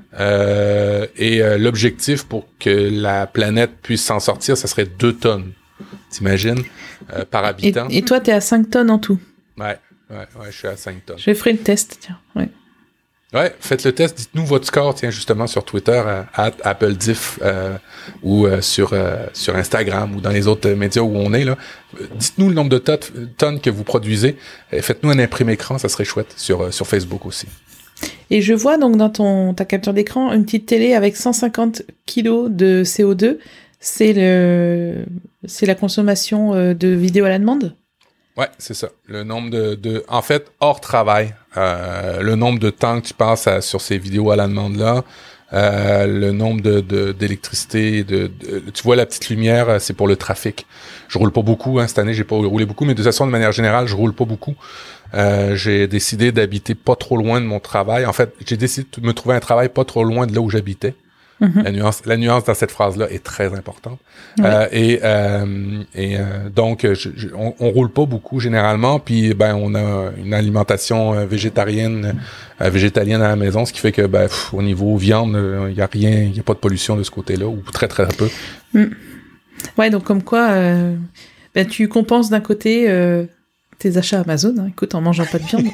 Euh, et euh, l'objectif pour que la planète puisse s'en sortir, ça serait deux tonnes. T'imagines? Euh, par habitant. Et, et toi, t'es à cinq tonnes en tout? Ouais, ouais, ouais, je suis à cinq tonnes. Je ferai le test, tiens. Ouais. Ouais, faites le test. Dites-nous votre score, tiens, justement, sur Twitter, à AppleDiff, euh, ou euh, sur euh, sur Instagram, ou dans les autres médias où on est, là. Dites-nous le nombre de tot- tonnes que vous produisez. Et faites-nous un imprimé écran, ça serait chouette, sur euh, sur Facebook aussi. Et je vois donc dans ton ta capture d'écran une petite télé avec cent cinquante kilos de C O deux. C'est le c'est la consommation de vidéos à la demande? Ouais, c'est ça. Le nombre de, de en fait, hors travail, euh, le nombre de temps que tu passes à, sur ces vidéos à la demande-là, euh, le nombre de, de d'électricité, de, de, tu vois la petite lumière, c'est pour le trafic. Je roule pas beaucoup, hein, cette année j'ai pas roulé beaucoup, mais de toute façon, de manière générale, je roule pas beaucoup. Euh, j'ai décidé d'habiter pas trop loin de mon travail. En fait, j'ai décidé de me trouver un travail pas trop loin de là où j'habitais. Mm-hmm. La nuance, la nuance dans cette phrase-là est très importante. Oui. Euh, et euh, et euh, donc, je, je, on, on roule pas beaucoup généralement. Puis, ben, on a une alimentation euh, végétarienne, euh, végétalienne à la maison, ce qui fait que, ben, pff, au niveau viande, il euh, y a rien, il y a pas de pollution de ce côté-là, ou très très peu. Mm. Ouais, donc comme quoi, euh, ben, tu compenses d'un côté euh, tes achats Amazon. Hein, écoute, en mangeant pas de viande.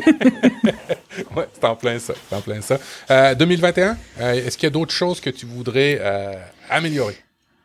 Ouais, c'est en plein ça, c'est en plein ça. Euh, deux mille vingt et un, euh, est-ce qu'il y a d'autres choses que tu voudrais euh, améliorer?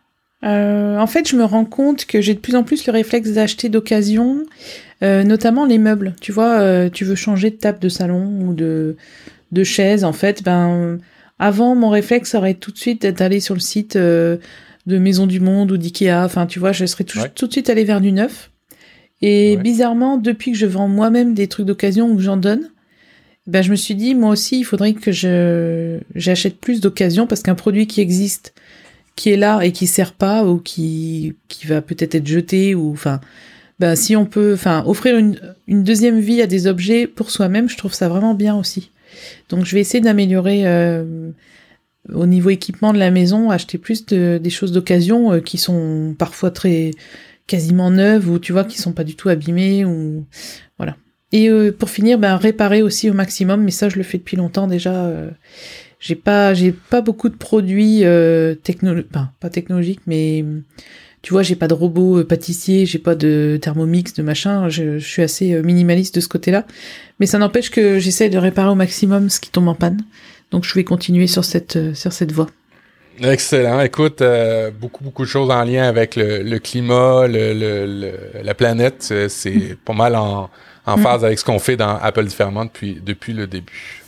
Euh, en fait, je me rends compte que j'ai de plus en plus le réflexe d'acheter d'occasion, euh, notamment les meubles. Tu vois, euh, tu veux changer de table de salon ou de, de chaise, en fait, ben, avant, mon réflexe aurait tout de suite d'aller sur le site euh, de Maison du Monde ou d'Ikea. Enfin, tu vois, je serais tout, ouais. tout de suite allée vers du neuf. Et ouais. bizarrement, depuis que je vends moi-même des trucs d'occasion ou que j'en donne, ben, je me suis dit, moi aussi, il faudrait que je, j'achète plus d'occasion parce qu'un produit qui existe, qui est là et qui sert pas ou qui qui va peut-être être jeté ou enfin ben si on peut enfin offrir une une deuxième vie à des objets pour soi-même, je trouve ça vraiment bien aussi. Donc je vais essayer d'améliorer euh, au niveau équipement de la maison, acheter plus de des choses d'occasion euh, qui sont parfois très quasiment neuves ou tu vois qui sont pas du tout abîmées ou voilà. Et euh, pour finir ben réparer aussi au maximum, mais ça je le fais depuis longtemps déjà. Euh, J'ai pas, j'ai pas beaucoup de produits euh, technolo- enfin, pas technologiques, mais tu vois, j'ai pas de robot euh, pâtissier, j'ai pas de Thermomix, de machin. Je, je suis assez euh, minimaliste de ce côté-là, mais ça n'empêche que j'essaie de réparer au maximum ce qui tombe en panne. Donc, je vais continuer sur cette euh, sur cette voie. Excellent. Écoute, euh, beaucoup beaucoup de choses en lien avec le, le climat, le, le, le, la planète. C'est mmh. pas mal en, en mmh. phase avec ce qu'on fait dans Apple Différemment depuis depuis le début.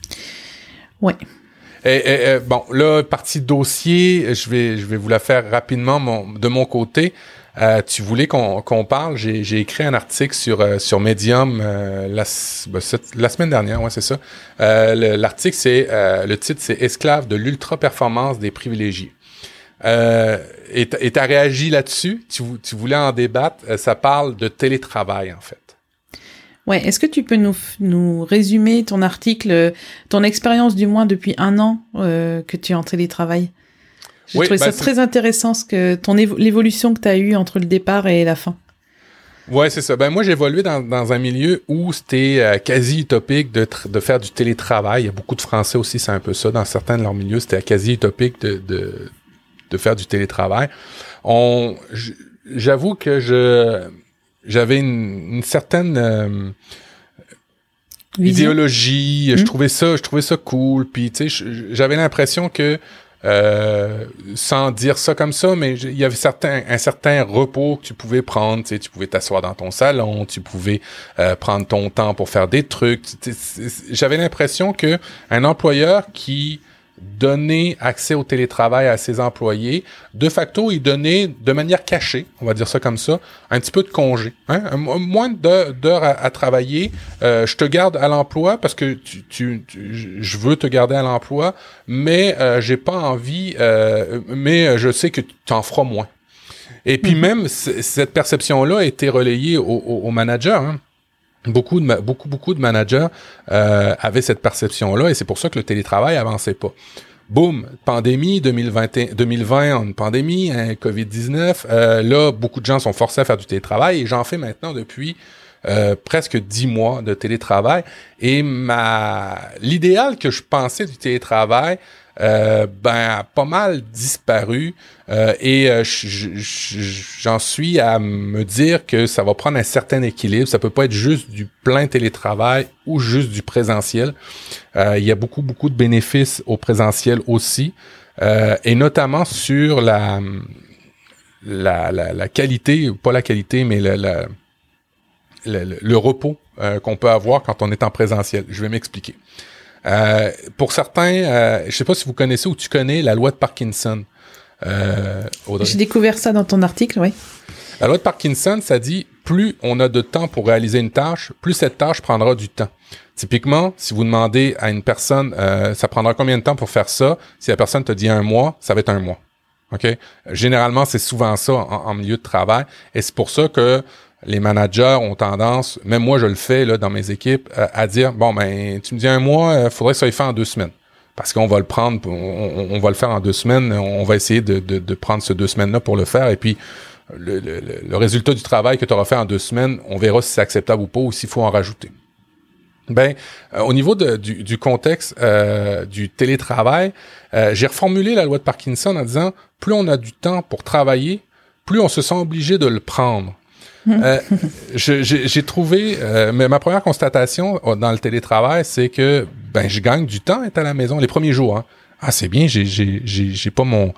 Ouais. Et, et, et, bon, là, partie dossier, je vais, je vais vous la faire rapidement mon, de mon côté. Euh, tu voulais qu'on, qu'on parle, j'ai, j'ai écrit un article sur, euh, sur Medium euh, la, ben, cette, la semaine dernière, ouais, c'est ça. Euh, le, l'article, c'est, euh, le titre, c'est « Esclave de l'ultra-performance des privilégiés ». Euh, et tu as réagi là-dessus, tu, tu voulais en débattre, euh, ça parle de télétravail, en fait. Ouais, est-ce que tu peux nous, nous résumer ton article, ton expérience du moins depuis un an euh, que tu es en télétravail? J'ai oui, trouvé ben ça c'est... très intéressant, ce que ton évo- l'évolution que tu as eue entre le départ et la fin. Ouais, c'est ça. Ben moi, j'ai évolué dans, dans un milieu où c'était euh, quasi utopique de, tr- de faire du télétravail. Il y a beaucoup de Français aussi, c'est un peu ça. Dans certains de leurs milieux, c'était quasi utopique de, de, de faire du télétravail. On, j'avoue que je... J'avais une, une certaine euh, idéologie. Mmh. Je trouvais ça, je trouvais ça cool. Puis tu sais, j'avais l'impression que, euh, sans dire ça comme ça, mais il y avait certain, un certain repos que tu pouvais prendre. Tu sais, tu pouvais t'asseoir dans ton salon, tu pouvais euh, prendre ton temps pour faire des trucs. Tu sais, j'avais l'impression que un employeur qui donner accès au télétravail à ses employés, de facto, il donnait de manière cachée, on va dire ça comme ça, un petit peu de congé. Hein? Moins d'heures, d'heures à, à travailler, euh, je te garde à l'emploi parce que tu, tu, tu, je veux te garder à l'emploi, mais euh, j'ai pas envie, euh, mais je sais que tu en feras moins. Et puis mm-hmm. même, c- cette perception-là a été relayée au, au, au manager, hein. Beaucoup de beaucoup beaucoup de managers euh, avaient cette perception-là et c'est pour ça que le télétravail avançait pas. Boum, pandémie deux mille vingt, deux mille vingt, une pandémie, hein, covid dix-neuf. Euh, là, beaucoup de gens sont forcés à faire du télétravail et j'en fais maintenant depuis euh, presque dix mois de télétravail. Et ma l'idéal que je pensais du télétravail, euh, ben a pas mal disparu euh, et euh, j'en suis à me dire que ça va prendre un certain équilibre. Ça peut pas être juste du plein télétravail ou juste du présentiel. Euh, il y a beaucoup beaucoup de bénéfices au présentiel aussi euh, et notamment sur la la, la la qualité, pas la qualité mais la, la le, le, le repos euh, qu'on peut avoir quand on est en présentiel. Je vais m'expliquer. Euh, pour certains, euh, je sais pas si vous connaissez ou tu connais la loi de Parkinson. Euh, J'ai découvert ça dans ton article, oui. La loi de Parkinson, ça dit plus on a de temps pour réaliser une tâche, plus cette tâche prendra du temps. Typiquement, si vous demandez à une personne, euh, ça prendra combien de temps pour faire ça? Si la personne te dit un mois, ça va être un mois. OK? Généralement, c'est souvent ça en, en milieu de travail. Et c'est pour ça que les managers ont tendance, même moi je le fais là dans mes équipes, euh, à dire bon ben tu me dis un mois, il euh, faudrait que ça soit fait en deux semaines parce qu'on va le prendre, on, on va le faire en deux semaines, on va essayer de, de, de prendre ces deux semaines là pour le faire et puis le, le, le résultat du travail que tu auras fait en deux semaines, on verra si c'est acceptable ou pas ou s'il faut en rajouter. Ben euh, au niveau de, du, du contexte euh, du télétravail, euh, j'ai reformulé la loi de Parkinson en disant plus on a du temps pour travailler, plus on se sent obligé de le prendre. euh, je, j'ai, j'ai trouvé, euh, mais ma première constatation dans le télétravail, c'est que ben je gagne du temps à être à la maison les premiers jours. Hein. Ah c'est bien, j'ai, j'ai, j'ai, j'ai pas mon,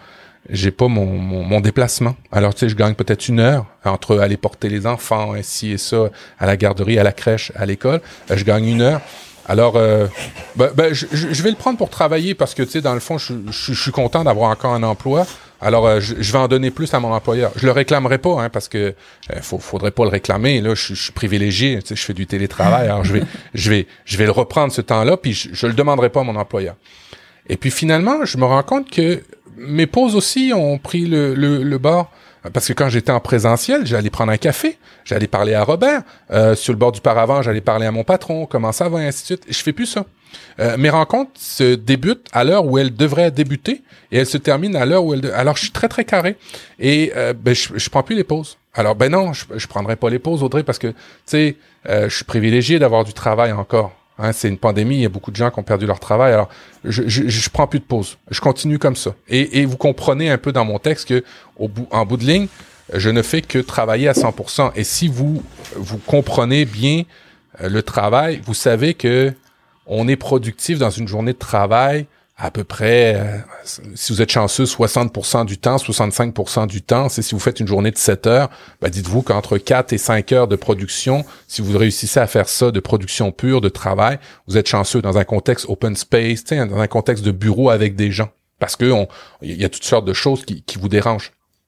j'ai pas mon, mon, mon déplacement. Alors, tu sais, je gagne peut-être une heure entre aller porter les enfants, ci et ça, à la garderie, à la crèche, à l'école. Euh, je gagne une heure. Alors, euh, ben, ben, je, je vais le prendre pour travailler parce que, tu sais, dans le fond, je, je, je suis content d'avoir encore un emploi. Alors, euh, je, je vais en donner plus à mon employeur. Je le réclamerai pas, hein, parce que euh, faut, faudrait pas le réclamer. Là, je, je suis privilégié. Tu sais, je fais du télétravail. Alors, je vais, je vais, je vais le reprendre ce temps-là, puis je, je le demanderai pas à mon employeur. Et puis finalement, je me rends compte que mes pauses aussi ont pris le, le, le bord. Parce que quand j'étais en présentiel, j'allais prendre un café, j'allais parler à Robert. Euh, sur le bord du paravent, j'allais parler à mon patron, comment ça va, et ainsi de suite. Je fais plus ça. Euh, mes rencontres se débutent à l'heure où elles devraient débuter et elles se terminent à l'heure où elles... De... Alors, je suis très, très carré. Et euh, ben, je, je prends plus les pauses. Alors, ben non, je, je prendrai pas les pauses, Audrey, parce que, tu sais, euh, je suis privilégié d'avoir du travail encore. Hein, c'est une pandémie, il y a beaucoup de gens qui ont perdu leur travail. Alors, je, je, je prends plus de pause. Je continue comme ça. Et, et vous comprenez un peu dans mon texte que, au bout, en bout de ligne, je ne fais que travailler à cent pour cent. Et si vous vous comprenez bien euh, le travail, vous savez que on est productif dans une journée de travail à peu près, euh, si vous êtes chanceux, soixante pour cent du temps, soixante-cinq pour cent du temps. C'est si vous faites une journée de sept heures, ben dites-vous qu'entre quatre et cinq heures de production, si vous réussissez à faire ça de production pure, de travail, vous êtes chanceux dans un contexte open space, dans un contexte de bureau avec des gens. Parce que on, il y a toutes sortes de choses qui, qui vous dérangent.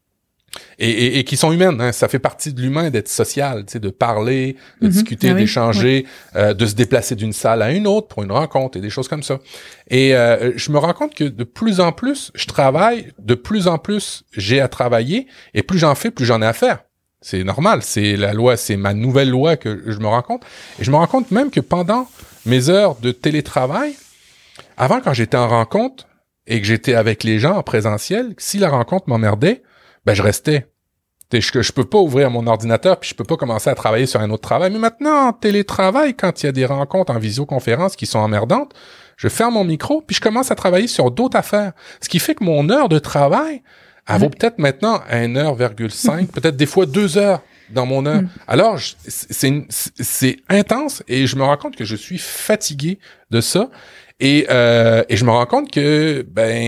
Et, et, et qui sont humaines, hein. Ça fait partie de l'humain d'être social, tu sais, de parler, de mm-hmm. discuter, ah oui, d'échanger, oui. euh, de se déplacer d'une salle à une autre pour une rencontre et des choses comme ça. Et euh, je me rends compte que de plus en plus, je travaille, de plus en plus, j'ai à travailler, et plus j'en fais, plus j'en ai à faire. C'est normal, c'est la loi, c'est ma nouvelle loi que je me rends compte. Et je me rends compte même que pendant mes heures de télétravail, avant, quand j'étais en rencontre et que j'étais avec les gens en présentiel, si la rencontre m'emmerdait, ben je restais. Je, je peux pas ouvrir mon ordinateur puis je peux pas commencer à travailler sur un autre travail. Mais maintenant, en télétravail, quand il y a des rencontres en visioconférence qui sont emmerdantes, je ferme mon micro puis je commence à travailler sur d'autres affaires. Ce qui fait que mon heure de travail, elle vaut peut-être maintenant une heure virgule cinq, peut-être des fois deux heures dans mon heure. Alors, je, c'est, une, c'est intense et je me rends compte que je suis fatigué de ça. Et, euh, et je me rends compte que,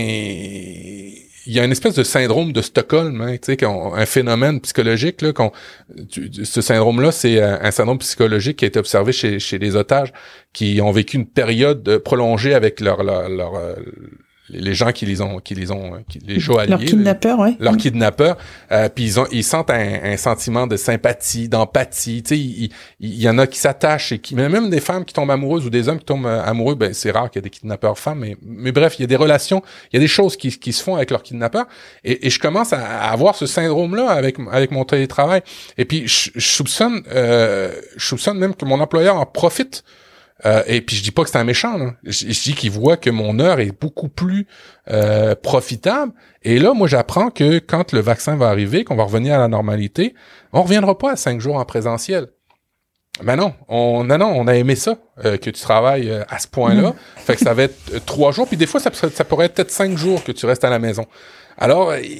ben... il y a une espèce de syndrome de Stockholm, hein, tu sais, un phénomène psychologique là, qu'on, tu, ce syndrome-là, c'est un syndrome psychologique qui a été observé chez, chez les otages qui ont vécu une période prolongée avec leur, leur, leur euh, les gens qui les ont, qui les ont, qui, les joailliers, leurs kidnappeurs, oui. Leurs kidnappeurs, euh, puis ils ont, ils sentent un, un sentiment de sympathie, d'empathie. Tu sais, il, il, il y en a qui s'attachent et qui, même des femmes qui tombent amoureuses ou des hommes qui tombent amoureux, ben c'est rare qu'il y ait des kidnappeurs femmes, mais, mais bref, il y a des relations, il y a des choses qui, qui se font avec leurs kidnappeurs. Et, et je commence à, à avoir ce syndrome-là avec, avec mon télétravail. Et puis je, je soupçonne, euh, je soupçonne même que mon employeur en profite. Euh, et puis je dis pas que c'est un méchant, là. Je, je dis qu'il voit que mon heure est beaucoup plus euh, profitable. Et là, moi, j'apprends que quand le vaccin va arriver, qu'on va revenir à la normalité, on reviendra pas à cinq jours en présentiel. Ben non, on, non, non, on a aimé ça, euh, que tu travailles euh, à ce point-là. Mmh. Fait que ça va être euh, trois jours, puis des fois, ça, ça pourrait être peut-être cinq jours que tu restes à la maison. Alors, euh,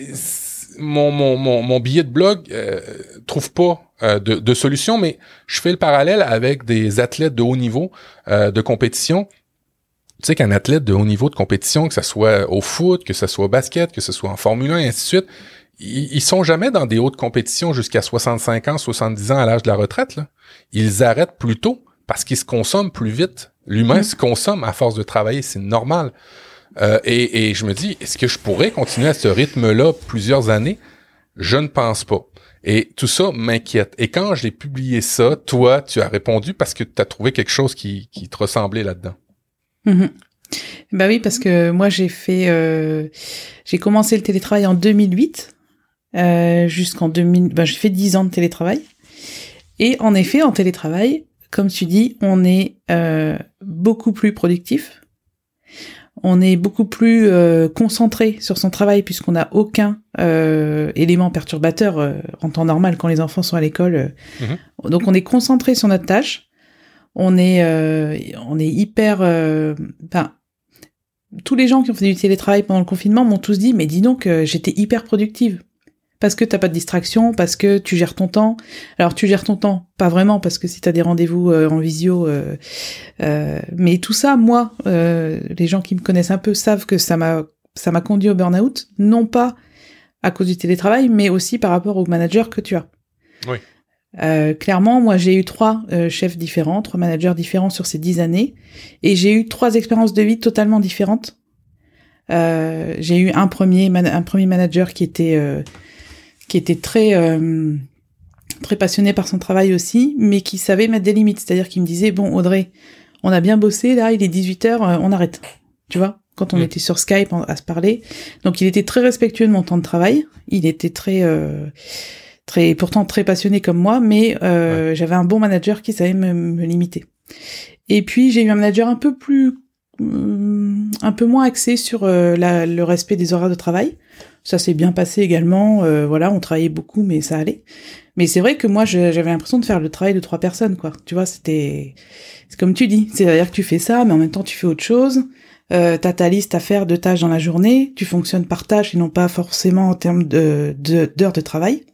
mon, mon, mon, mon billet de blog euh, trouve pas euh, de, de solution, mais je fais le parallèle avec des athlètes de haut niveau euh, de compétition. Tu sais qu'un athlète de haut niveau de compétition, que ça soit au foot, que ça soit au basket, que ce soit en Formule un, et ainsi de suite, ils, ils sont jamais dans des hautes compétitions jusqu'à soixante-cinq ans, soixante-dix ans à l'âge de la retraite, là. Ils arrêtent plus tôt parce qu'ils se consomment plus vite. L'humain mmh. se consomme à force de travailler, c'est normal. Euh, et, et je me dis, est-ce que je pourrais continuer à ce rythme-là plusieurs années? Je ne pense pas. Et tout ça m'inquiète. Et quand j'ai publié ça, toi, tu as répondu parce que tu as trouvé quelque chose qui, qui te ressemblait là-dedans. Mmh. Bah oui, parce que moi, j'ai fait... Euh, j'ai commencé le télétravail en deux mille huit, euh, jusqu'en deux mille... Ben, j'ai fait dix ans de télétravail. Et en effet, en télétravail, comme tu dis, on est euh, beaucoup plus productif. On est beaucoup plus euh, concentré sur son travail puisqu'on n'a aucun euh, élément perturbateur euh, en temps normal quand les enfants sont à l'école. Euh. Mmh. Donc on est concentré sur notre tâche. On est, euh, on est hyper... Euh, ben, tous les gens qui ont fait du télétravail pendant le confinement m'ont tous dit « Mais dis donc, euh, j'étais hyper productive. » Parce que t'as pas de distraction, parce que tu gères ton temps. Alors tu gères ton temps, pas vraiment, parce que si t'as des rendez-vous euh, en visio, euh, euh, mais tout ça, moi, euh, les gens qui me connaissent un peu savent que ça m'a ça m'a conduit au burn-out, non pas à cause du télétravail, mais aussi par rapport au manager que tu as. Oui. Euh, clairement, moi, j'ai eu trois euh, chefs différents, trois managers différents sur ces dix années, et j'ai eu trois expériences de vie totalement différentes. Euh, j'ai eu un premier, man- un premier manager qui était, euh, qui était très, euh, très passionné par son travail aussi, mais qui savait mettre des limites. C'est-à-dire qu'il me disait, bon, Audrey, on a bien bossé, là, il est dix-huit heures, euh, on arrête. Tu vois, quand on mmh. était sur Skype à se parler. Donc, il était très respectueux de mon temps de travail. Il était très, euh, très, pourtant très passionné comme moi, mais euh, ouais. j'avais un bon manager qui savait me, me limiter. Et puis, j'ai eu un manager un peu plus, euh, un peu moins axé sur euh, la, le respect des horaires de travail. Ça s'est bien passé également. Euh, voilà, on travaillait beaucoup, mais ça allait. Mais c'est vrai que moi, je, j'avais l'impression de faire le travail de trois personnes, quoi. Tu vois, c'était, c'est comme tu dis. C'est-à-dire que tu fais ça, mais en même temps, tu fais autre chose. Euh, t'as ta liste à faire de tâches dans la journée. Tu fonctionnes par tâches et non pas forcément en termes de, de d'heures de travail.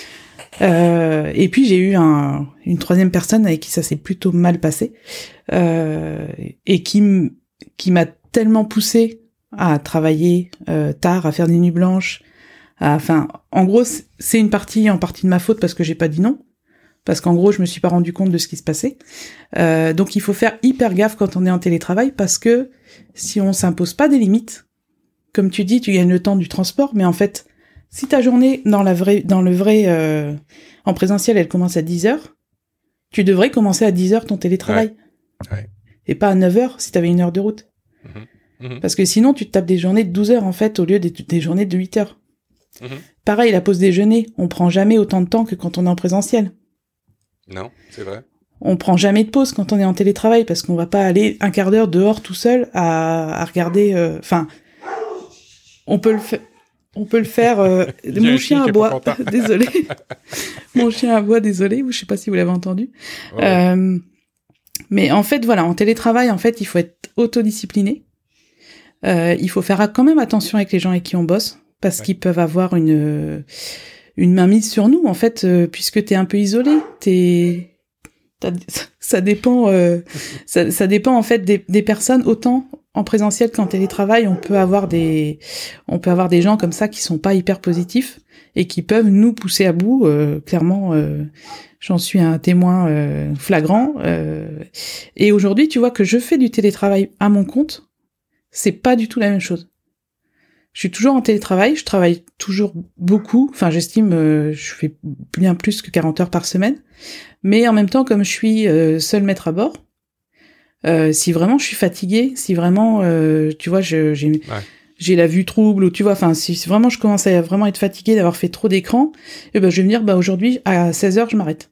Euh, et puis j'ai eu un, une troisième personne avec qui ça s'est plutôt mal passé euh, et qui m- qui m'a tellement poussé à travailler euh, tard, à faire des nuits blanches. Enfin, en gros, c'est une partie en partie de ma faute parce que j'ai pas dit non, parce qu'en gros, je me suis pas rendu compte de ce qui se passait. Euh, donc, il faut faire hyper gaffe quand on est en télétravail parce que si on s'impose pas des limites, comme tu dis, tu gagnes le temps du transport, mais en fait, si ta journée dans la vraie, dans le vrai, euh, en présentiel, elle commence à dix heures, tu devrais commencer à dix heures ton télétravail. Ouais. Ouais. Et pas à neuf heures si t'avais une heure de route. Mmh. Mmh. Parce que sinon, tu te tapes des journées de douze heures, en fait, au lieu des, des journées de huit heures. Mmh. Pareil, la pause déjeuner, on prend jamais autant de temps que quand on est en présentiel. Non, c'est vrai. On prend jamais de pause quand on est en télétravail parce qu'on va pas aller un quart d'heure dehors tout seul à, à regarder. Enfin, euh, on peut le faire. On peut le faire. Euh, mon chien aboie. Désolé. Mon chien aboie. Désolé. Je sais pas si vous l'avez entendu. Ouais. Euh, mais en fait, voilà, en télétravail, en fait, il faut être autodiscipliné. Euh, il faut faire quand même attention avec les gens avec qui on bosse parce ouais. qu'ils peuvent avoir une une mainmise sur nous, en fait, euh, puisque t'es un peu isolé. T'es ça dépend. Euh, ça, ça dépend en fait des, des personnes autant. En présentiel qu'en télétravail, on peut avoir des, on peut avoir des gens comme ça qui sont pas hyper positifs et qui peuvent nous pousser à bout. Euh, clairement, euh, j'en suis un témoin euh, flagrant. Euh, et aujourd'hui, tu vois que je fais du télétravail à mon compte, c'est pas du tout la même chose. Je suis toujours en télétravail, je travaille toujours beaucoup. Enfin, j'estime, euh, je fais bien plus que quarante heures par semaine. Mais en même temps, comme je suis euh, seul maître à bord. Euh, si vraiment je suis fatiguée, si vraiment, euh, tu vois, je, j'ai, ouais. j'ai la vue trouble, ou tu vois, enfin, si, si vraiment je commence à vraiment être fatiguée d'avoir fait trop d'écran, eh ben, je vais me dire, bah, aujourd'hui, à seize heures, je m'arrête.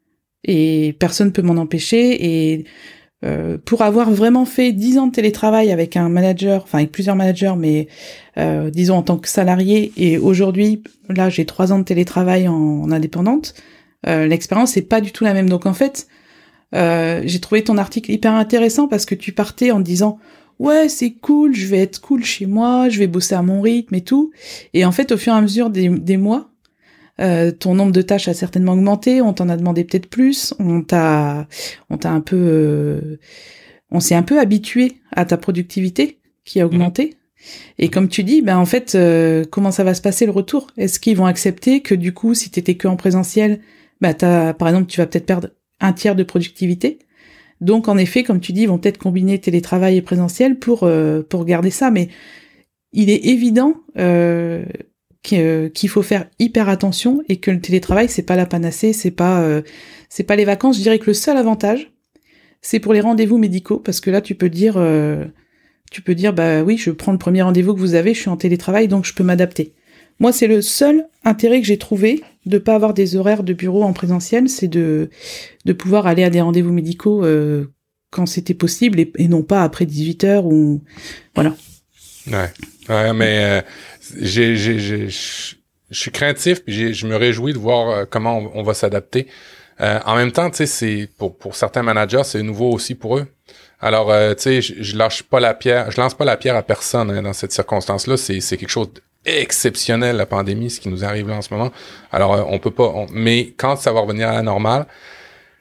Et personne peut m'en empêcher, et, euh, pour avoir vraiment fait dix ans de télétravail avec un manager, enfin, avec plusieurs managers, mais, euh, disons, en tant que salarié, et aujourd'hui, là, j'ai trois ans de télétravail en, en indépendante, euh, l'expérience, c'est pas du tout la même. Donc, en fait, Euh, j'ai trouvé ton article hyper intéressant parce que tu partais en disant ouais c'est cool, je vais être cool chez moi, je vais bosser à mon rythme et tout, et en fait au fur et à mesure des, des mois euh, ton nombre de tâches a certainement augmenté, on t'en a demandé peut-être plus, on t'a on t'a un peu euh, on s'est un peu habitué à ta productivité qui a augmenté. Mmh. Et comme tu dis, ben en fait euh, comment ça va se passer le retour? Est-ce qu'ils vont accepter que du coup si t'étais que en présentiel, ben t'as par exemple tu vas peut-être perdre un tiers de productivité. Donc, en effet, comme tu dis, ils vont peut-être combiner télétravail et présentiel pour euh, pour garder ça. Mais il est évident euh, qu'il faut faire hyper attention et que le télétravail, c'est pas la panacée, c'est pas euh, c'est pas les vacances. Je dirais que le seul avantage, c'est pour les rendez-vous médicaux, parce que là, tu peux dire euh, tu peux dire bah oui, je prends le premier rendez-vous que vous avez, je suis en télétravail, donc je peux m'adapter. Moi, c'est le seul intérêt que j'ai trouvé de pas avoir des horaires de bureau en présentiel, c'est de de pouvoir aller à des rendez-vous médicaux euh, quand c'était possible et, et non pas après dix-huit heures ou voilà. Ouais, ouais, mais euh, j'ai j'ai j'ai je suis craintif puis j'ai, je me réjouis de voir euh, comment on, on va s'adapter. Euh, en même temps, tu sais, c'est pour pour certains managers, c'est nouveau aussi pour eux. Alors, euh, tu sais, je, je lâche pas la pierre, je lance pas la pierre à personne hein, dans cette circonstance-là. C'est c'est quelque chose exceptionnel, la pandémie, ce qui nous arrive là en ce moment. Alors, euh, on peut pas... On, mais quand ça va revenir à la normale,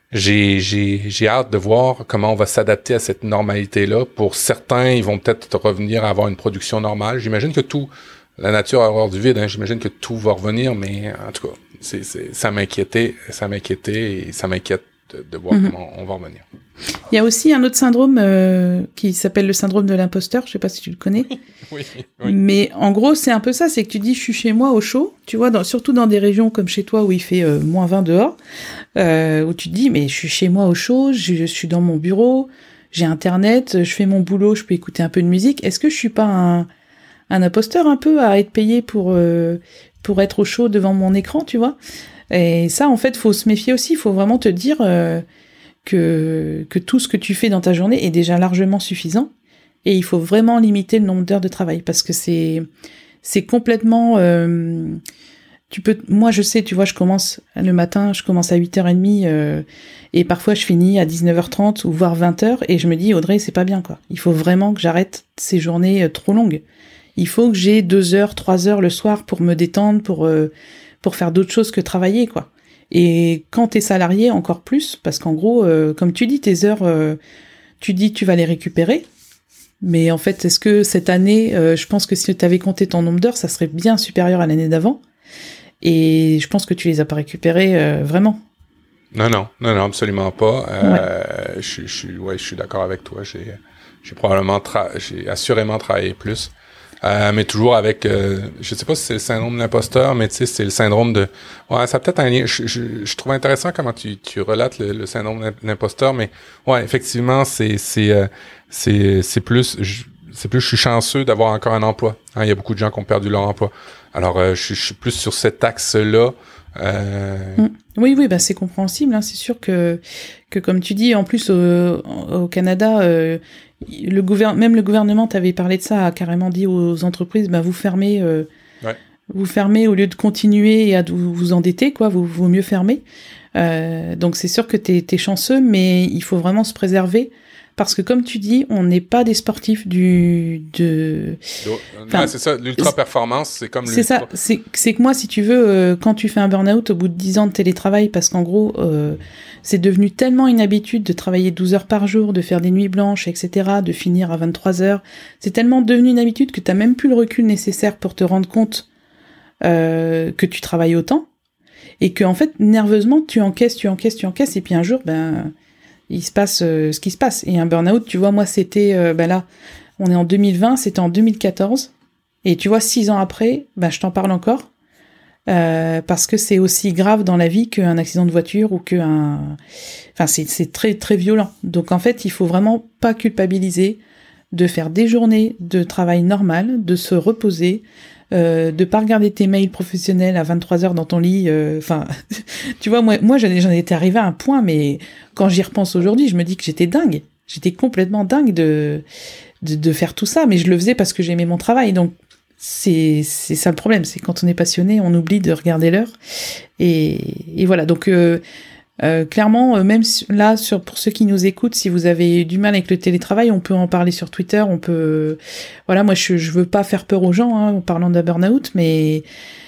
j'ai, j'ai, j'ai hâte de voir comment on va s'adapter à cette normalité-là. Pour certains, ils vont peut-être revenir à avoir une production normale. J'imagine que tout, la nature a horreur du vide, hein. J'imagine que tout va revenir, mais en tout cas, c'est, c'est, ça m'inquiétait, ça m'inquiétait et ça m'inquiète de, de voir mm-hmm. comment on va revenir. Il y a aussi un autre syndrome euh, qui s'appelle le syndrome de l'imposteur. Je sais pas si tu le connais. oui, oui. Mais en gros, c'est un peu ça. C'est que tu dis, je suis chez moi au chaud. Tu vois, dans, surtout dans des régions comme chez toi où il fait euh, moins vingt dehors, euh, où tu te dis, mais je suis chez moi au chaud, je, je suis dans mon bureau, j'ai Internet, je fais mon boulot, je peux écouter un peu de musique. Est-ce que je suis pas un, un imposteur un peu à être payé pour euh, pour être au chaud devant mon écran, tu vois? Et ça, en fait, faut se méfier aussi. Il faut vraiment te dire euh, que que tout ce que tu fais dans ta journée est déjà largement suffisant. Et il faut vraiment limiter le nombre d'heures de travail parce que c'est c'est complètement euh, tu peux moi je sais tu vois je commence le matin je commence à huit heures trente euh, et parfois je finis à dix-neuf heures trente ou voire vingt heures et je me dis Audrey c'est pas bien quoi, il faut vraiment que j'arrête ces journées euh, trop longues, il faut que j'ai deux heures trois heures le soir pour me détendre, pour euh, pour faire d'autres choses que travailler quoi. Et quand t'es salarié encore plus parce qu'en gros euh, comme tu dis tes heures euh, tu dis que tu vas les récupérer. Mais en fait, est-ce que cette année, euh, je pense que si tu avais compté ton nombre d'heures, ça serait bien supérieur à l'année d'avant. Et je pense que tu les as pas récupérées euh, vraiment. Non, non, non, non, absolument pas. Euh, ouais. Je, je, ouais, je suis d'accord avec toi. J'ai, j'ai probablement, tra- j'ai assurément travaillé plus. Euh, mais toujours avec, euh, je sais pas si c'est le syndrome de l'imposteur, mais tu sais, c'est le syndrome de, ouais, ça a peut-être un lien. Je, je, je trouve intéressant comment tu, tu relates le, le syndrome de l'imposteur, mais ouais, effectivement, c'est, c'est, euh, c'est, c'est plus, je, c'est plus, je suis chanceux d'avoir encore un emploi. Hein, il y a beaucoup de gens qui ont perdu leur emploi. Alors, euh, je, je suis plus sur cet axe-là. Euh... Mmh. Oui, oui, bah c'est compréhensible. Hein. C'est sûr que, que comme tu dis, en plus au, au Canada, euh, le gouverne, même le gouvernement t'avait parlé de ça, a carrément dit aux entreprises, bah vous fermez, euh, ouais. vous fermez au lieu de continuer à vous, vous endetter, quoi. Vous vaut mieux fermer. Euh, donc c'est sûr que t'es, t'es chanceux, mais il faut vraiment se préserver. Parce que comme tu dis, on n'est pas des sportifs du de. Enfin, ouais, c'est ça, l'ultra performance, c'est comme. C'est ça, c'est c'est que moi, si tu veux, euh, quand tu fais un burn-out au bout de dix ans de télétravail, parce qu'en gros, euh, c'est devenu tellement une habitude de travailler douze heures par jour, de faire des nuits blanches, et cetera, de finir à vingt-trois heures. C'est tellement devenu une habitude que t'as même plus le recul nécessaire pour te rendre compte euh, que tu travailles autant, et que en fait, nerveusement, tu encaisses, tu encaisses, tu encaisses, et puis un jour, ben. il se passe euh, ce qui se passe. Et un burn-out, tu vois, moi, c'était, euh, ben là, on est en deux mille vingt, c'était en deux mille quatorze. Et tu vois, six ans après, ben, je t'en parle encore. Euh, parce que c'est aussi grave dans la vie qu'un accident de voiture ou qu'un... Enfin, c'est, c'est très, très violent. Donc, en fait, il faut vraiment pas culpabiliser de faire des journées de travail normal, de se reposer, Euh, de pas regarder tes mails professionnels à vingt-trois heures dans ton lit. Enfin, euh, tu vois, moi, moi, j'en, j'en étais arrivée à un point, mais quand j'y repense aujourd'hui, je me dis que j'étais dingue. J'étais complètement dingue de, de de faire tout ça, mais je le faisais parce que j'aimais mon travail. Donc c'est c'est ça le problème, c'est quand on est passionné, on oublie de regarder l'heure. Et et voilà. Donc euh, Euh, clairement, euh, même là, sur, pour ceux qui nous écoutent, si vous avez du mal avec le télétravail, on peut en parler sur Twitter, on peut... Euh, voilà, moi, je, je veux pas faire peur aux gens hein, en parlant d'un burn-out, mais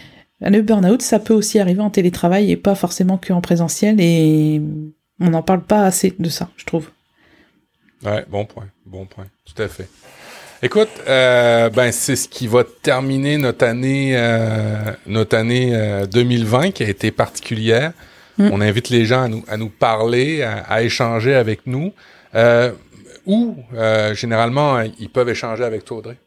le burn-out, ça peut aussi arriver en télétravail et pas forcément qu'en présentiel, et on n'en parle pas assez de ça, je trouve. Ouais, bon point, bon point, tout à fait. Écoute, euh, ben c'est ce qui va terminer notre année, euh, notre année euh, deux mille vingt, qui a été particulière. On invite les gens à nous, à nous parler, à, à échanger avec nous. Euh, où, euh, généralement, ils peuvent échanger avec toi, Audrey?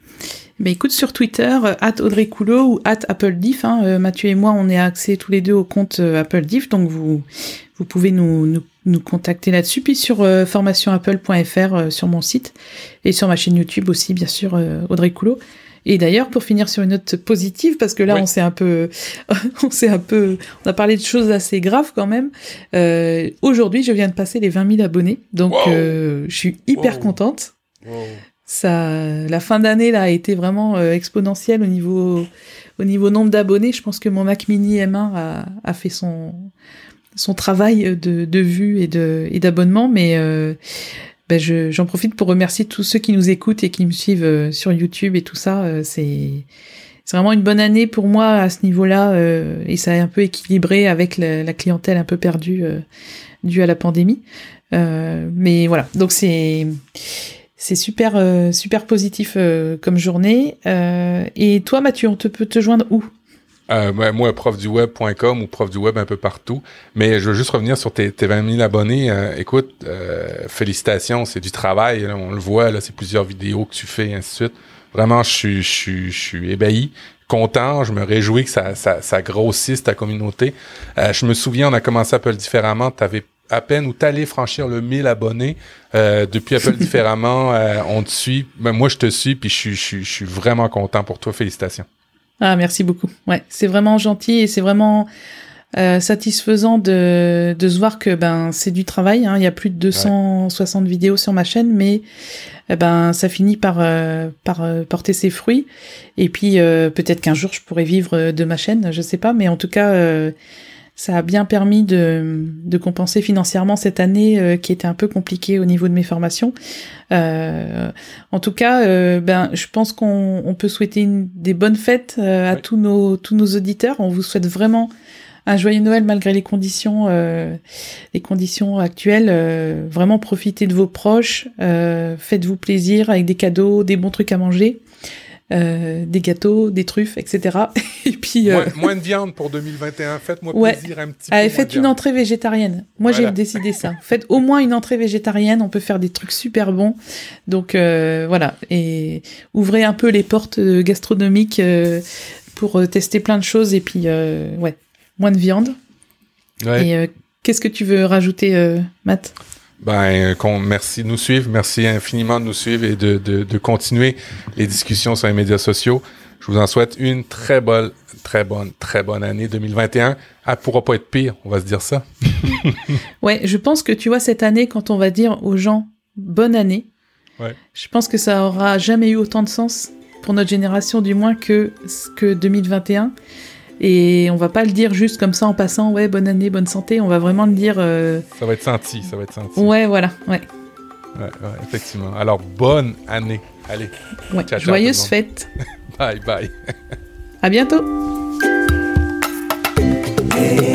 Ben écoute, sur Twitter, at Audrey Coulot ou at AppleDiff. Hein, euh, Mathieu et moi, on est accès tous les deux au compte euh, AppleDiff, donc vous, vous pouvez nous, nous, nous contacter là-dessus. Puis sur euh, formation apple point f r euh, sur mon site et sur ma chaîne YouTube aussi, bien sûr, euh, Audrey Coulot. Et d'ailleurs, pour finir sur une note positive, parce que là, oui. on s'est un peu, on s'est un peu, on a parlé de choses assez graves quand même. Euh, aujourd'hui, je viens de passer les vingt mille abonnés, donc wow. euh, je suis hyper wow. contente. Wow. Ça, la fin d'année là a été vraiment euh, exponentielle au niveau, au niveau nombre d'abonnés. Je pense que mon Mac Mini M un a, a fait son, son travail de, de vues et de, et d'abonnements, mais euh, Ben je, j'en profite pour remercier tous ceux qui nous écoutent et qui me suivent euh, sur YouTube et tout ça. Euh, c'est, c'est vraiment une bonne année pour moi à ce niveau-là, euh, et ça a un peu équilibré avec la, la clientèle un peu perdue euh, due à la pandémie. Euh, mais voilà, donc c'est c'est super euh, super positif euh, comme journée. Euh, et toi, Mathieu, on te peut te joindre où? Euh, moi, prof du web point com ou prof du web un peu partout. Mais je veux juste revenir sur tes, tes vingt mille abonnés. Euh, écoute, euh, félicitations, c'est du travail. Là, on le voit, là, c'est plusieurs vidéos que tu fais, et ainsi de suite. Vraiment, je suis, je suis, je suis ébahi, content. Je me réjouis que ça, ça, ça grossisse ta communauté. Euh, je me souviens, on a commencé Apple Différemment. T'avais à peine où t'allais franchir le mille abonnés. Euh, depuis Apple Différemment, euh, on te suit. Ben, moi, je te suis, puis je suis, je suis, je suis vraiment content pour toi. Félicitations. Ah, merci beaucoup. Ouais, c'est vraiment gentil et c'est vraiment euh, satisfaisant de de se voir que ben c'est du travail. Hein. Il y a plus de deux cent soixante ouais. vidéos sur ma chaîne, mais eh ben ça finit par euh, par euh, porter ses fruits. Et puis euh, peut-être qu'un jour je pourrai vivre de ma chaîne, je sais pas, mais en tout cas euh, ça a bien permis de de compenser financièrement cette année euh, qui était un peu compliquée au niveau de mes formations. Euh, en tout cas, euh, ben, je pense qu'on on peut souhaiter une, des bonnes fêtes euh, à oui. tous nos tous nos auditeurs. On vous souhaite vraiment un joyeux Noël malgré les conditions euh, les conditions actuelles. Euh, vraiment profitez de vos proches, euh, faites-vous plaisir avec des cadeaux, des bons trucs à manger. Euh, des gâteaux, des truffes, et cetera. Et puis euh... moins, moins de viande pour deux mille vingt et un. Faites-moi ouais. plaisir un petit peu. Allez, faites une entrée végétarienne. Moi, voilà. j'ai décidé ça. Faites au moins une entrée végétarienne. On peut faire des trucs super bons. Donc euh, voilà. Et ouvrez un peu les portes gastronomiques euh, pour euh, tester plein de choses. Et puis euh, ouais, moins de viande. Ouais. Et euh, qu'est-ce que tu veux rajouter, euh, Matt? Ben, qu'on, merci de nous suivre, merci infiniment de nous suivre et de, de, de continuer les discussions sur les médias sociaux. Je vous en souhaite une très bonne, très bonne, très bonne année deux mille vingt et un. Elle pourra pas être pire, on va se dire ça. Ouais, je pense que tu vois, cette année, quand on va dire aux gens bonne année, ouais. je pense que ça aura jamais eu autant de sens, pour notre génération du moins, que, que deux mille vingt et un. Et on va pas le dire juste comme ça en passant, ouais, bonne année, bonne santé. On va vraiment le dire. Euh... Ça va être senti, ça va être senti. Ouais, voilà, ouais. Ouais, ouais, effectivement. Alors, bonne année. Allez. Ouais, ciao, joyeuse fête. Bye, bye. À bientôt. Hey.